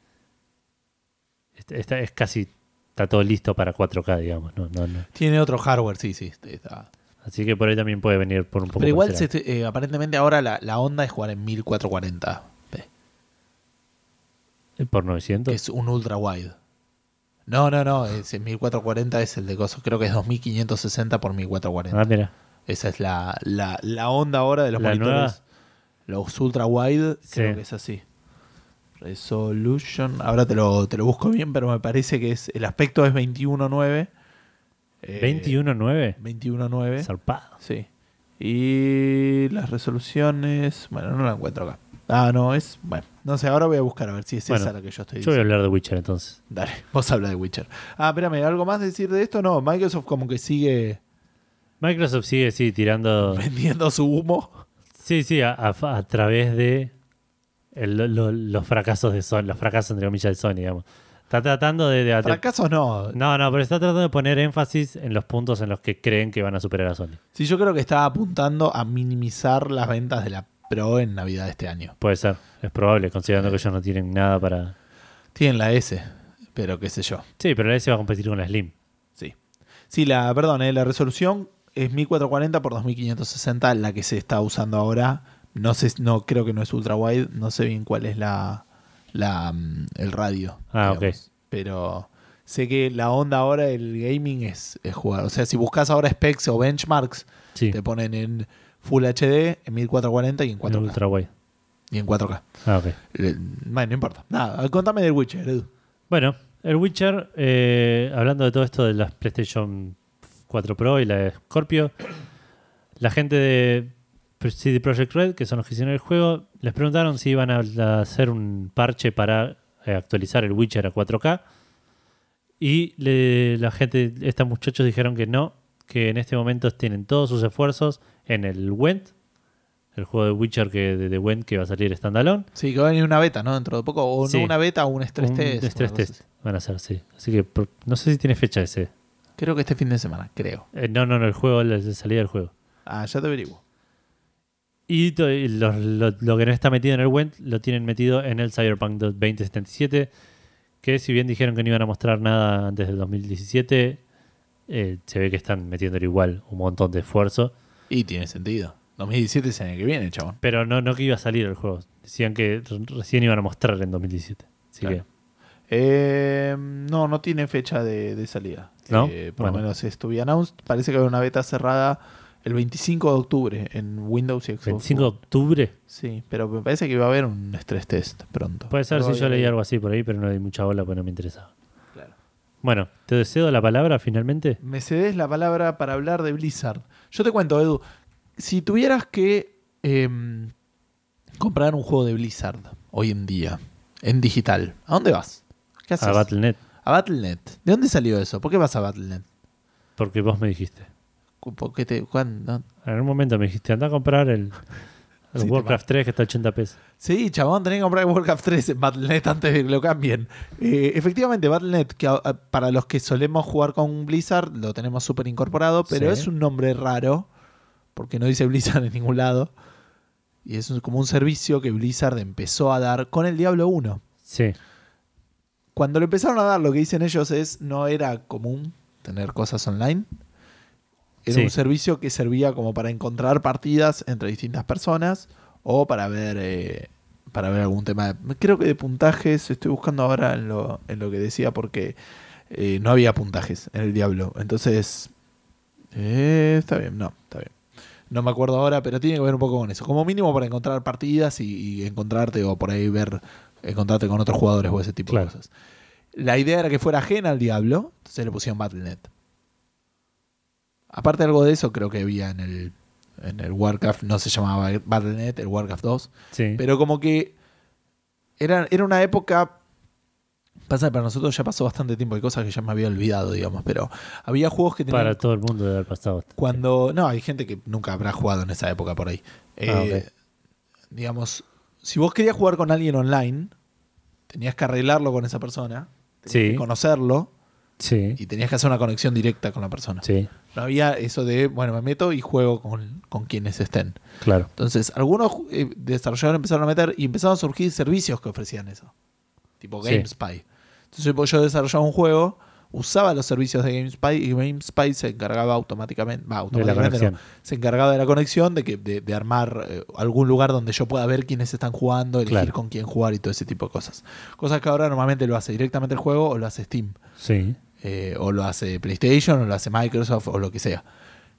S2: Está todo listo para 4K, digamos. No.
S1: Tiene otro hardware, sí. Está.
S2: Así que por ahí también puede venir por un poco.
S1: Pero igual,
S2: por ese lado.
S1: aparentemente ahora la onda es jugar en 1440p.
S2: ¿Por 900?
S1: Que es un ultra wide. No. Es en 1440 es el de cosas. Creo que es 2560 por 1440.
S2: Ah, mira.
S1: Esa es la onda ahora de los
S2: ¿La
S1: monitores.
S2: nueva?
S1: Los ultra wide,
S2: Sí.
S1: creo que es así. Resolution. Ahora te lo busco bien, pero me parece que el aspecto es 21.9.
S2: 21.9.
S1: 21.9.
S2: Zarpado.
S1: Sí. Y las resoluciones. Bueno, no la encuentro acá. Ah, no, es. Bueno, no sé, ahora voy a buscar a ver si es
S2: Bueno,
S1: esa la que yo estoy
S2: Yo voy a
S1: diciendo.
S2: hablar de Witcher entonces.
S1: Dale, vos habla de Witcher. Ah, espérame, ¿algo más decir de esto? No, Microsoft como que sigue
S2: Microsoft sigue, tirando...
S1: vendiendo su humo.
S2: Sí, a través de los fracasos de Sony, los fracasos entre comillas de Sony, digamos. Está tratando de
S1: Fracasos no.
S2: No, pero está tratando de poner énfasis en los puntos en los que creen que van a superar a Sony.
S1: Sí, yo creo que está apuntando a minimizar las ventas de la Pro en Navidad de este año.
S2: Puede ser, es probable, considerando que ellos no tienen nada para...
S1: Tienen la S, pero qué sé yo.
S2: Sí, pero la S va a competir con la Slim.
S1: Sí. Sí, la resolución es 1440 por 2560, la que se está usando ahora. No sé, no creo que no es ultra wide, no sé bien cuál es el radio.
S2: Ah,
S1: digamos. Pero sé que la onda ahora del gaming es jugar. O sea, si buscas ahora specs o benchmarks,
S2: Sí,
S1: te ponen en Full HD, en 1440 y en 4K.
S2: ultra wide.
S1: Y en 4K.
S2: Ah, ok.
S1: Bueno, no importa. Nada, contame del Witcher, Edu.
S2: Bueno, el Witcher, hablando de todo esto de las PlayStation 4 Pro y la de Scorpio, la gente de CD Projekt Red, que son los que hicieron el juego, les preguntaron si iban a hacer un parche para actualizar el Witcher a 4K. Y estos muchachos dijeron que no, que en este momento tienen todos sus esfuerzos en el Went, el juego de Witcher de Went que va a salir standalone.
S1: Sí, que va a venir una beta, ¿no? Dentro de poco. O
S2: Sí.
S1: no una beta o un stress
S2: Un
S1: test.
S2: stress
S1: una cosa
S2: test
S1: así.
S2: van a hacer, sí. Así que no sé si tiene fecha ese.
S1: Creo que este fin de semana, creo.
S2: No, el juego, la salida del juego.
S1: Ah, ya te averiguo.
S2: Y lo que no está metido en el Went lo tienen metido en el Cyberpunk 2077, que si bien dijeron que no iban a mostrar nada antes del 2017, se ve que están metiéndole igual un montón de esfuerzo.
S1: Y tiene sentido. 2017 es el año que viene, chabón.
S2: Pero no que iba a salir el juego. Decían que recién iban a mostrar en 2017. Así
S1: Claro.
S2: que
S1: No tiene fecha de salida.
S2: ¿No?
S1: Por lo
S2: Bueno.
S1: menos esto be announced. Parece que va a haber una beta cerrada el 25 de octubre en Windows y Xbox.
S2: 25 de octubre.
S1: Sí, pero me parece que va a haber un stress test pronto.
S2: Puede ser
S1: Pero
S2: si yo leí algo así por ahí, pero no di mucha bola porque no me interesaba.
S1: Claro.
S2: Bueno, te cedo la palabra finalmente.
S1: Me cedes la palabra para hablar de Blizzard. Yo te cuento, Edu. Si tuvieras que comprar un juego de Blizzard hoy en día, en digital, ¿a dónde vas? ¿Qué haces?
S2: A Battle.net.
S1: A Battle.net. ¿De dónde salió eso? ¿Por qué vas a Battle.net?
S2: Porque vos me dijiste.
S1: ¿Por qué cuándo?
S2: En un momento me dijiste, anda a comprar el
S1: Sí,
S2: Warcraft 3 que está a 80 pesos.
S1: Sí, chabón, tenés que comprar Warcraft 3 en Battle.net antes de que lo cambien. Efectivamente, Battle.net, que para los que solemos jugar con Blizzard, lo tenemos súper incorporado, pero
S2: Sí.
S1: es un nombre raro, porque no dice Blizzard en ningún lado. Y es como un servicio que Blizzard empezó a dar con el Diablo 1.
S2: Sí.
S1: Cuando lo empezaron a dar, lo que dicen ellos es, no era común tener cosas online. Era
S2: Sí.
S1: un servicio que servía como para encontrar partidas entre distintas personas o para ver algún tema. Creo que de puntajes, estoy buscando ahora en lo que decía porque no había puntajes en el Diablo. Entonces, está bien. No me acuerdo ahora, pero tiene que ver un poco con eso. Como mínimo para encontrar partidas y encontrarte o por ahí encontrarte con otros jugadores o ese tipo
S2: Claro.
S1: de cosas. La idea era que fuera ajena al Diablo, entonces le pusieron Battle.net. Aparte algo de eso creo que había en el Warcraft, no se llamaba Battle.net, el Warcraft 2,
S2: Sí.
S1: pero como que era una época Pasa que para nosotros ya pasó bastante tiempo, hay cosas que ya me había olvidado, digamos, pero había juegos que tenían...
S2: Para todo el mundo debe haber pasado.
S1: Cuando... No, hay gente que nunca habrá jugado en esa época por ahí.
S2: Ok.
S1: Digamos, si vos querías jugar con alguien online, tenías que arreglarlo con esa persona, tenías
S2: Sí.
S1: que conocerlo
S2: Sí.
S1: y tenías que hacer una conexión directa con la persona.
S2: Sí,
S1: No había eso de, bueno, me meto y juego con quienes estén.
S2: claro.
S1: Entonces, algunos desarrolladores empezaron a meter y empezaron a surgir servicios que ofrecían eso. Tipo
S2: Sí.
S1: GameSpy. Entonces, pues, yo desarrollaba un juego, usaba los servicios de GameSpy y GameSpy se encargaba automáticamente,
S2: De la
S1: automáticamente
S2: conexión.
S1: no, se encargaba de la conexión, de armar algún lugar donde yo pueda ver quiénes están jugando, elegir
S2: Claro.
S1: con quién jugar y todo ese tipo de cosas. Cosas que ahora normalmente lo hace directamente el juego o lo hace Steam.
S2: Sí.
S1: O lo hace PlayStation, o lo hace Microsoft, o lo que sea.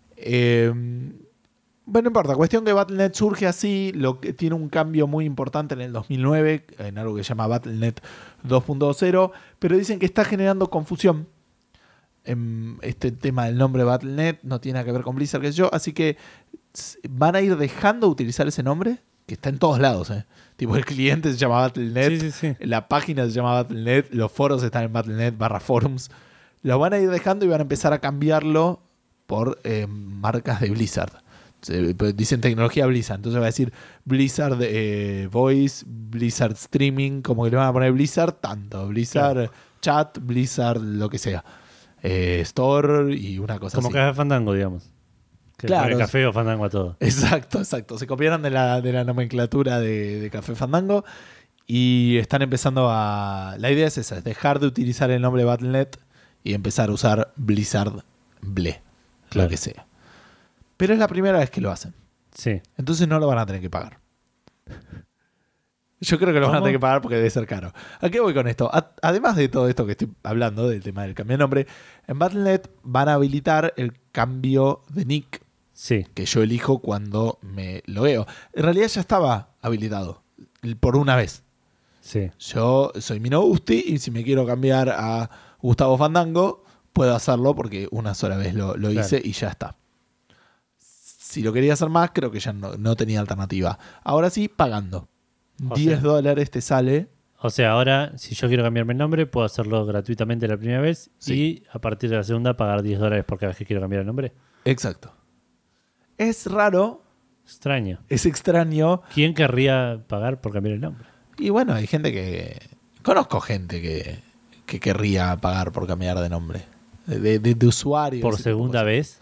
S1: Bueno, no importa. Cuestión que Battle.net surge así, lo que tiene un cambio muy importante en el 2009, en algo que se llama Battle.net 2.0, pero dicen que está generando confusión. Este tema del nombre Battle.net no tiene nada que ver con Blizzard, qué sé yo, así que van a ir dejando de utilizar ese nombre, que está en todos lados. Tipo, el cliente se llama Battle.net,
S2: Sí, sí, sí.
S1: la página se llama Battle.net, los foros están en Battle.net/forums. Lo van a ir dejando y van a empezar a cambiarlo por marcas de Blizzard. Dicen tecnología Blizzard, entonces va a decir Blizzard Voice, Blizzard Streaming, como que le van a poner Blizzard tanto, Blizzard
S2: Claro.
S1: Chat, Blizzard lo que sea, Store y una cosa
S2: Como
S1: así.
S2: Café Fandango, digamos. Que
S1: Claro.
S2: le pone café o Fandango a todo.
S1: Exacto. Se copiaron de la nomenclatura de Café Fandango y están empezando a... La idea es esa, es dejar de utilizar el nombre Battle.net y empezar a usar Blizzard Ble,
S2: Claro.
S1: lo que sea. Pero es la primera vez que lo hacen.
S2: Sí.
S1: Entonces no lo van a tener que pagar. Yo creo que lo van a
S2: ¿Cómo?
S1: tener que pagar porque debe ser caro. ¿A qué voy con esto? Además de todo esto que estoy hablando, del tema del cambio de nombre, en Battle.net van a habilitar el cambio de nick
S2: Sí.
S1: que yo elijo cuando me logueo. En realidad ya estaba habilitado por una vez.
S2: Sí.
S1: Yo soy Mino Gusti y si me quiero cambiar a Gustavo Fandango, puedo hacerlo porque una sola vez lo hice y ya está. Si lo quería hacer más, creo que ya no tenía alternativa. Ahora sí, pagando.
S2: O
S1: $10 te sale.
S2: O sea, ahora, si yo quiero cambiarme el nombre, puedo hacerlo gratuitamente la primera vez
S1: Sí.
S2: y a partir de la segunda pagar $10 por cada vez que quiero cambiar el nombre.
S1: Exacto. Es raro,
S2: Extraño.
S1: es extraño.
S2: ¿Quién querría pagar por cambiar el nombre?
S1: Y bueno, hay gente que... Conozco gente que querría pagar por cambiar de nombre. De usuario.
S2: ¿Por
S1: ese tipo de
S2: segunda
S1: cosas.
S2: vez?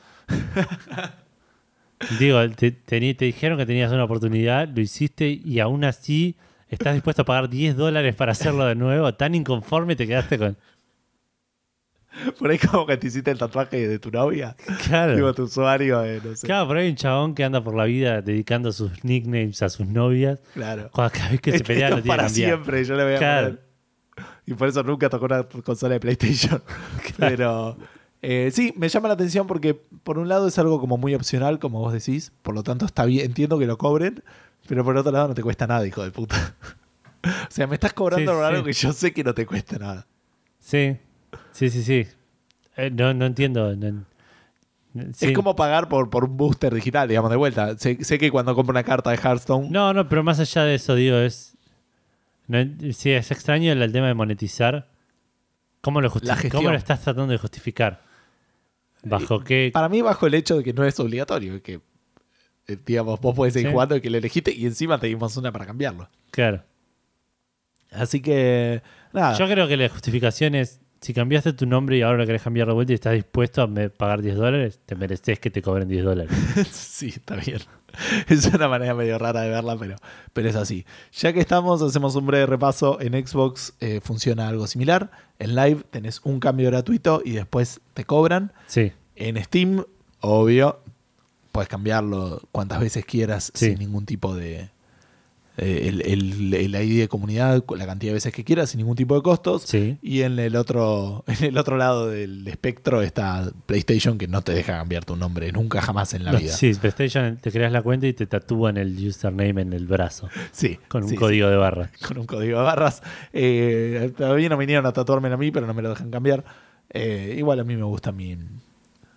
S2: Digo, te dijeron que tenías una oportunidad, lo hiciste y aún así estás dispuesto a pagar $10 para hacerlo de nuevo. Tan inconforme te quedaste con...
S1: Por ahí como que te hiciste el tatuaje de tu novia.
S2: Claro.
S1: Digo, tu usuario, no sé.
S2: Claro, pero hay un chabón que anda por la vida dedicando sus nicknames a sus novias.
S1: Claro.
S2: Cuando cada vez que se pelean
S1: Esto
S2: lo
S1: es
S2: tiene que
S1: para
S2: cambiar.
S1: siempre, yo le voy a
S2: Claro.
S1: poner. Y por eso nunca tocó una consola de PlayStation. Pero sí, me llama la atención porque por un lado es algo como muy opcional, como vos decís. Por lo tanto está bien, entiendo que lo cobren. Pero por otro lado no te cuesta nada, hijo de puta. O sea, me estás cobrando
S2: Sí,
S1: por algo
S2: sí.
S1: que yo sé que no te cuesta nada.
S2: Sí, sí, sí, sí. No entiendo. Sí.
S1: Es como pagar por un booster digital, digamos, de vuelta. Sé que cuando compro una carta de Hearthstone...
S2: No, pero más allá de eso, digo, sí, es extraño el tema de monetizar. ¿Cómo lo,
S1: La gestión.
S2: ¿Cómo lo estás tratando de justificar? ¿Bajo qué?
S1: Para mí, bajo el hecho de que no es obligatorio, que digamos, vos podés seguir
S2: Sí.
S1: jugando y que lo elegiste y encima te dimos una para cambiarlo.
S2: Claro.
S1: Así que, nada.
S2: Yo creo que la justificación es, si cambiaste tu nombre y ahora lo querés cambiar de vuelta y estás dispuesto a pagar $10, te mereces que te cobren $10.
S1: Sí, está bien. Es una manera medio rara de verla, pero es así. Ya que estamos, hacemos un breve repaso. En Xbox funciona algo similar. En Live tenés un cambio gratuito y después te cobran.
S2: Sí,
S1: En Steam, obvio, puedes cambiarlo cuantas veces quieras
S2: Sí.
S1: sin ningún tipo de... el ID de comunidad, la cantidad de veces que quieras, sin ningún tipo de costos.
S2: sí.
S1: Y en el otro lado del espectro está PlayStation, que no te deja cambiar tu nombre nunca jamás en la vida.
S2: Sí, PlayStation te creas la cuenta y te tatúan el username en el brazo
S1: Sí,
S2: con un
S1: sí,
S2: código de barra.
S1: sí, con un código de barras. Todavía no vinieron a tatuármelo a mí, pero no me lo dejan cambiar. Igual a mí me gusta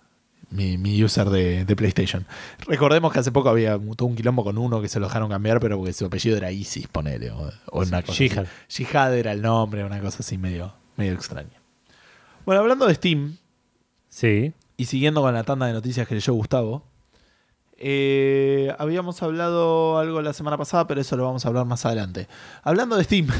S1: mi user de PlayStation. Recordemos que hace poco había todo un quilombo con uno que se lo dejaron cambiar, pero porque su apellido era Isis, ponele, o una cosa
S2: Jihad.
S1: así. Jihad era el nombre, una cosa así medio extraña. Bueno, hablando de Steam,
S2: Sí.
S1: y siguiendo con la tanda de noticias que leyó Gustavo, habíamos hablado algo la semana pasada, pero eso lo vamos a hablar más adelante. Hablando de Steam,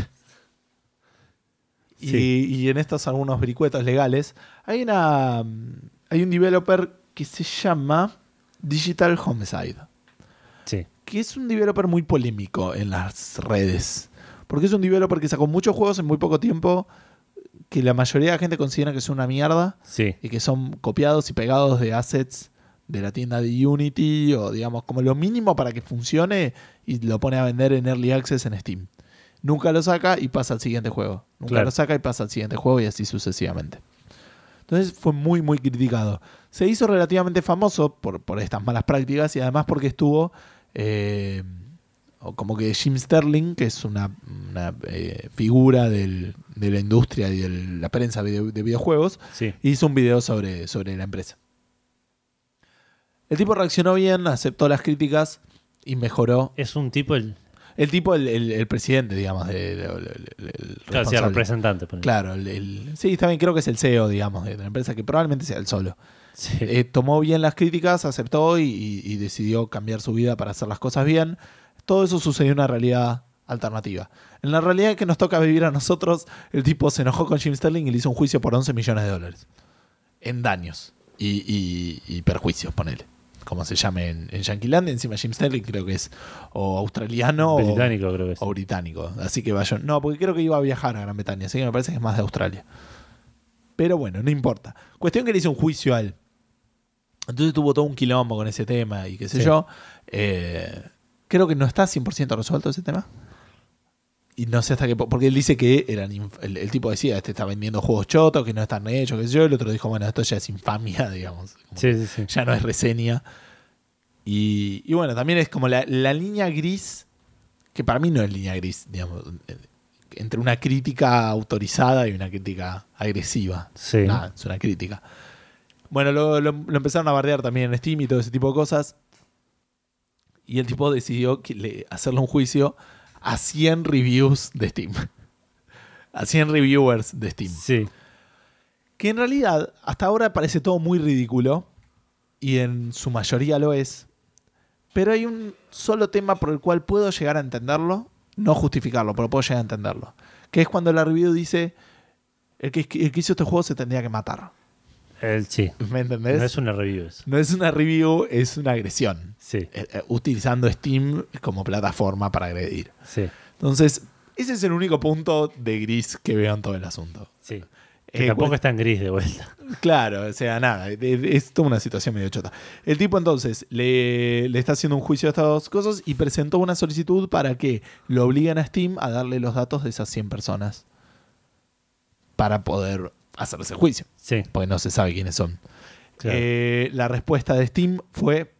S1: y en estos algunos vericuetos legales, hay un developer que se llama Digital Homicide,
S2: Sí.
S1: que es un developer muy polémico en las redes, porque es un developer que sacó muchos juegos en muy poco tiempo, que la mayoría de la gente considera que son una mierda,
S2: Sí.
S1: y que son copiados y pegados de assets de la tienda de Unity, o digamos como lo mínimo para que funcione, y lo pone a vender en Early Access en Steam. Nunca lo saca y pasa al siguiente juego. Nunca
S2: Claro.
S1: lo saca y pasa al siguiente juego, y así sucesivamente. Entonces fue muy, muy criticado. Se hizo relativamente famoso por estas malas prácticas, y además porque estuvo como que Jim Sterling, que es una figura de la industria y de la prensa de videojuegos,
S2: Sí.
S1: hizo un video sobre la empresa. El tipo reaccionó bien, aceptó las críticas y mejoró.
S2: Es un tipo el
S1: El tipo, el presidente, digamos, el
S2: claro, sí, el
S1: responsable.
S2: representante. ponele.
S1: Claro, sí, está bien, creo que es el CEO, digamos, de la empresa, que probablemente sea el solo.
S2: Sí.
S1: Tomó bien las críticas, aceptó y decidió cambiar su vida para hacer las cosas bien. Todo eso sucedió en una realidad alternativa. En la realidad que nos toca vivir a nosotros, el tipo se enojó con Jim Sterling y le hizo un juicio por $11 millones en daños y perjuicios, ponele. Como se llame en Yanquilandia. Encima Jim Sterling creo que es o australiano
S2: Británico, creo que es.
S1: o británico. Así que vaya. No, porque creo que iba a viajar a Gran Bretaña, así que me parece que es más de Australia. Pero bueno, no importa. Cuestión que le hizo un juicio a él. Entonces tuvo todo un quilombo con ese tema y qué sé
S2: Sí.
S1: yo. Creo que no está 100% resuelto ese tema. Y no sé hasta qué porque él dice que el tipo decía, este está vendiendo juegos chotos, que no están hechos, qué sé yo. El otro dijo, bueno, esto ya es infamia, digamos. Como
S2: Sí, sí, sí.
S1: ya no es reseña. Y bueno, también es como la línea gris, que para mí no es línea gris, digamos, entre una crítica autorizada y una crítica agresiva.
S2: Sí.
S1: Nada, es una crítica. Bueno, lo empezaron a bardear también en Steam y todo ese tipo de cosas. Y el tipo decidió hacerle un juicio a 100 reviews de Steam. A 100 reviewers de Steam.
S2: Sí.
S1: Que en realidad, hasta ahora parece todo muy ridículo. Y en su mayoría lo es. Pero hay un solo tema por el cual puedo llegar a entenderlo. No justificarlo, pero puedo llegar a entenderlo. Que es cuando la review dice: el que hizo este juego se tendría que matar.
S2: Sí.
S1: ¿Me entendés?
S2: No es una review eso.
S1: No es una review, es una agresión.
S2: Sí.
S1: Utilizando Steam como plataforma para agredir.
S2: Sí.
S1: Entonces, ese es el único punto de gris que veo en todo el asunto.
S2: Sí. Que tampoco está en gris de vuelta.
S1: Claro, o sea, nada, es toda una situación medio chota. El tipo entonces le está haciendo un juicio de estas dos cosas y presentó una solicitud para que lo obliguen a Steam a darle los datos de esas 100 personas para poder hacer ese juicio,
S2: Sí.
S1: porque no se sabe quiénes son.
S2: Claro.
S1: La respuesta de Steam fue: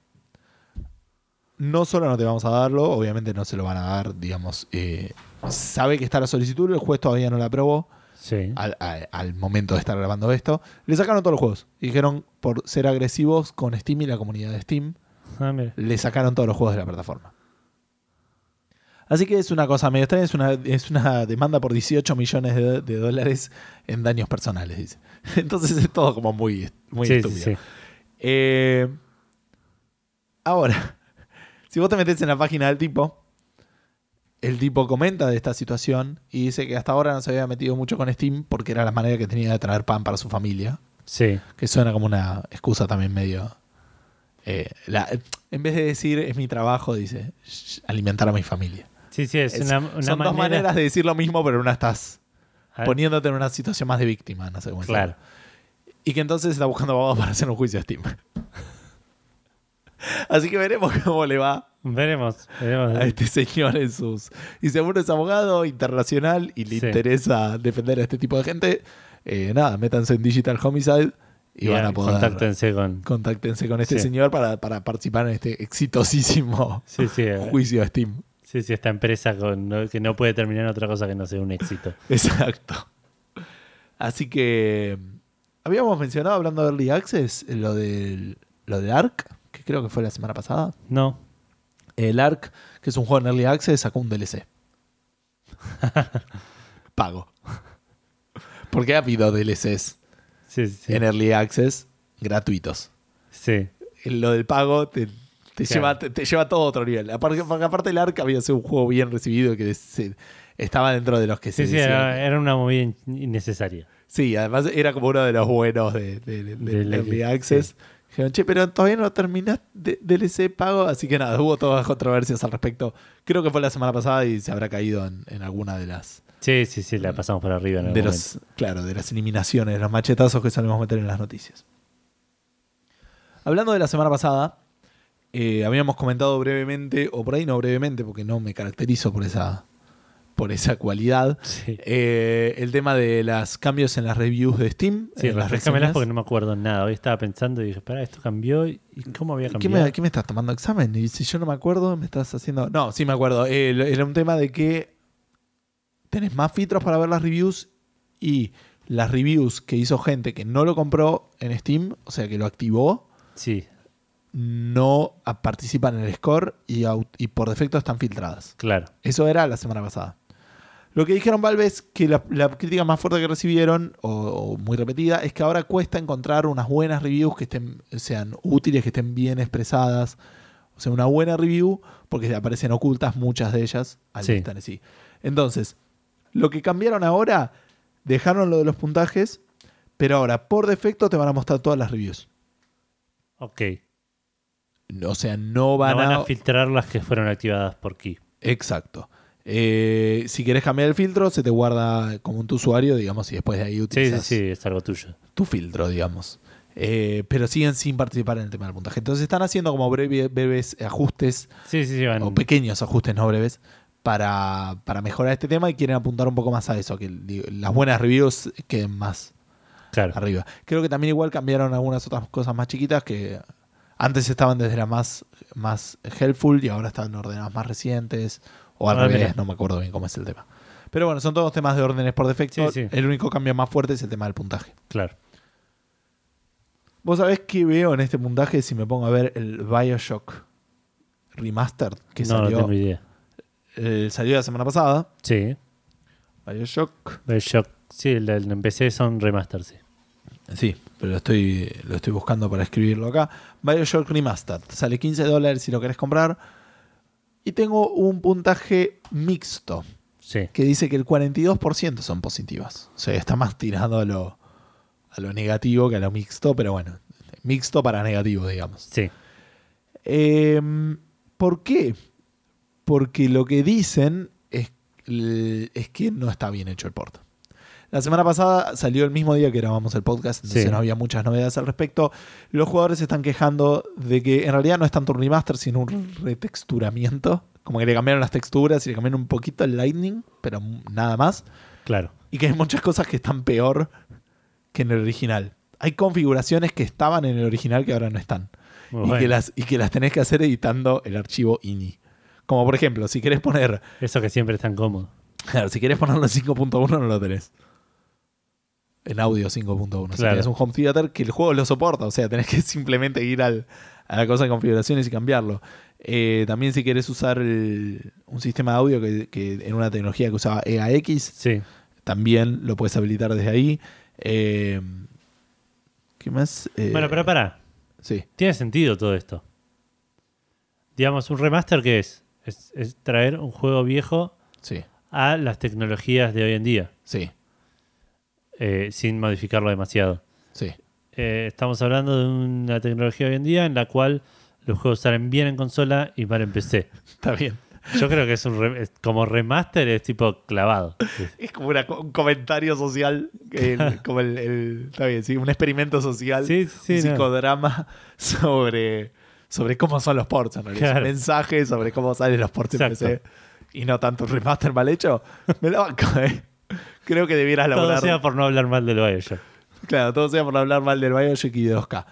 S1: no solo no te vamos a darlo, obviamente no se lo van a dar, digamos, sabe que está la solicitud, el juez todavía no la aprobó.
S2: Sí.
S1: Al momento de estar grabando esto, le sacaron todos los juegos. Y dijeron, por ser agresivos con Steam y la comunidad de Steam,
S2: Ah, mira.
S1: le sacaron todos los juegos de la plataforma. Así que es una cosa medio extraña, es una demanda por $18 millones de dólares en daños personales, dice. Entonces es todo como muy
S2: Sí,
S1: estúpido.
S2: sí, sí.
S1: Ahora, si vos te metés en la página del tipo, el tipo comenta de esta situación y dice que hasta ahora no se había metido mucho con Steam porque era la manera que tenía de traer pan para su familia.
S2: Sí.
S1: Que suena como una excusa también medio... en vez de decir es mi trabajo, dice alimentar a mi familia.
S2: Sí, sí, es una
S1: son
S2: manera...
S1: dos maneras de decir lo mismo, pero una estás
S2: Ah,
S1: poniéndote en una situación más de víctima. No sé cómo
S2: Claro.
S1: decirlo. Y que entonces está buscando abogados para hacer un juicio a Steam. Así que veremos cómo le va
S2: Veremos.
S1: a este señor en sus... Y seguro es abogado internacional y le
S2: Sí.
S1: interesa defender a este tipo de gente. Nada, métanse en Digital Homicide y van a poder...
S2: Contáctense con...
S1: este
S2: Sí.
S1: señor para participar en este exitosísimo
S2: Sí, sí.
S1: juicio a Steam.
S2: Sí, sí, esta empresa que no puede terminar en otra cosa que no sea un éxito.
S1: Exacto. Así que habíamos mencionado, hablando de Early Access, lo del Ark, que creo que fue la semana pasada.
S2: No.
S1: El Ark, que es un juego en Early Access, sacó un DLC. Pago. Porque ha habido DLCs
S2: Sí.
S1: en Early Access gratuitos.
S2: Sí.
S1: Lo del pago te lleva a todo otro nivel. Porque aparte el Ark había sido un juego bien recibido que estaba dentro de los que se
S2: Sí,
S1: decían.
S2: era una movida innecesaria.
S1: Sí, además era como uno de los buenos del Early Access.
S2: Sí.
S1: Dijeron, che, pero todavía no terminaste DLC pago, así que nada, hubo todas controversias al respecto. Creo que fue la semana pasada y se habrá caído en alguna de las...
S2: Sí, la pasamos por arriba en algún momento.
S1: Claro, de las eliminaciones, de los machetazos que solemos meter en las noticias. Hablando de la semana pasada, habíamos comentado brevemente, o por ahí no brevemente, porque no me caracterizo por esa cualidad,
S2: Sí,
S1: el tema de los cambios en las reviews de Steam.
S2: sí,
S1: en las
S2: refrescámelas
S1: reseñas.
S2: porque no me acuerdo nada. Hoy estaba pensando y dije, espera, esto cambió. ¿Y cómo había cambiado?
S1: ¿Qué me estás tomando examen? Y si yo no me acuerdo, me estás haciendo... No, sí me acuerdo. Era un tema de que tenés más filtros para ver las reviews y las reviews que hizo gente que no lo compró en Steam, o sea, que lo activó,
S2: Sí,
S1: no participan en el score y por defecto están filtradas.
S2: claro.
S1: Eso era la semana pasada. Lo que dijeron Valve es que la crítica más fuerte que recibieron, o muy repetida, es que ahora cuesta encontrar unas buenas reviews que sean útiles, que estén bien expresadas. O sea, una buena review, porque aparecen ocultas muchas de ellas al
S2: Sí.
S1: Tennessee. Entonces, lo que cambiaron ahora, dejaron lo de los puntajes, pero ahora por defecto te van a mostrar todas las reviews.
S2: Ok.
S1: O sea, no van
S2: a filtrar las que fueron activadas por Key.
S1: Exacto. Si querés cambiar el filtro, se te guarda como un tu usuario, digamos, y después de ahí utilizas
S2: Sí, es algo tuyo.
S1: tu filtro, digamos. Pero siguen sin participar en el tema del puntaje. Entonces están haciendo como breves ajustes,
S2: Sí, van.
S1: o pequeños ajustes, no breves, para mejorar este tema y quieren apuntar un poco más a eso, que las buenas reviews queden más
S2: Claro.
S1: arriba. Creo que también igual cambiaron algunas otras cosas más chiquitas que antes estaban desde la más helpful y ahora están ordenadas más recientes. O al revés,
S2: mira.
S1: no me acuerdo bien cómo es el tema. Pero bueno, son todos temas de órdenes por defecto.
S2: Sí.
S1: El único cambio más fuerte es el tema del puntaje.
S2: Claro.
S1: ¿Vos sabés qué veo en este puntaje si me pongo a ver el BioShock Remastered que
S2: No tengo idea.
S1: salió la semana pasada?
S2: Sí.
S1: BioShock.
S2: Bioshock. Sí, en PC son remaster, sí.
S1: Sí, pero lo estoy buscando para escribirlo acá. BioShock Remastered. Sale $15 si lo querés comprar. Y tengo un puntaje mixto.
S2: Sí.
S1: Que dice que el 42% son positivas. O sea, está más tirado a lo negativo que a lo mixto, pero bueno, mixto para negativo, digamos.
S2: Sí.
S1: ¿Por qué? Porque lo que dicen es que no está bien hecho el port. La semana pasada salió el mismo día que grabamos el podcast, entonces
S2: Sí.
S1: no había muchas novedades al respecto. Los jugadores se están quejando de que en realidad no es tanto un remaster, sino un retexturamiento. Como que le cambiaron las texturas y le cambiaron un poquito el lighting, pero nada más.
S2: Claro.
S1: Y que hay muchas cosas que están peor que en el original. Hay configuraciones que estaban en el original que ahora no están.
S2: Muy
S1: Y
S2: bueno.
S1: que las tenés que hacer editando el archivo INI. Como por ejemplo, si querés poner...
S2: Eso que siempre es tan cómodo.
S1: Claro, si querés ponerlo en 5.1 no lo tenés. En audio 5.1. Si
S2: Claro.
S1: tenés un home theater que el juego lo soporta. O sea, tenés que simplemente ir a la cosa de configuraciones y cambiarlo. También si querés usar un sistema de audio que en una tecnología que usaba EAX,
S2: Sí.
S1: también lo puedes habilitar desde ahí. ¿Qué más?
S2: Bueno, pero pará.
S1: Sí,
S2: Tiene sentido todo esto. Digamos, un remaster, ¿qué es? Es traer un juego viejo
S1: sí,
S2: a las tecnologías de hoy en día,
S1: sí,
S2: sin modificarlo demasiado.
S1: sí.
S2: Estamos hablando de una tecnología hoy en día en la cual los juegos salen bien en consola y mal en PC.
S1: Está bien.
S2: Yo creo que como remaster es tipo clavado.
S1: Es como un comentario social, como está bien, sí, un experimento social,
S2: Sí,
S1: un
S2: no.
S1: psicodrama sobre cómo son los ports, en realidad.
S2: Claro.
S1: Un mensaje sobre cómo salen los ports en
S2: Exacto.
S1: PC y no tanto un remaster mal hecho. Me la banco, Creo que debieras
S2: Todo
S1: laburar.
S2: sea por no hablar mal del Bioshock.
S1: Claro, todo sea por no hablar mal del BioShock y de 2K.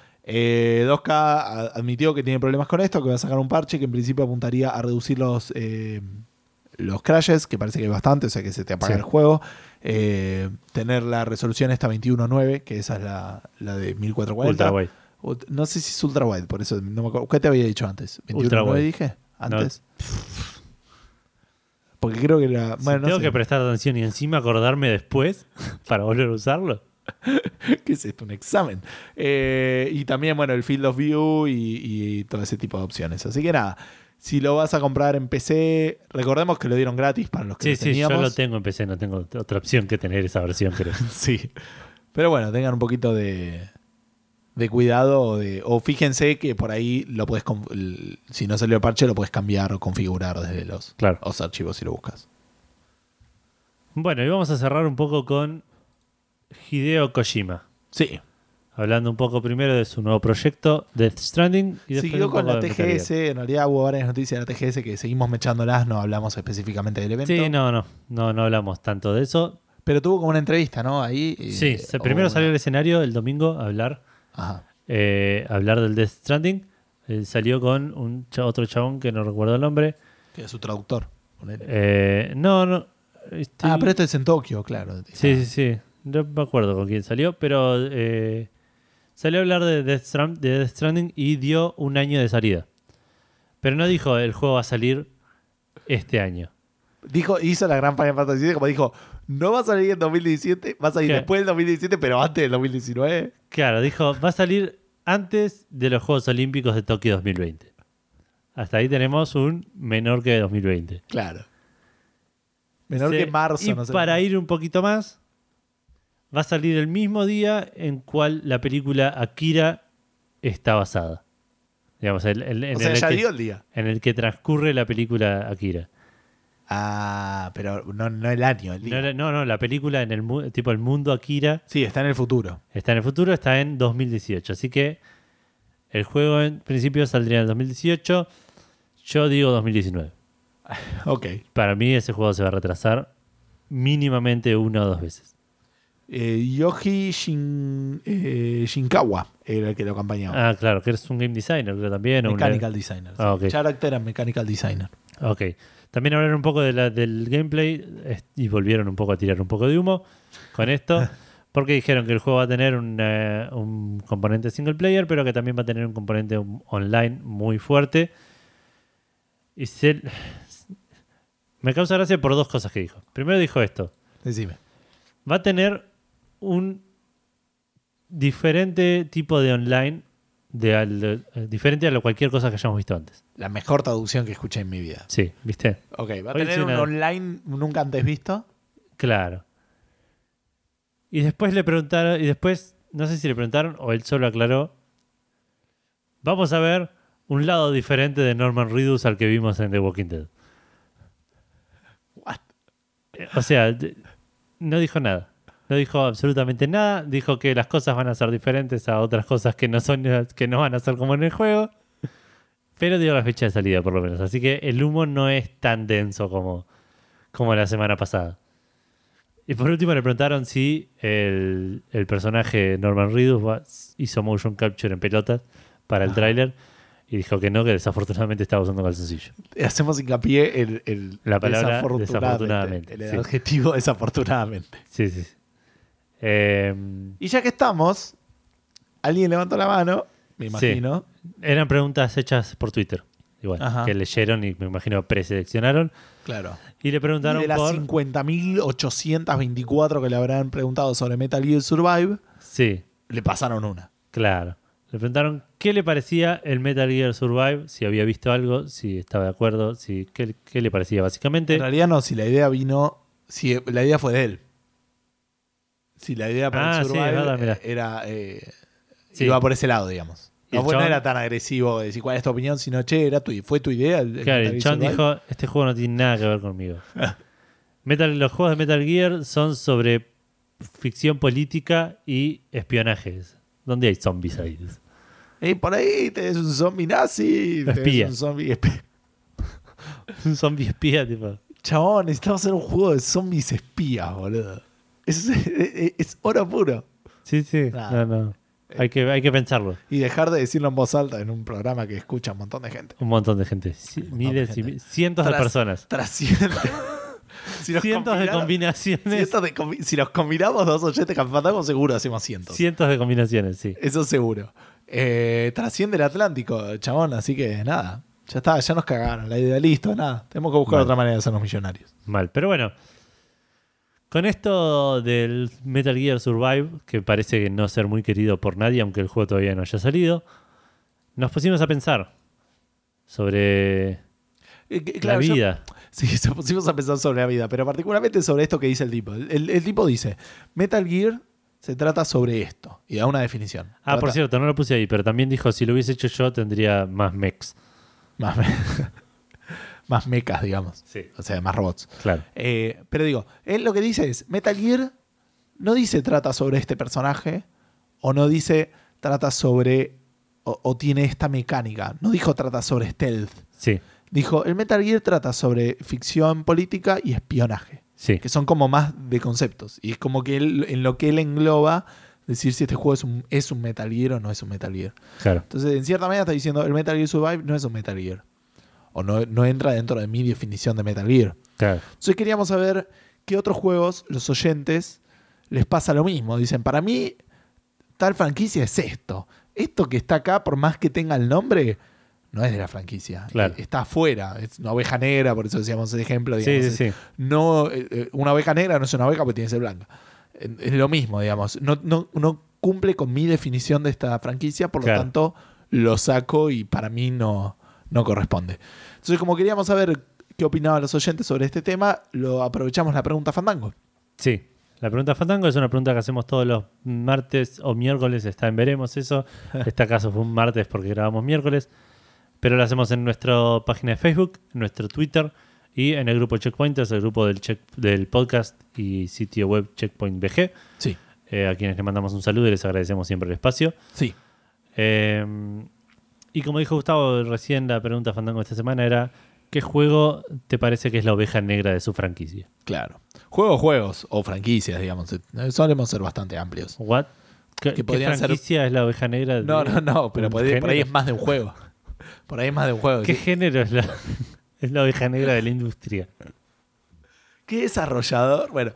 S1: 2K admitió que tiene problemas con esto, que va a sacar un parche que en principio apuntaría a reducir los crashes, que parece que hay bastante, o sea que se te apaga
S2: Sí.
S1: el juego. Tener la resolución esta 21.9, que esa es la de 1440.
S2: Ultra wide.
S1: No sé si es ultra wide, por eso no me acuerdo. ¿Qué te había dicho antes?
S2: Ultra
S1: ¿21.9
S2: wide.
S1: dije? ¿Antes? Porque creo que la...
S2: Si
S1: Bueno, no
S2: tengo
S1: sé.
S2: que prestar atención y encima acordarme después para volver a usarlo.
S1: ¿Qué es esto? Un examen. Y también, bueno, el Field of View y todo ese tipo de opciones. Así que nada, si lo vas a comprar en PC, recordemos que lo dieron gratis para los que
S2: Sí,
S1: lo
S2: sí,
S1: teníamos.
S2: yo lo tengo en PC, no tengo otra opción que tener esa versión, creo.
S1: Sí. Pero bueno, tengan un poquito de cuidado o fíjense que por ahí lo puedes si no salió el parche lo puedes cambiar o configurar desde los archivos si lo buscas.
S2: Bueno, y vamos a cerrar un poco con Hideo Kojima.
S1: Sí.
S2: Hablando un poco primero de su nuevo proyecto, Death Stranding. Y después
S1: Siguió
S2: un poco
S1: con la
S2: de Metal Gear.
S1: TGS, en realidad hubo varias noticias de la TGS que seguimos mechándolas, no hablamos específicamente del evento.
S2: Sí, no hablamos tanto de eso.
S1: Pero tuvo como una entrevista, ¿no? Ahí.
S2: Sí, primero salió al escenario el domingo a hablar.
S1: Ajá.
S2: Hablar del Death Stranding. Salió con otro chabón que no recuerdo el nombre.
S1: Que es su traductor. Ponele.
S2: No.
S1: Pero esto es en Tokio, claro.
S2: Sí. No me acuerdo con quién salió, pero salió a hablar de Death Stranding y dio un año de salida. Pero no dijo el juego va a salir este año.
S1: Hizo la gran Final Fantasy VII, como dijo, no va a salir en 2017, va a salir después del 2017, pero antes del 2019.
S2: Claro, dijo, va a salir antes de los Juegos Olímpicos de Tokio 2020. Hasta ahí tenemos un menor que 2020.
S1: Claro. Menor que marzo.
S2: Y
S1: no sé.
S2: para ir un poquito más, va a salir el mismo día en cual la película Akira está basada. Digamos,
S1: ya dio el día.
S2: En el que transcurre la película Akira.
S1: Pero no el año, el día.
S2: No, la película en el mundo Akira.
S1: Sí, está en el futuro.
S2: Está en el futuro, está en 2018. Así que el juego en principio saldría en el 2018. Yo digo 2019.
S1: Ok.
S2: Para mí ese juego se va a retrasar mínimamente 1 o 2 veces.
S1: Yoji Shinkawa era el que lo acompañaba.
S2: Ah, claro, que eres un game designer, creo también.
S1: Mechanical designer. Sí.
S2: Okay.
S1: Character and mechanical designer.
S2: Ok. También hablaron un poco del gameplay y volvieron un poco a tirar un poco de humo con esto. Porque dijeron que el juego va a tener un componente single player, pero que también va a tener un componente online muy fuerte. Y me causa gracia por 2 cosas que dijo. Primero dijo esto.
S1: Decime.
S2: Va a tener un diferente tipo de online, diferente a cualquier cosa que hayamos visto antes.
S1: La mejor traducción que escuché en mi vida.
S2: Sí, ¿viste?
S1: Ok, va a
S2: Hoy
S1: tener
S2: sí
S1: un online nunca antes visto.
S2: Claro. Y después le preguntaron, no sé si le preguntaron o él solo aclaró, vamos a ver un lado diferente de Norman Reedus al que vimos en The Walking Dead.
S1: What?
S2: O sea, no dijo nada. No dijo absolutamente nada. Dijo que las cosas van a ser diferentes a otras cosas que no van a ser como en el juego. Pero dio la fecha de salida, por lo menos. Así que el humo no es tan denso como la semana pasada. Y por último le preguntaron si el personaje Norman Reedus hizo motion capture en pelotas para el tráiler. Y dijo que no, que desafortunadamente estaba usando calzoncillo.
S1: Hacemos hincapié en
S2: la palabra desafortunadamente.
S1: El adjetivo desafortunadamente.
S2: Sí.
S1: Y ya que estamos, alguien levantó la mano, me imagino.
S2: Sí. Eran preguntas hechas por Twitter. Igual, que leyeron y me imagino preseleccionaron.
S1: Claro.
S2: Y le preguntaron
S1: y de las 50.824 que le habrán preguntado sobre Metal Gear Survive,
S2: sí,
S1: le pasaron una.
S2: Claro. Le preguntaron qué le parecía el Metal Gear Survive, si había visto algo, si estaba de acuerdo, qué le parecía básicamente.
S1: En realidad no, si la idea fue de él. Si la idea para el Survive iba por ese lado, digamos. No era tan agresivo de decir cuál es tu opinión, sino fue tu idea.
S2: Claro, el chabón dijo, este juego no tiene nada que ver conmigo. Los juegos de Metal Gear son sobre ficción política y espionajes. ¿Dónde hay zombies ahí?
S1: Y por ahí tenés un zombie nazi.
S2: Espía.
S1: Un zombie espía.
S2: Un zombie espía, tipo.
S1: Chabón, necesitamos hacer un juego de zombies espías, boludo. Es oro puro.
S2: Sí. No. Hay que pensarlo.
S1: Y dejar de decirlo en voz alta en un programa que escucha un montón de gente.
S2: Un montón de gente. Miles y cientos de personas.
S1: Trasciende.
S2: Cientos de combinaciones.
S1: Si los combinamos 2 oyentes Fandango, seguro hacemos cientos.
S2: Cientos de combinaciones, sí.
S1: Eso seguro. Trasciende el Atlántico, chabón, así que nada. Ya está, ya nos cagaron. La idea, listo, nada. Tenemos que buscar otra manera de hacernos millonarios.
S2: Mal, pero bueno. Con esto del Metal Gear Survive, que parece no ser muy querido por nadie, aunque el juego todavía no haya salido, nos pusimos a pensar sobre la vida.
S1: Sí, nos pusimos a pensar sobre la vida, pero particularmente sobre esto que dice el tipo. El tipo dice, Metal Gear se trata sobre esto, y da una definición.
S2: Por cierto, no lo puse ahí, pero también dijo, si lo hubiese hecho yo, tendría más mechs.
S1: Más mechas, digamos.
S2: Sí.
S1: O sea, más robots.
S2: Claro.
S1: Pero digo, él lo que dice es, Metal Gear no dice trata sobre este personaje, o no dice trata sobre, o tiene esta mecánica. No dijo trata sobre stealth.
S2: Sí.
S1: Dijo, el Metal Gear trata sobre ficción política y espionaje.
S2: Sí.
S1: Que son como más de conceptos. Y es como que en lo que él engloba, decir si este juego es un Metal Gear o no es un Metal Gear.
S2: Claro.
S1: Entonces, en cierta manera está diciendo, el Metal Gear Survive no es un Metal Gear. O no entra dentro de mi definición de Metal Gear.
S2: Claro.
S1: Entonces queríamos saber qué otros juegos, los oyentes, les pasa lo mismo. Dicen, para mí, tal franquicia es esto. Esto que está acá, por más que tenga el nombre, no es de la franquicia.
S2: Claro.
S1: Está afuera. Es una oveja negra, por eso decíamos el ejemplo. Digamos,
S2: Sí.
S1: No, una oveja negra no es una oveja porque tiene que ser blanca. Es lo mismo, digamos. No cumple con mi definición de esta franquicia, por lo tanto lo saco y para mí no corresponde. Entonces, como queríamos saber qué opinaban los oyentes sobre este tema, lo aprovechamos la pregunta Fandango.
S2: Sí, la pregunta Fandango es una pregunta que hacemos todos los martes o miércoles, está en veremos eso. Este caso fue un martes porque grabamos miércoles, pero lo hacemos en nuestra página de Facebook, en nuestro Twitter y en el grupo Checkpointers, el grupo del podcast y sitio web Checkpoint BG.
S1: Sí.
S2: A quienes les mandamos un saludo y les agradecemos siempre el espacio.
S1: Sí.
S2: Y como dijo Gustavo recién, la pregunta Fandango esta semana era ¿qué juego te parece que es la oveja negra de su franquicia?
S1: Claro. Juegos o franquicias, digamos. Solemos ser bastante amplios.
S2: ¿What? ¿Qué franquicia es la oveja negra?
S1: No, pero por ahí es más de un juego. Por ahí es más de un juego.
S2: ¿Qué género es la oveja negra de la industria?
S1: ¿Qué desarrollador? Bueno,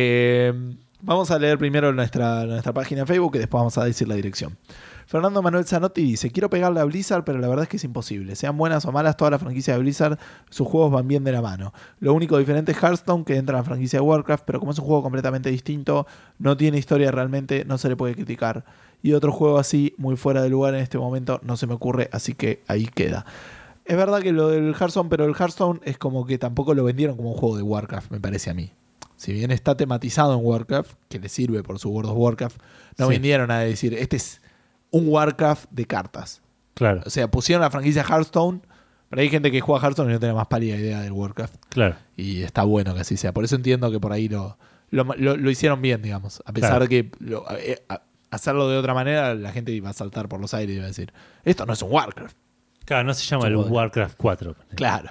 S1: vamos a leer primero nuestra página de Facebook y después vamos a decir la dirección. Fernando Manuel Zanotti dice, quiero pegarle a Blizzard, pero la verdad es que es imposible. Sean buenas o malas, todas las franquicias de Blizzard, sus juegos van bien de la mano. Lo único diferente es Hearthstone, que entra en la franquicia de Warcraft, pero como es un juego completamente distinto, no tiene historia realmente, no se le puede criticar. Y otro juego así, muy fuera de lugar en este momento, no se me ocurre, así que ahí queda. Es verdad que lo del Hearthstone, pero el Hearthstone es como que tampoco lo vendieron como un juego de Warcraft, me parece a mí. Si bien está tematizado en Warcraft, que le sirve por su World of Warcraft, no vendieron a decir, este es un Warcraft de cartas.
S2: Claro.
S1: O sea, pusieron la franquicia Hearthstone, pero hay gente que juega Hearthstone y no tiene más pálida idea del Warcraft.
S2: Claro.
S1: Y está bueno que así sea. Por eso entiendo que por ahí lo hicieron bien, digamos. A pesar de que hacerlo de otra manera, la gente iba a saltar por los aires y iba a decir, esto no es un Warcraft.
S2: Claro, no se llama el Warcraft 4.
S1: Claro.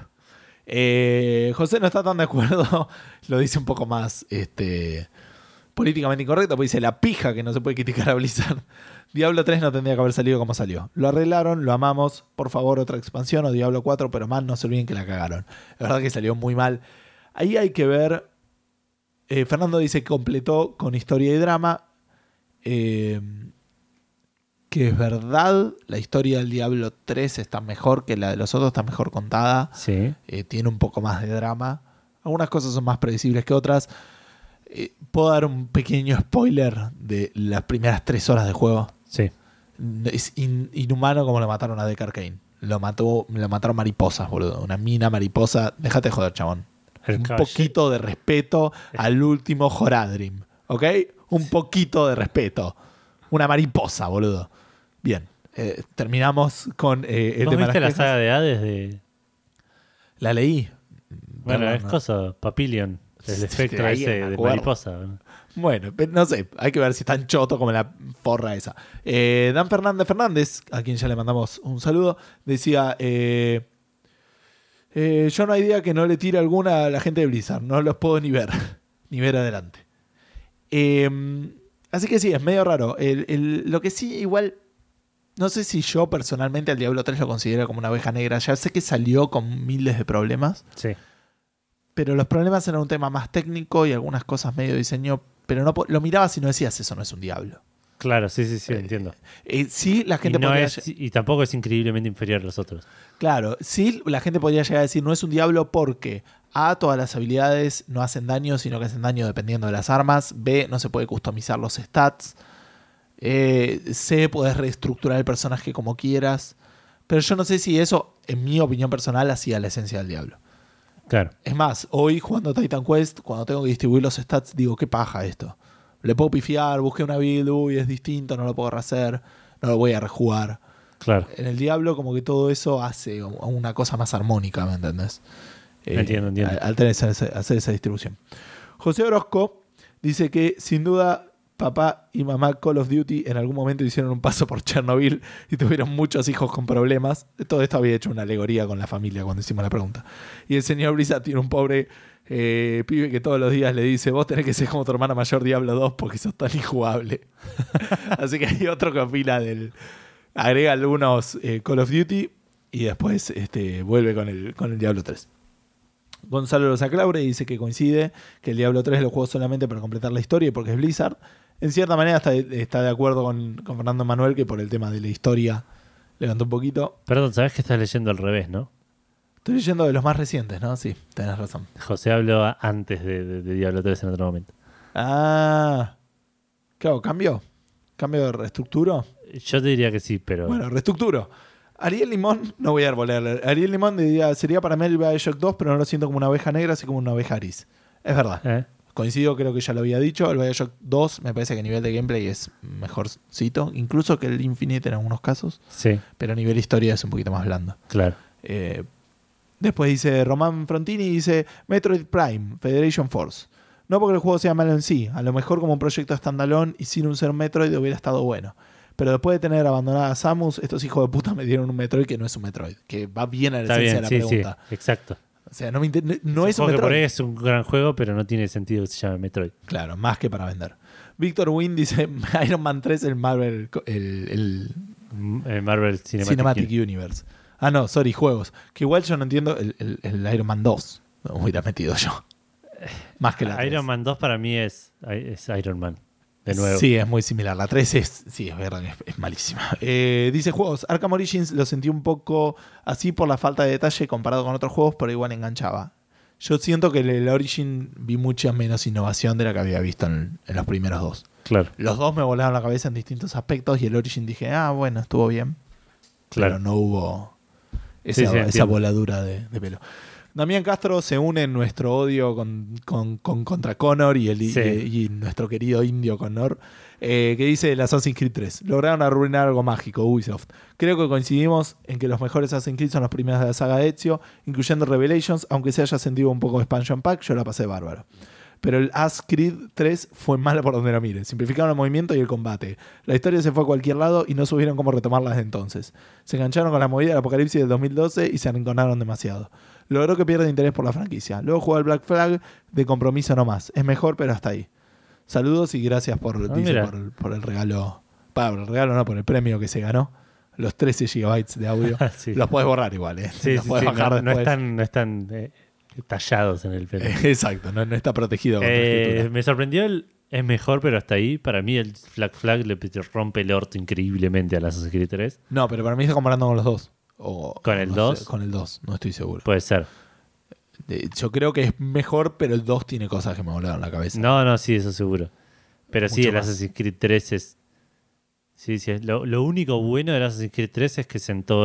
S1: José no está tan de acuerdo. Lo dice un poco más políticamente incorrecto, porque dice la pija que no se puede criticar a Blizzard. Diablo 3 no tendría que haber salido como salió. Lo arreglaron, lo amamos. Por favor, otra expansión o Diablo 4, pero mal, no se olviden que la cagaron. La verdad que salió muy mal. Ahí hay que ver. Fernando dice que completó con historia y drama. Que es verdad, la historia del Diablo 3 está mejor que la de los otros, está mejor contada.
S2: Sí.
S1: Tiene un poco más de drama. Algunas cosas son más predecibles que otras. ¿Puedo dar un pequeño spoiler de las primeras 3 horas de juego?
S2: Sí.
S1: Es inhumano como lo mataron a Deck Arcane. Lo mataron mariposas, boludo. Una mina mariposa. Déjate de joder, chabón. Un poquito de respeto al último Horadrim. ¿Ok? Un poquito de respeto. Una mariposa, boludo. Bien. Terminamos con el
S2: ¿Vos
S1: tema
S2: viste
S1: de
S2: la
S1: las
S2: saga de Hades de...?
S1: La leí.
S2: Bueno,
S1: Perdón,
S2: es cosa, Papillion. El espectro
S1: ahí
S2: ese
S1: me
S2: de
S1: acuerdo.
S2: mariposa.
S1: Bueno, no sé, hay que ver si es tan choto como la forra esa. Dan Fernández, a quien ya le mandamos un saludo, decía, yo no hay día que no le tire alguna a la gente de Blizzard, no los puedo ni ver adelante. Así que sí, es medio raro. Lo que sí, igual, no sé si yo personalmente al Diablo 3 lo considero como una oveja negra. Ya sé que salió con miles de problemas,
S2: Sí.
S1: pero los problemas eran un tema más técnico y algunas cosas medio diseño, pero no lo mirabas y no decías, eso no es un Diablo.
S2: Claro, sí, entiendo.
S1: Sí, la gente
S2: Y, no
S1: podría...
S2: y tampoco es increíblemente inferior a los otros.
S1: Claro, sí, la gente podría llegar a decir, no es un Diablo porque A, todas las habilidades no hacen daño, sino que hacen daño dependiendo de las armas. B, no se puede customizar los stats. C, puedes reestructurar el personaje como quieras. Pero yo no sé si eso, en mi opinión personal, hacía la esencia del Diablo.
S2: Claro.
S1: Es más, hoy jugando Titan Quest, cuando tengo que distribuir los stats, digo, ¿qué paja esto? Le puedo pifiar, busqué una build, uy, es distinto, no lo puedo rehacer, no lo voy a rejugar.
S2: Claro.
S1: En el Diablo como que todo eso hace una cosa más armónica, ¿me entendés?
S2: Entiendo.
S1: Al tener hacer esa distribución. José Orozco dice que sin duda papá y mamá Call of Duty en algún momento hicieron un paso por Chernobyl y tuvieron muchos hijos con problemas. Todo esto había hecho una alegoría con la familia cuando hicimos la pregunta. Y el señor Blizzard tiene un pobre pibe que todos los días le dice, vos tenés que ser como tu hermana mayor Diablo 2 porque sos tan injugable. Así que hay otro que opina agrega algunos Call of Duty y después vuelve con el Diablo 3. Gonzalo Rosaclaure dice que coincide que el Diablo 3 lo jugó solamente para completar la historia y porque es Blizzard. En cierta manera está de acuerdo con Fernando Manuel que por el tema de la historia levantó un poquito.
S2: Perdón, sabes que estás leyendo al revés, ¿no?
S1: Estoy leyendo de los más recientes, ¿no? Sí, tenés razón.
S2: José habló antes de Diablo 3 en otro momento.
S1: Ah, ¿qué hago? ¿Cambio de reestructuro?
S2: Yo te diría que sí, pero...
S1: Bueno, reestructuro. Ariel Limón, no voy a arbolearle. Ariel Limón diría, sería para mí el Bioshock 2, pero no lo siento como una oveja negra, sino como una oveja gris. Es verdad. Coincido, creo que ya lo había dicho. El Bioshock 2 me parece que a nivel de gameplay es mejorcito, incluso que el Infinite en algunos casos.
S2: Sí.
S1: Pero a nivel historia es un poquito más blando.
S2: Claro.
S1: Después dice Román Frontini, dice Metroid Prime, Federation Force. No porque el juego sea malo en sí, a lo mejor como un proyecto standalone y sin un ser Metroid hubiera estado bueno. Pero después de tener abandonada a Samus, estos hijos de puta me dieron un Metroid que no es un Metroid, que va bien a la esencia de la pregunta.
S2: Sí, exacto.
S1: O sea, no es un Metroid.
S2: Por ahí es un gran juego, pero no tiene sentido que se llame Metroid.
S1: Claro, más que para vender. Víctor Wynn dice Iron Man 3, el Marvel,
S2: el Marvel
S1: Cinematic Universe. Ah, no, sorry, juegos. Que igual yo no entiendo el Iron Man 2. No hubiera metido yo. Más que la 3.
S2: Iron Man 2 para mí es Iron Man. De nuevo.
S1: Sí, es muy similar. La 3 es verdad, es malísima. Dice juegos. Arkham Origins lo sentí un poco así por la falta de detalle comparado con otros juegos, pero igual enganchaba. Yo siento que el Origin vi mucha menos innovación de la que había visto en los primeros dos.
S2: Claro.
S1: Los dos me volaron la cabeza en distintos aspectos y el Origin dije, bueno, estuvo bien.
S2: Claro.
S1: Pero no hubo esa voladura de pelo. Damián Castro se une en nuestro odio contra Connor y nuestro querido indio Connor, que dice el Assassin's Creed 3. Lograron arruinar algo mágico, Ubisoft. Creo que coincidimos en que los mejores Assassin's Creed son los primeros de la saga de Ezio, incluyendo Revelations, aunque se haya sentido un poco de expansion pack, yo la pasé bárbaro. Pero el Assassin's Creed 3 fue malo por donde lo miren. Simplificaron el movimiento y el combate. La historia se fue a cualquier lado y no supieron cómo retomarla desde entonces. Se engancharon con la movida del apocalipsis del 2012 y se arrinconaron demasiado. Logró que pierda interés por la franquicia. Luego jugó al Black Flag de compromiso nomás. Es mejor, pero hasta ahí. Saludos y gracias por el regalo. Por el regalo, no, por el premio que se ganó. Los 13 GB de audio.
S2: Sí.
S1: Los podés borrar igual, los podés bajar
S2: no
S1: después.
S2: no están tallados en el pelo.
S1: Exacto, no está protegido contra escritura.
S2: Me sorprendió es mejor, pero hasta ahí. Para mí el Black Flag le rompe el orto increíblemente a la Assassin's Creed 3.
S1: No, pero para mí está comparando con los dos.
S2: ¿Con el 2?
S1: Con el 2, no estoy seguro.
S2: Puede ser.
S1: Yo creo que es mejor, pero el 2 tiene cosas que me volaron la cabeza.
S2: No, sí, eso seguro. Pero
S1: Mucho
S2: sí, el
S1: más.
S2: Assassin's Creed 3 es... Sí, lo único bueno del Assassin's Creed 3 es que sentó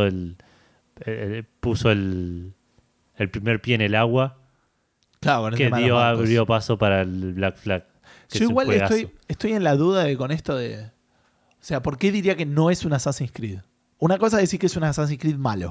S2: puso el primer pie en el agua,
S1: Claro, con el
S2: que
S1: tema de los barcos.
S2: abrió paso para el Black Flag.
S1: Yo igual estoy en la duda con esto de... O sea, ¿por qué diría que no es un Assassin's Creed? Una cosa es decir que es un Assassin's Creed malo.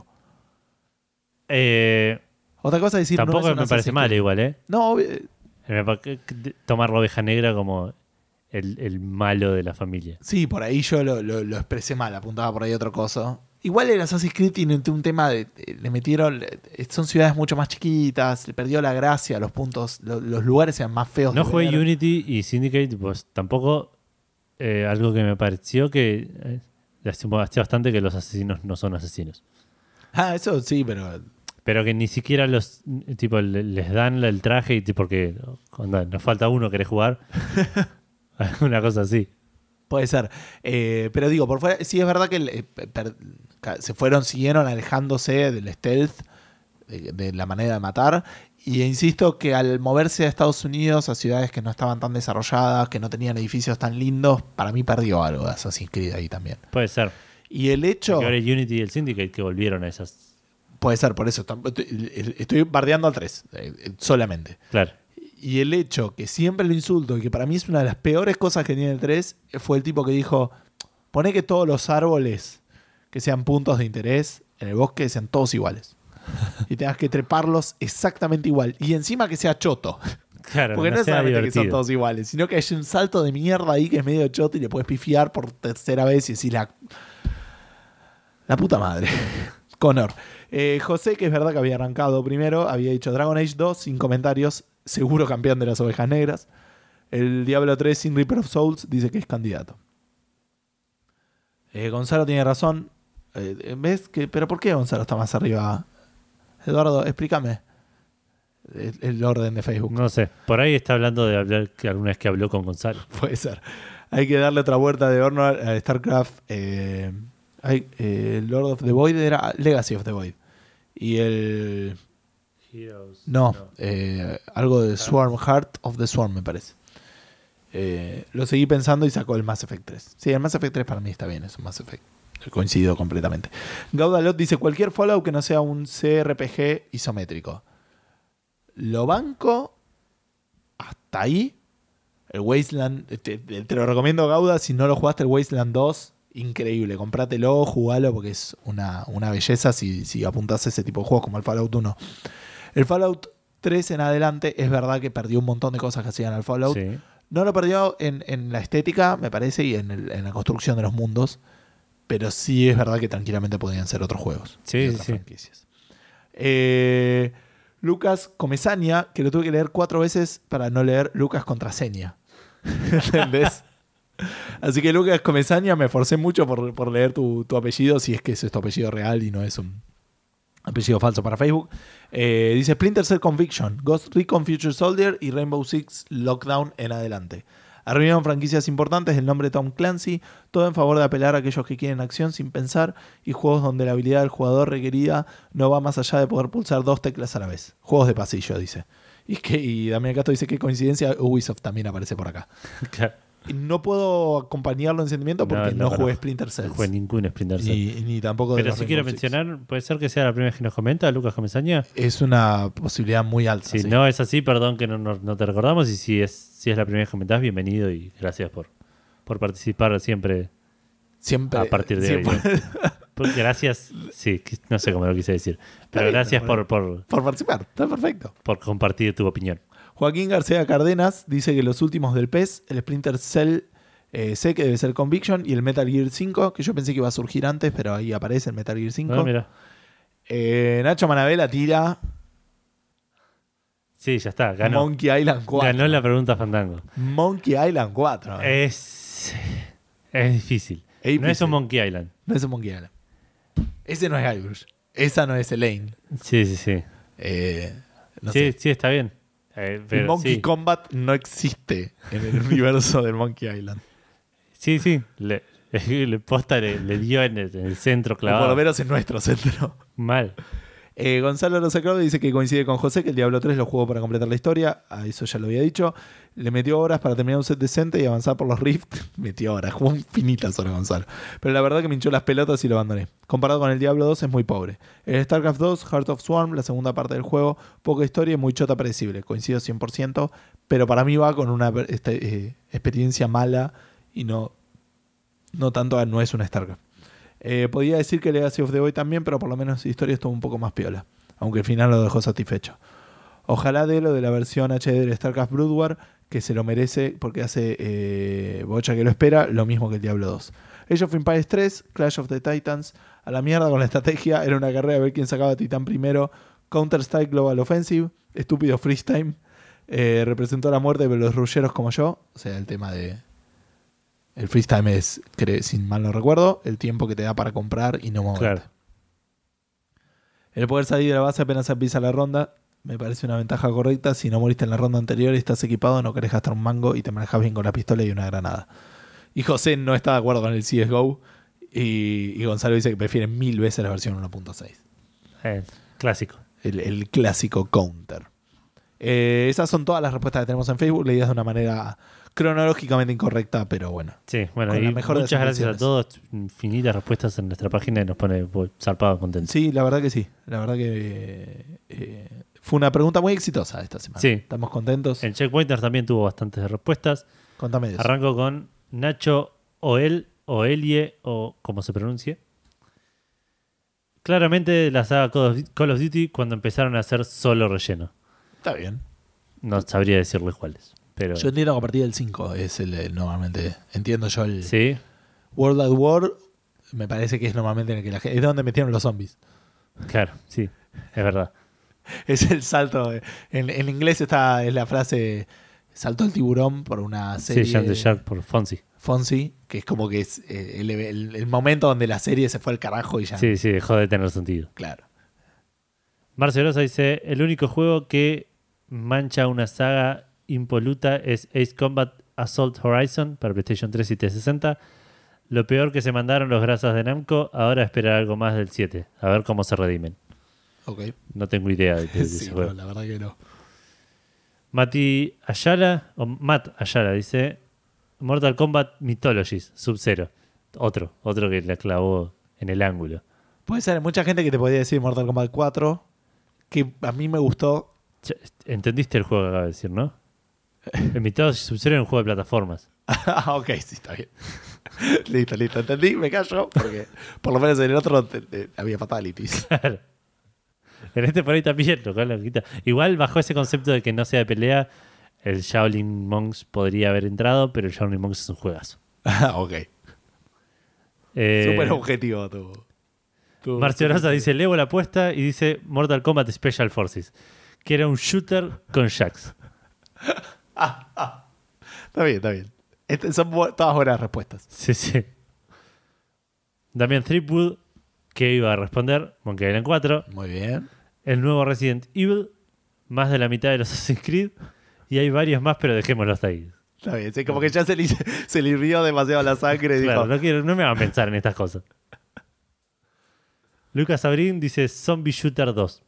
S1: Otra cosa es decir
S2: Tampoco
S1: no es un
S2: me parece
S1: Assassin's
S2: mal
S1: Creed.
S2: igual, ¿eh?
S1: No,
S2: Tomar la oveja negra como el malo de la familia.
S1: sí, por ahí yo lo expresé mal, apuntaba por ahí otra cosa. Igual el Assassin's Creed tiene un tema de... Le metieron... Son ciudades mucho más chiquitas, le perdió la gracia, los puntos... Los lugares eran más feos.
S2: No
S1: de
S2: jugué
S1: ver.
S2: Unity y Syndicate, pues tampoco algo que me pareció que hace bastante que los asesinos no son asesinos.
S1: Eso sí, pero...
S2: Pero que ni siquiera los tipo les dan el traje y tipo porque nos falta uno, ¿querés jugar? Una cosa así.
S1: Puede ser. Pero digo, por fuera, sí es verdad que siguieron alejándose del stealth, de la manera de matar. Y insisto que al moverse a Estados Unidos, a ciudades que no estaban tan desarrolladas, que no tenían edificios tan lindos, para mí perdió algo de Assassin's Creed ahí también.
S2: Puede ser.
S1: Y el hecho...
S2: Porque ahora el Unity y el Syndicate que volvieron a esas...
S1: Puede ser, por eso. Estoy bardeando al 3, solamente.
S2: Claro.
S1: Y el hecho que siempre lo insulto y que para mí es una de las peores cosas que tiene el 3 fue el tipo que dijo, poné que todos los árboles que sean puntos de interés en el bosque sean todos iguales. Y tengas que treparlos exactamente igual. Y encima que sea choto.
S2: Claro,
S1: porque no es solamente
S2: divertido.
S1: que son todos iguales, sino que hay un salto de mierda ahí que es medio choto y le puedes pifiar por tercera vez y decir la puta madre. Connor. José, que es verdad que había arrancado primero, había dicho Dragon Age 2 sin comentarios, seguro campeón de las ovejas negras. El Diablo 3 sin Reaper of Souls dice que es candidato. Gonzalo tiene razón. ¿Ves? ¿Pero por qué Gonzalo está más arriba? Eduardo, explícame el orden de Facebook.
S2: No sé, por ahí está hablando de hablar que alguna vez que habló con Gonzalo.
S1: Puede ser. Hay que darle otra vuelta de horno a StarCraft. Lord of the Void era Legacy of the Void. Y el...
S2: Heroes,
S1: No. Algo de Swarm, Heart of the Swarm me parece. Lo seguí pensando y sacó el Mass Effect 3. Sí, el Mass Effect 3 para mí está bien, es un Mass Effect. Coincido completamente. Gaudalot dice cualquier Fallout que no sea un CRPG isométrico. Lo banco hasta ahí. El Wasteland, te lo recomiendo, Gauda, si no lo jugaste el Wasteland 2, increíble, comprátelo, jugalo porque es una belleza si apuntás a ese tipo de juegos como el Fallout 1. El Fallout 3 en adelante es verdad que perdió un montón de cosas que hacían al Fallout.
S2: Sí.
S1: No lo perdió en la estética, me parece, y en la construcción de los mundos. Pero sí es verdad que tranquilamente podrían ser otros juegos.
S2: Sí,
S1: otras
S2: sí.
S1: franquicias. Lucas Comesaña, que lo tuve que leer 4 veces para no leer Lucas Contraseña. ¿Entendés? Así que Lucas Comesaña, me esforcé mucho por leer tu apellido, si es que es tu apellido real y no es un apellido falso para Facebook. Dice Splinter Cell Conviction, Ghost Recon Future Soldier y Rainbow Six Lockdown en adelante. Arruinaron franquicias importantes, el nombre Tom Clancy, todo en favor de apelar a aquellos que quieren acción sin pensar y juegos donde la habilidad del jugador requerida no va más allá de poder pulsar 2 teclas a la vez. Juegos de pasillo, dice. Y Damián Castro dice, qué coincidencia, Ubisoft también aparece por acá.
S2: Claro.
S1: No puedo acompañarlo en sentimiento porque no jugué Splinter Cell.
S2: No jugué ningún Splinter Cell.
S1: Ni tampoco de
S2: Pero
S1: los
S2: si quiero
S1: Rainbow Six.
S2: mencionar, puede ser que sea la primera vez que nos comenta Lucas Comesaña.
S1: Es una posibilidad muy alta.
S2: Si
S1: sí.
S2: no es así, perdón que no te recordamos. Y si es la primera vez que comentás, bienvenido y gracias por participar siempre
S1: Siempre,
S2: a partir de
S1: siempre.
S2: hoy. Gracias, sí, no sé cómo lo quise decir. Pero
S1: bien,
S2: gracias
S1: por
S2: por
S1: participar, está perfecto.
S2: compartir tu opinión.
S1: Joaquín García Cárdenas dice que los últimos del PES, el Splinter Cell, sé que debe ser Conviction, y el Metal Gear 5, que yo pensé que iba a surgir antes, pero ahí aparece el Metal Gear 5.
S2: Ah, mira.
S1: Nacho Manabela tira
S2: Sí, ya está, ganó.
S1: Monkey Island 4.
S2: Ganó la pregunta Fandango.
S1: Monkey Island 4.
S2: Es difícil.
S1: Es
S2: No es
S1: difícil.
S2: un Monkey Island.
S1: No es un Monkey Island. Ese no es Guybrush. Esa no es Elaine.
S2: Sí.
S1: No
S2: Sí,
S1: sé.
S2: sí, está bien.
S1: El
S2: Pero
S1: Monkey
S2: sí.
S1: Combat no existe en el universo del Monkey Island.
S2: Sí. Le posta le dio en el centro
S1: O
S2: clavado.
S1: por lo menos en nuestro centro.
S2: Mal.
S1: Gonzalo Rosacrado dice que coincide con José que el Diablo 3 lo jugó para completar la historia. A eso ya lo había dicho. Le metió horas para terminar un set decente y avanzar por los Rift. Metió horas, jugó infinitas horas Gonzalo. Pero la verdad que me hinchó las pelotas y lo abandoné. Comparado con el Diablo 2 es muy pobre. El StarCraft 2, Heart of Swarm, la segunda parte del juego, poca historia y muy chota predecible. Coincido 100%, pero para mí va con una experiencia mala y no tanto, no es un StarCraft. Podía decir que Legacy of the Void también, pero por lo menos la historia estuvo un poco más piola. Aunque al final lo dejó satisfecho. Ojalá de lo de la versión HD del StarCraft Brood War, que se lo merece porque hace bocha que lo espera, lo mismo que el Diablo 2. Age of Empires 3, Clash of the Titans, a la mierda con la estrategia, era una carrera a ver quién sacaba a Titán primero. Counter-Strike Global Offensive, estúpido freeze time, representó la muerte de los rusheros como yo, o sea, el tema de El freeze time es, si mal no recuerdo, el tiempo que te da para comprar y no moverte.
S2: Claro.
S1: El poder salir de la base apenas empieza la ronda me parece una ventaja correcta. Si no moriste en la ronda anterior y estás equipado, no querés gastar un mango y te manejas bien con la pistola y una granada. Y José no está de acuerdo con el CSGO y Gonzalo dice que prefiere 1000 veces la versión 1.6.
S2: Clásico.
S1: El clásico counter. Esas son todas las respuestas que tenemos en Facebook, leídas de una manera cronológicamente incorrecta, pero bueno.
S2: Sí, bueno,
S1: con
S2: y
S1: la mejor de
S2: muchas
S1: las
S2: gracias a
S1: intenciones.
S2: todos. Infinitas respuestas en nuestra página y nos pone zarpado contento.
S1: Sí, la verdad que sí. La verdad que fue una pregunta muy exitosa esta semana.
S2: Sí.
S1: Estamos contentos.
S2: En Checkpointers también tuvo bastantes respuestas.
S1: Contame de eso.
S2: Arranco con Nacho Oel, Oelie, o como se pronuncie. Claramente la saga Call of Duty cuando empezaron a hacer solo relleno.
S1: Está bien.
S2: No sabría decirles cuáles. Pero
S1: Yo entiendo que a partir del 5 es normalmente. Entiendo yo el
S2: sí,
S1: World at War. Me parece que es normalmente en el que la gente. Es donde metieron los zombies.
S2: claro, sí, es verdad.
S1: Es el salto. En inglés es la frase saltó el tiburón por una serie.
S2: Sí, Jump the Shark por Fonzie.
S1: Fonzie, que es como que es el momento donde la serie se fue al carajo y ya.
S2: Sí, sí, dejó de tener sentido.
S1: Claro.
S2: Marcio Rosa dice, el único juego que mancha una saga impoluta es Ace Combat Assault Horizon para PlayStation 3 y 360. Lo peor que se mandaron los grasas de Namco, ahora esperar algo más del 7. A ver cómo se redimen.
S1: Ok.
S2: No tengo idea de
S1: Sí,
S2: ese
S1: no,
S2: juego.
S1: la verdad que no.
S2: Matt Ayala dice Mortal Kombat Mythologies, Sub-Zero. Otro que la clavó en el ángulo.
S1: Puede ser, mucha gente que te podría decir Mortal Kombat 4, que a mí me gustó.
S2: ¿Entendiste el juego que acaba de decir, no? El Mythologies Sub-Zero era un juego de plataformas.
S1: Ok, sí, está bien. Listo, entendí, me callo, porque por lo menos en el otro había fatalities.
S2: Claro. En este por ahí también, lo cual lo quita. Igual bajo ese concepto de que no sea de pelea, el Shaolin Monks podría haber entrado, pero el Shaolin Monks es un juegazo.
S1: Ok. Súper objetivo tu
S2: Marcio Rosa dice, levo la apuesta y dice Mortal Kombat Special Forces, que era un shooter con Jax.
S1: Está bien. Son todas buenas respuestas.
S2: Sí, sí. Damian Threepwood, que iba a responder, Monkey Island 4,
S1: Muy bien.
S2: el nuevo Resident Evil, más de la mitad de los Assassin's Creed, y hay varios más, pero dejémoslo hasta ahí.
S1: Está bien. Sí, como que ya se le hirvió demasiado la sangre.
S2: Claro,
S1: Dijo,
S2: no me van a pensar en estas cosas. Lucas Sabrín dice Zombie Shooter 2.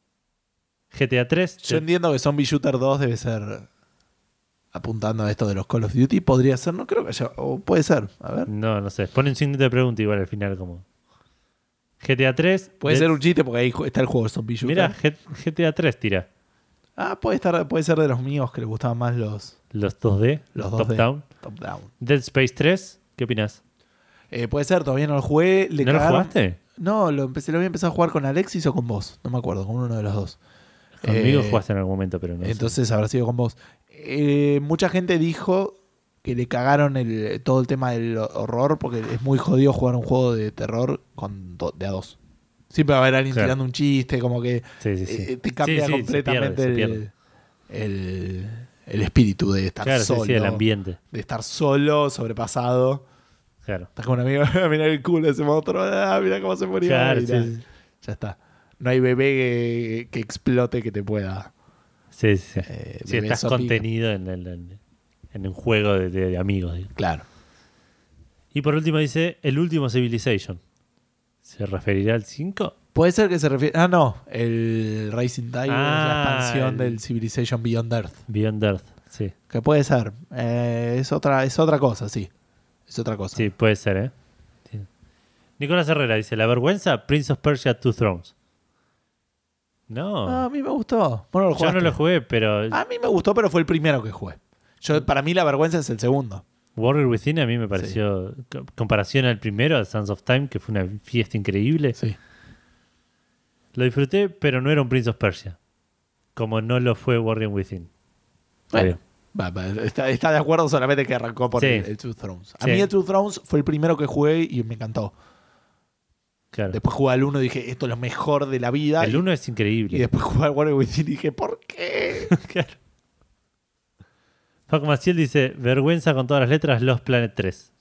S2: GTA 3.
S1: yo entiendo que Zombie Shooter 2 debe ser apuntando a esto de los Call of Duty. Podría ser, no creo que haya. O puede ser. A ver.
S2: No sé. Pone un signo de pregunta igual al final como. GTA 3.
S1: Puede ser un chiste porque ahí está el juego de Zombie Shooter.
S2: Mira, GTA 3 tira.
S1: Puede ser de los míos que les gustaban más los
S2: 2D.
S1: Los
S2: Top
S1: 2D.
S2: Down.
S1: top down.
S2: Dead Space 3. ¿Qué opinas?
S1: Puede ser, todavía no lo jugué.
S2: ¿No lo
S1: cagaron-
S2: jugaste?
S1: No, lo había empezado a jugar con Alexis o con vos. No me acuerdo, con uno de los dos.
S2: Conmigo jugaste en algún momento, pero no sé.
S1: Entonces habrá sido con vos. Mucha gente dijo que le cagaron todo el tema del horror porque es muy jodido jugar un juego de terror de a dos. Siempre va a haber alguien
S2: Claro.
S1: tirando un chiste, como que
S2: Sí.
S1: te cambia
S2: Sí,
S1: completamente
S2: se pierde.
S1: el espíritu de estar
S2: Claro,
S1: solo.
S2: sí, el ambiente.
S1: De estar solo, sobrepasado.
S2: Claro.
S1: Estás con un amigo, mira el culo de ese monstruo, mira cómo se murió.
S2: Claro,
S1: Mirá.
S2: sí.
S1: Ya está. No hay bebé que explote que te pueda.
S2: Sí. Sí,
S1: Bebé
S2: estás
S1: Sopic.
S2: contenido en un juego de amigos. Digo.
S1: Claro.
S2: Y por último dice el último Civilization. ¿Se referirá al 5?
S1: Puede ser que se refiere. No. El Rising Tide es la expansión del Civilization Beyond Earth.
S2: Beyond Earth, sí.
S1: Que puede ser. Es otra cosa, sí. Es otra cosa.
S2: Sí, puede ser, ¿eh? Sí. Nicolás Herrera dice, la vergüenza, Prince of Persia Two Thrones. No,
S1: Ah, a mí me gustó. Bueno, lo
S2: yo no
S1: jugaste.
S2: lo jugué, pero
S1: A mí me gustó, pero fue el primero que jugué. Para mí la vergüenza es el segundo.
S2: Warrior Within a mí me pareció, comparación al primero, a Sands of Time, que fue una fiesta increíble.
S1: Sí.
S2: Lo disfruté, pero no era un Prince of Persia. Como no lo fue Warrior Within.
S1: Bueno, está de acuerdo, solamente que arrancó por
S2: Sí.
S1: el Two Thrones. A
S2: Sí.
S1: mí el Two Thrones fue el primero que jugué y me encantó.
S2: Claro.
S1: Después jugué al 1 y dije, esto es lo mejor de la vida.
S2: El 1 es increíble.
S1: Y después jugué al Warrior Within y dije, ¿por qué?
S2: Claro. Paco Maciel dice, vergüenza con todas las letras, Los Planet 3.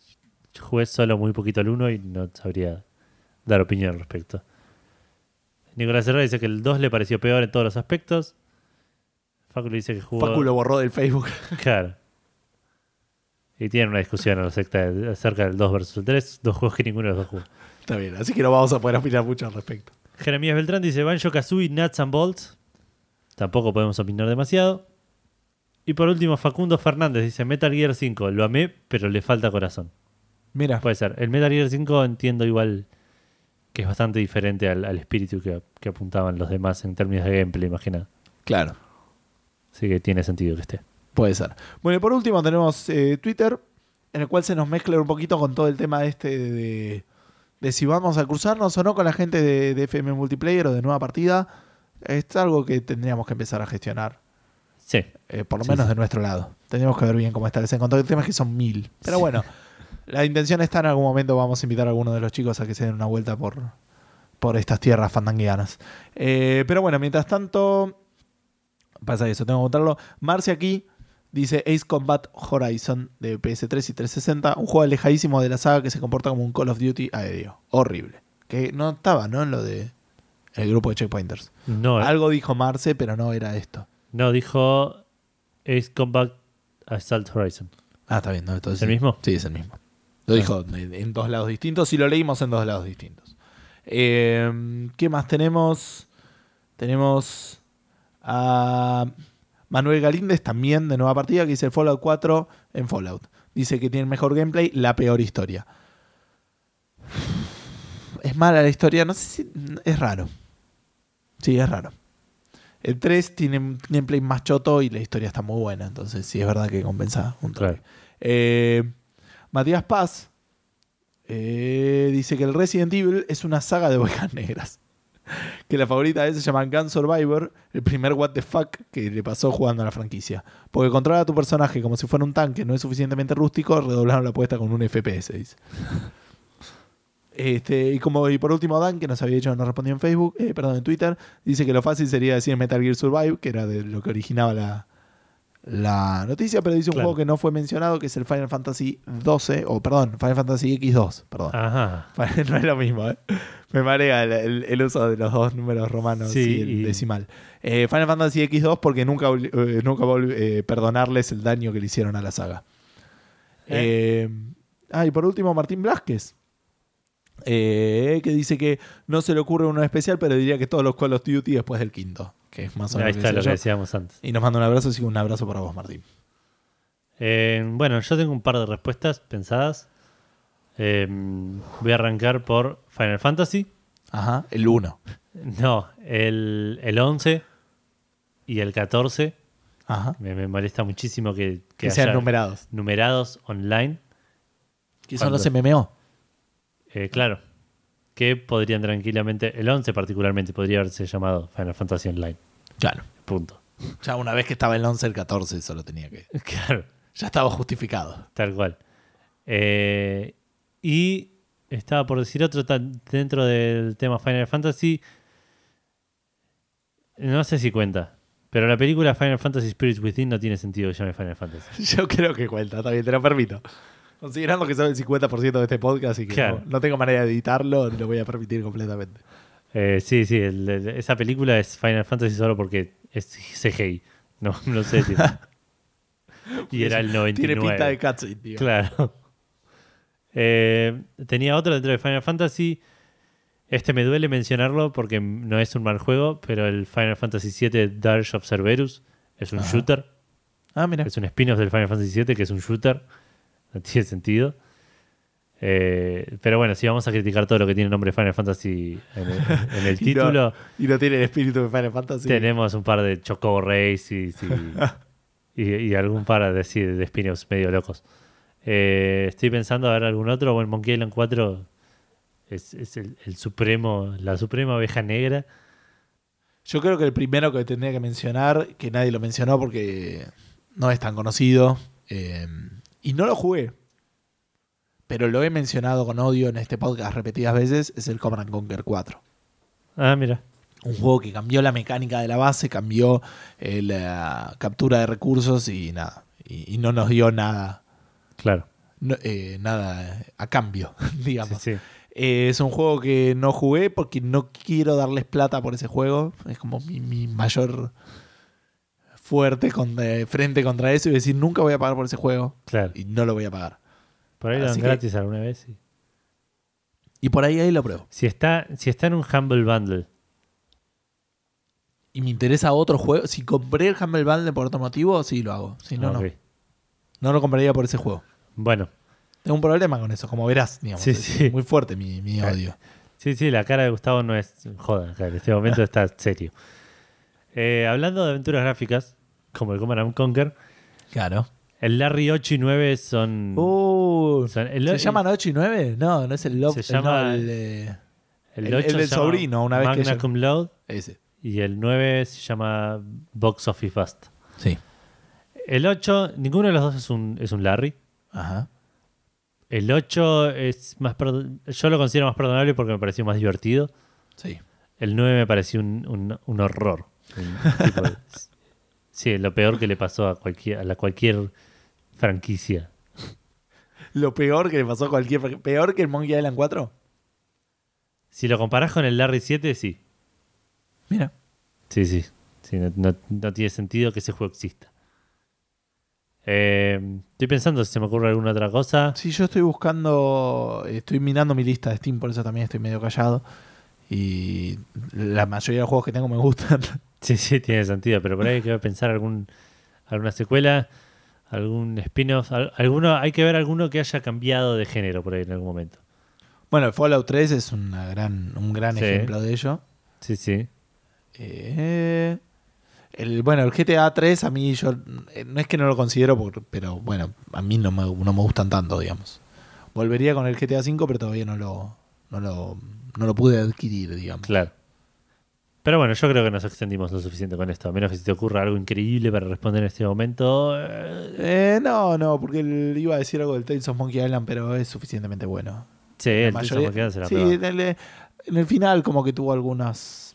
S2: Yo jugué solo muy poquito el 1 y no sabría dar opinión al respecto. Nicolás Herrera dice que el 2 le pareció peor en todos los aspectos. Facu dice que jugó...
S1: Facu lo borró del Facebook.
S2: Claro. Y tienen una discusión acerca del 2 versus el 3. Dos juegos que ninguno de los dos jugó.
S1: Está bien, así que no vamos a poder opinar mucho al respecto.
S2: Jeremías Beltrán dice Banjo-Kazooie, Nuts and Bolts. Tampoco podemos opinar demasiado. Y por último, Facundo Fernández dice Metal Gear 5. Lo amé, pero le falta corazón.
S1: Mira,
S2: Puede ser. El Metal Gear 5 entiendo igual que es bastante diferente al espíritu que apuntaban los demás en términos de gameplay, imagina.
S1: claro,
S2: Así que tiene sentido que esté.
S1: puede ser. Bueno, y por último tenemos Twitter, en el cual se nos mezcla un poquito con todo el tema de si vamos a cruzarnos o no con la gente de FM Multiplayer o de Nueva Partida. Es algo que tendríamos que empezar a gestionar.
S2: Sí.
S1: Por lo menos de nuestro lado. Tendríamos que ver bien cómo está. Les encontré el tema es que son 1000. Pero bueno, la intención está en algún momento. Vamos a invitar a alguno de los chicos a que se den una vuelta por estas tierras fandanguianas. Pero bueno, mientras tanto, pasa eso, tengo que contarlo. Marcia aquí dice Ace Combat Horizon de PS3 y 360. Un juego alejadísimo de la saga que se comporta como un Call of Duty aéreo. Horrible. Que no estaba, ¿no? En lo de el grupo de Checkpointers.
S2: No,
S1: Algo dijo Marce, pero no era esto.
S2: no dijo Ace Combat Assault Horizon.
S1: Ah, está bien. ¿No? Entonces,
S2: ¿Es el mismo?
S1: Sí, es el mismo. Lo dijo en dos lados distintos y lo leímos en dos lados distintos. ¿Qué más tenemos? Tenemos a Manuel Galíndez, también de Nueva Partida, que dice el Fallout 4 en Fallout. Dice que tiene el mejor gameplay, la peor historia. Es mala la historia, no sé si... Es raro. Sí, es raro. El 3 tiene un gameplay más choto y la historia está muy buena, entonces sí es verdad que compensa un toque.
S2: Claro.
S1: Matías Paz dice que el Resident Evil es una saga de ovejas negras. Que la favorita de él se llama Gun Survivor, el primer what the fuck que le pasó jugando a la franquicia. Porque controlar a tu personaje como si fuera un tanque no es suficientemente rústico, redoblaron la apuesta con un FPS, dice. Y por último Dan, que nos había dicho, nos respondió en Facebook, en Twitter, dice que lo fácil sería decir Metal Gear Survive, que era de lo que originaba la noticia, pero dice un juego que no fue mencionado, que es el Final Fantasy Final Fantasy X2, perdón.
S2: Ajá.
S1: No es lo mismo, Me marea el uso de los dos números romanos y el decimal. Final Fantasy X2 porque nunca voy a perdonarles el daño que le hicieron a la saga. Y por último Martín Blázquez, que dice que no se le ocurre uno especial, pero diría que todos los Call of Duty después del quinto, que es más o menos
S2: Ahí está lo que decíamos antes.
S1: Y nos manda un abrazo, así que un abrazo para vos, Martín.
S2: Bueno, yo tengo un par de respuestas pensadas. Voy a arrancar por Final Fantasy.
S1: Ajá, el 1.
S2: No, el 11 y el 14.
S1: Ajá.
S2: Me molesta muchísimo que
S1: sean
S2: haya
S1: numerados
S2: online.
S1: Que son los MMO.
S2: Claro, que podrían tranquilamente, el 11 particularmente, podría haberse llamado Final Fantasy Online.
S1: Claro.
S2: Punto.
S1: Ya una vez que estaba el 11, el 14 solo tenía que...
S2: Claro.
S1: Ya estaba justificado.
S2: Tal cual. Y estaba por decir otro dentro del tema Final Fantasy. No sé si cuenta. Pero la película Final Fantasy Spirits Within no tiene sentido que llame Final Fantasy.
S1: Yo creo que cuenta, está bien, te lo permito. Considerando que soy el 50% de este podcast y que
S2: claro,
S1: no tengo manera de editarlo, lo voy a permitir completamente.
S2: Sí, esa película es Final Fantasy solo porque es CGI. No sé si... Y era el 99.
S1: Tiene pinta de cutscene, tío.
S2: Claro. Tenía otro dentro de Final Fantasy. Este me duele mencionarlo porque no es un mal juego, pero el Final Fantasy VII Dirge of Cerberus es un shooter.
S1: Ah, mira.
S2: Es un spin-off del Final Fantasy VII que es un shooter. No tiene sentido. Pero bueno, si vamos a criticar todo lo que tiene nombre Final Fantasy en el título.
S1: Y no tiene el espíritu de Final Fantasy.
S2: Tenemos un par de Chocobo Race y algún par de spin-offs medio locos. Estoy pensando a ver algún otro. Bueno, Monkey Island 4 es el supremo, la suprema oveja negra.
S1: Yo creo que el primero que tendría que mencionar, que nadie lo mencionó porque no es tan conocido, y no lo jugué, pero lo he mencionado con odio en este podcast repetidas veces, es el Command & Conquer 4.
S2: Ah, mira.
S1: Un juego que cambió la mecánica de la base, cambió la captura de recursos y nada. Y no nos dio nada.
S2: Claro.
S1: nada a cambio, digamos.
S2: Sí, sí.
S1: Es un juego que no jugué porque no quiero darles plata por ese juego. Es como mi mayor fuerte frente contra eso y decir nunca voy a pagar por ese juego.
S2: Claro.
S1: Y no lo voy a pagar.
S2: Por ahí lo dan
S1: Así que-
S2: gratis alguna vez. Sí.
S1: Y por ahí lo pruebo.
S2: Si está en un Humble Bundle.
S1: Y me interesa otro juego. Si compré el Humble Bundle por otro motivo, sí lo hago. Si no,
S2: Ok.
S1: no. No lo compraría por ese juego.
S2: Bueno,
S1: Tengo un problema con eso, como verás, digamos.
S2: Sí,
S1: Es
S2: sí.
S1: muy fuerte mi odio.
S2: sí, la cara de Gustavo no es joda. En este momento está serio. Hablando de aventuras gráficas, como el Command & Conquer,
S1: Claro.
S2: el Larry 8 y 9 son...
S1: ¿Se
S2: el-
S1: llaman 8 y 9? No, no es el Love.
S2: Se llama-
S1: no,
S2: el
S1: el
S2: 8
S1: del
S2: se llama
S1: sobrino, una vez que
S2: Magna
S1: ella-
S2: Cum Laude
S1: ese.
S2: y el 9 se llama Box Office Bust.
S1: Sí.
S2: El 8, ninguno de los dos es un Larry.
S1: Ajá.
S2: El 8 es más yo lo considero más perdonable porque me pareció más divertido.
S1: Sí.
S2: El 9 me pareció un horror. Sí, lo peor que le pasó a cualquier franquicia.
S1: Lo peor que le pasó a cualquier. ¿Peor que el Monkey Island 4?
S2: Si lo comparás con el Larry 7, sí.
S1: Mira.
S2: Sí, no tiene sentido que ese juego exista. Estoy pensando si se me ocurre alguna otra cosa.
S1: Sí, yo estoy buscando. Estoy mirando mi lista de Steam, por eso también estoy medio callado. Y la mayoría de los juegos que tengo me gustan.
S2: Sí, tiene sentido, pero por ahí hay que pensar alguna secuela, algún spin-off, hay que ver alguno que haya cambiado de género por ahí en algún momento.
S1: Bueno, el Fallout 3 es un gran
S2: Sí.
S1: ejemplo de ello.
S2: Sí.
S1: El GTA 3 a mí no es que no lo considero, pero bueno, a mí no me gustan tanto, digamos. Volvería con el GTA 5, pero todavía no lo pude adquirir, digamos.
S2: Claro. Pero bueno, yo creo que nos extendimos lo suficiente con esto. A menos que se te ocurra algo increíble para responder en este momento.
S1: No, porque iba a decir algo del Tales of Monkey Island, pero es suficientemente bueno.
S2: Sí, el Tales of Monkey Island se la
S1: Sí,
S2: prueba.
S1: en el final como que tuvo algunas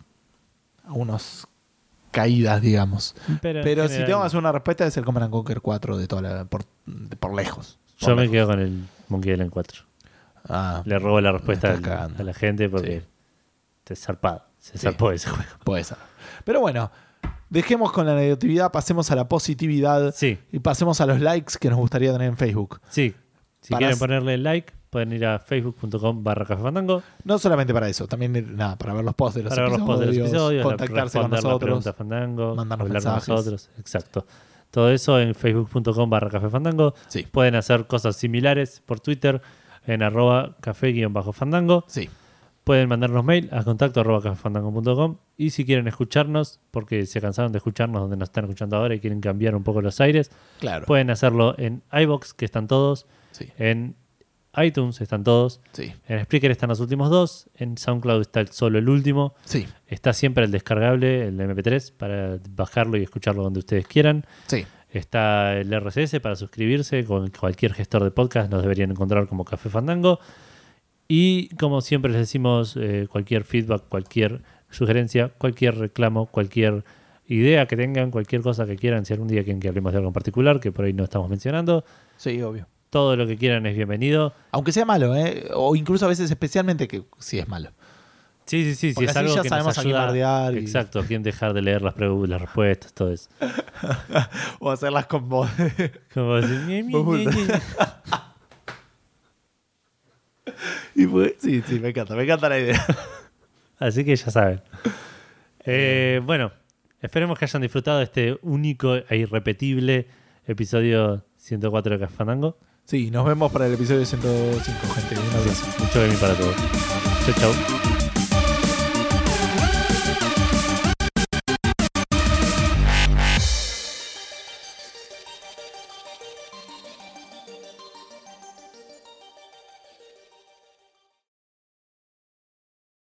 S1: caídas, digamos.
S2: Pero en
S1: Pero si
S2: general,
S1: tengo que hacer una respuesta es el Command & Conquer 4 de por lejos. Por
S2: yo me
S1: lejos.
S2: quedo con el Monkey Island 4.
S1: Ah,
S2: Le robo la respuesta
S1: Me estás cagando.
S2: a la gente porque
S1: Sí.
S2: te zarpado. Se
S1: Sí.
S2: zarpó ese juego.
S1: puede ser. Pero bueno, dejemos con la negatividad, pasemos a la positividad
S2: Sí.
S1: y pasemos a los likes que nos gustaría tener en Facebook.
S2: Sí, si
S1: Para-
S2: quieren ponerle like, pueden ir a facebook.com/cafefandango
S1: No solamente para eso, también para ver los posts de los
S2: para ver los
S1: episodios,
S2: posts de los episodios,
S1: contactarse con
S2: responder las
S1: nosotros.
S2: preguntas Fandango,
S1: mandarnos
S2: hablar con
S1: mensajes.
S2: nosotros. Exacto. Todo eso en facebook.com/cafefandango.
S1: Sí,
S2: Pueden hacer cosas similares por Twitter en @café_fandango.
S1: sí.
S2: Pueden mandarnos mail a contacto@cafefandango.com. Y si quieren escucharnos, porque se cansaron de escucharnos donde nos están escuchando ahora y quieren cambiar un poco los aires,
S1: Claro.
S2: pueden hacerlo en iVoox, que están todos,
S1: Sí,
S2: en iTunes están todos,
S1: sí,
S2: en Spreaker están los últimos dos, en SoundCloud está solo el último,
S1: sí,
S2: está siempre el descargable, el MP3, para bajarlo y escucharlo donde ustedes quieran.
S1: sí.
S2: Está el RSS para suscribirse, con cualquier gestor de podcast nos deberían encontrar como Café Fandango. Y como siempre les decimos, cualquier feedback, cualquier sugerencia, cualquier reclamo, cualquier idea que tengan, cualquier cosa que quieran, si algún día quieren que hablemos de algo en particular, que por ahí no estamos mencionando,
S1: Sí, obvio.
S2: todo lo que quieran es bienvenido.
S1: Aunque sea malo, ¿eh? O incluso a veces especialmente que sí es malo.
S2: Sí, si
S1: Porque
S2: es
S1: así
S2: algo
S1: ya
S2: que
S1: sabemos
S2: nos
S1: a quién
S2: ayuda.
S1: bardear y-
S2: Exacto, a quién dejar de leer las respuestas, todo eso.
S1: O hacerlas con voz.
S2: Como decir, "Ñe, Ñe, Ñe, Ñe".
S1: Y pues, sí, me encanta la idea.
S2: Así que ya saben. Bueno, esperemos que hayan disfrutado este único e irrepetible episodio 104 de Café Fandango.
S1: Sí, nos vemos para el episodio 105, gente. Un abrazo.
S2: Mucho de mí para todos. Chau, chau.